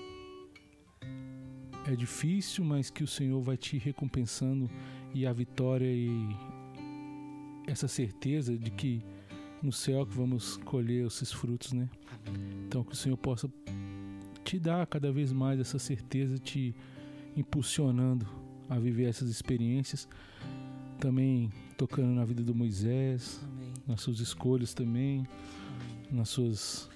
é difícil, mas que o Senhor vai te recompensando, e a vitória e essa certeza de que no céu que vamos colher esses frutos, né? Então que o Senhor possa te dar cada vez mais essa certeza, te impulsionando a viver essas experiências, também tocando na vida do Moisés, Amém. nas suas escolhas também, nas suas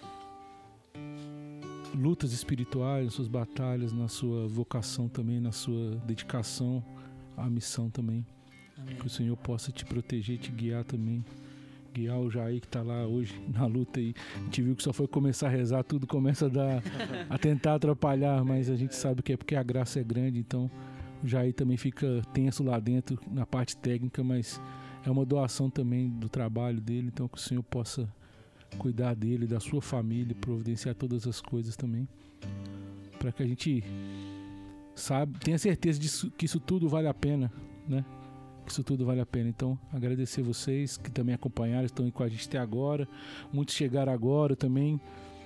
lutas espirituais, nas suas batalhas, na sua vocação também, na sua dedicação à missão também. Amém. Que o Senhor possa te proteger, te guiar também. Guiar o Jair que está lá hoje na luta aí. A gente viu que só foi começar a rezar, tudo começa a dar, a tentar atrapalhar, mas a gente sabe que é porque a graça é grande, então o Jair também fica tenso lá dentro na parte técnica, mas é uma doação também do trabalho dele, então que o Senhor possa cuidar dele, da sua família, providenciar todas as coisas também, para que a gente sabe, tenha certeza disso, que isso tudo vale a pena, né? Que isso tudo vale a pena. Então, agradecer vocês que também acompanharam, estão aí com a gente até agora. Muitos chegaram agora também.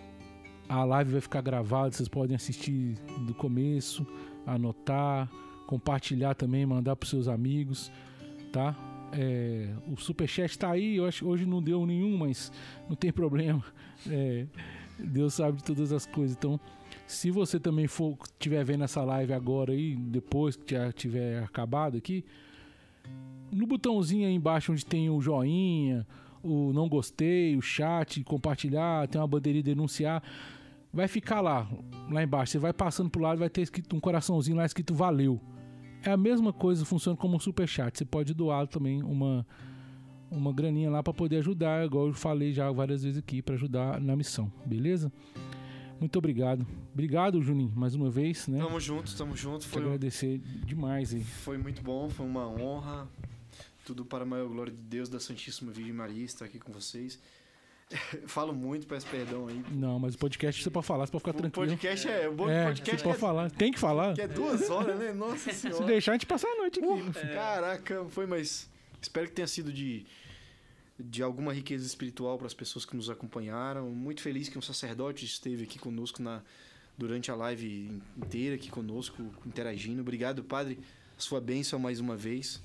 A live vai ficar gravada, vocês podem assistir do começo, anotar, compartilhar também, mandar para os seus amigos, tá? É, o Superchat está aí, eu acho, hoje não deu nenhum, mas não tem problema. É, Deus sabe de todas as coisas. Então, se você também for estiver vendo essa live agora aí, depois que já tiver acabado aqui, no botãozinho aí embaixo onde tem o joinha, o não gostei, o chat, compartilhar, tem uma bandeirinha denunciar, vai ficar lá, lá embaixo. Você vai passando pro lado, vai ter escrito um coraçãozinho lá escrito valeu. É a mesma coisa, funciona como um superchat. Você pode doar também uma, uma graninha lá para poder ajudar, igual eu falei já várias vezes aqui, para ajudar na missão, beleza? Muito obrigado. Obrigado, Juninho, mais uma vez, né? Tamo junto, tamo junto. Foi, Quero agradecer demais aí. foi muito bom, foi uma honra. Tudo para a maior glória de Deus, da Santíssima Virgem Maria, estar aqui com vocês. Falo muito, peço perdão aí. Não, mas o podcast você pode falar, você pode ficar O tranquilo. podcast é... O bom É, podcast você pode é, falar, tem que falar. que é duas horas, né? Nossa Se Senhora. deixar, a gente passa a noite aqui. Uh, Caraca, foi, mas espero que tenha sido de, de alguma riqueza espiritual para as pessoas que nos acompanharam. Muito feliz que um sacerdote esteve aqui conosco na, durante a live inteira, aqui conosco, interagindo. Obrigado, Padre, a sua bênção mais uma vez.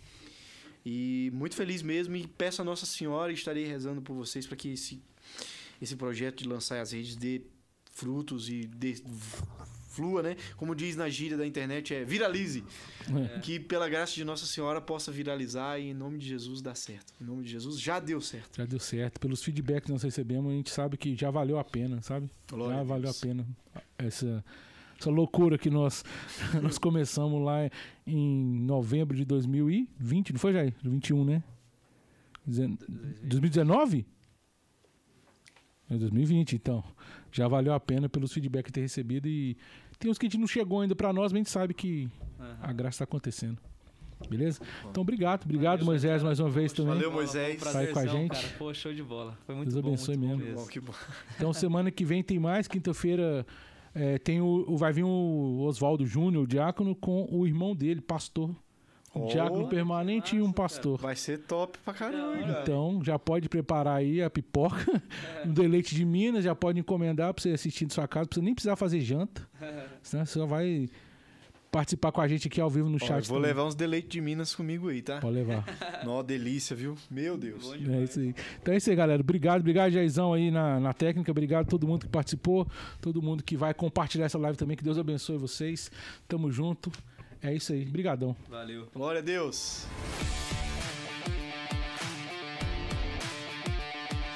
E muito feliz mesmo, e peço a Nossa Senhora, e estarei rezando por vocês para que esse, esse projeto de lançar as redes dê frutos e dê, flua, né? Como diz na gíria da internet, é viralize. É. Que pela graça de Nossa Senhora possa viralizar e em nome de Jesus dá certo. Em nome de Jesus já deu certo. Já deu certo. Pelos feedbacks que nós recebemos, a gente sabe que já valeu a pena, sabe? Glória já a valeu a Deus. pena essa, essa loucura que nós, nós começamos lá em novembro de dois mil e vinte, não foi, Jair? vinte e um, né? Dezen- dois mil e dezenove? É dois mil e vinte, então. Já valeu a pena pelos feedbacks que tem recebido, e tem uns que a gente não chegou ainda pra nós, mas a gente sabe que a graça está acontecendo. Beleza? Então, obrigado. Obrigado, Valeu, Moisés, Marcelo. mais uma vez também. Valeu, Bola, Moisés. foi um Tá aí com a prazerzão, gente. Cara. Pô, show de bola. Foi muito Deus bom, abençoe muito bom mesmo. Bom, que bom. Então, semana que vem tem mais. Quinta-feira é, tem o, o- vai vir o Oswaldo Júnior, o diácono, com o irmão dele, pastor. Um Oh, diácono permanente e um massa, pastor. Vai ser top pra caramba, Da hein, hora. cara. Então, já pode preparar aí a pipoca, o deleite de Minas, já pode encomendar pra você assistir na sua casa, pra você nem precisar fazer janta. Senão você só vai participar com a gente aqui ao vivo no Ó, eu chat. vou também. levar uns deleites de Minas comigo aí, tá? Pode levar. Nó, delícia, viu? Meu Deus. Bom É demais. isso aí. Então é isso aí, galera. Obrigado, obrigado, Jairzão, aí na, na técnica. Obrigado a todo mundo que participou, todo mundo que vai compartilhar essa live também. Que Deus abençoe vocês. Tamo junto. É isso aí. Brigadão. Valeu. Glória a Deus.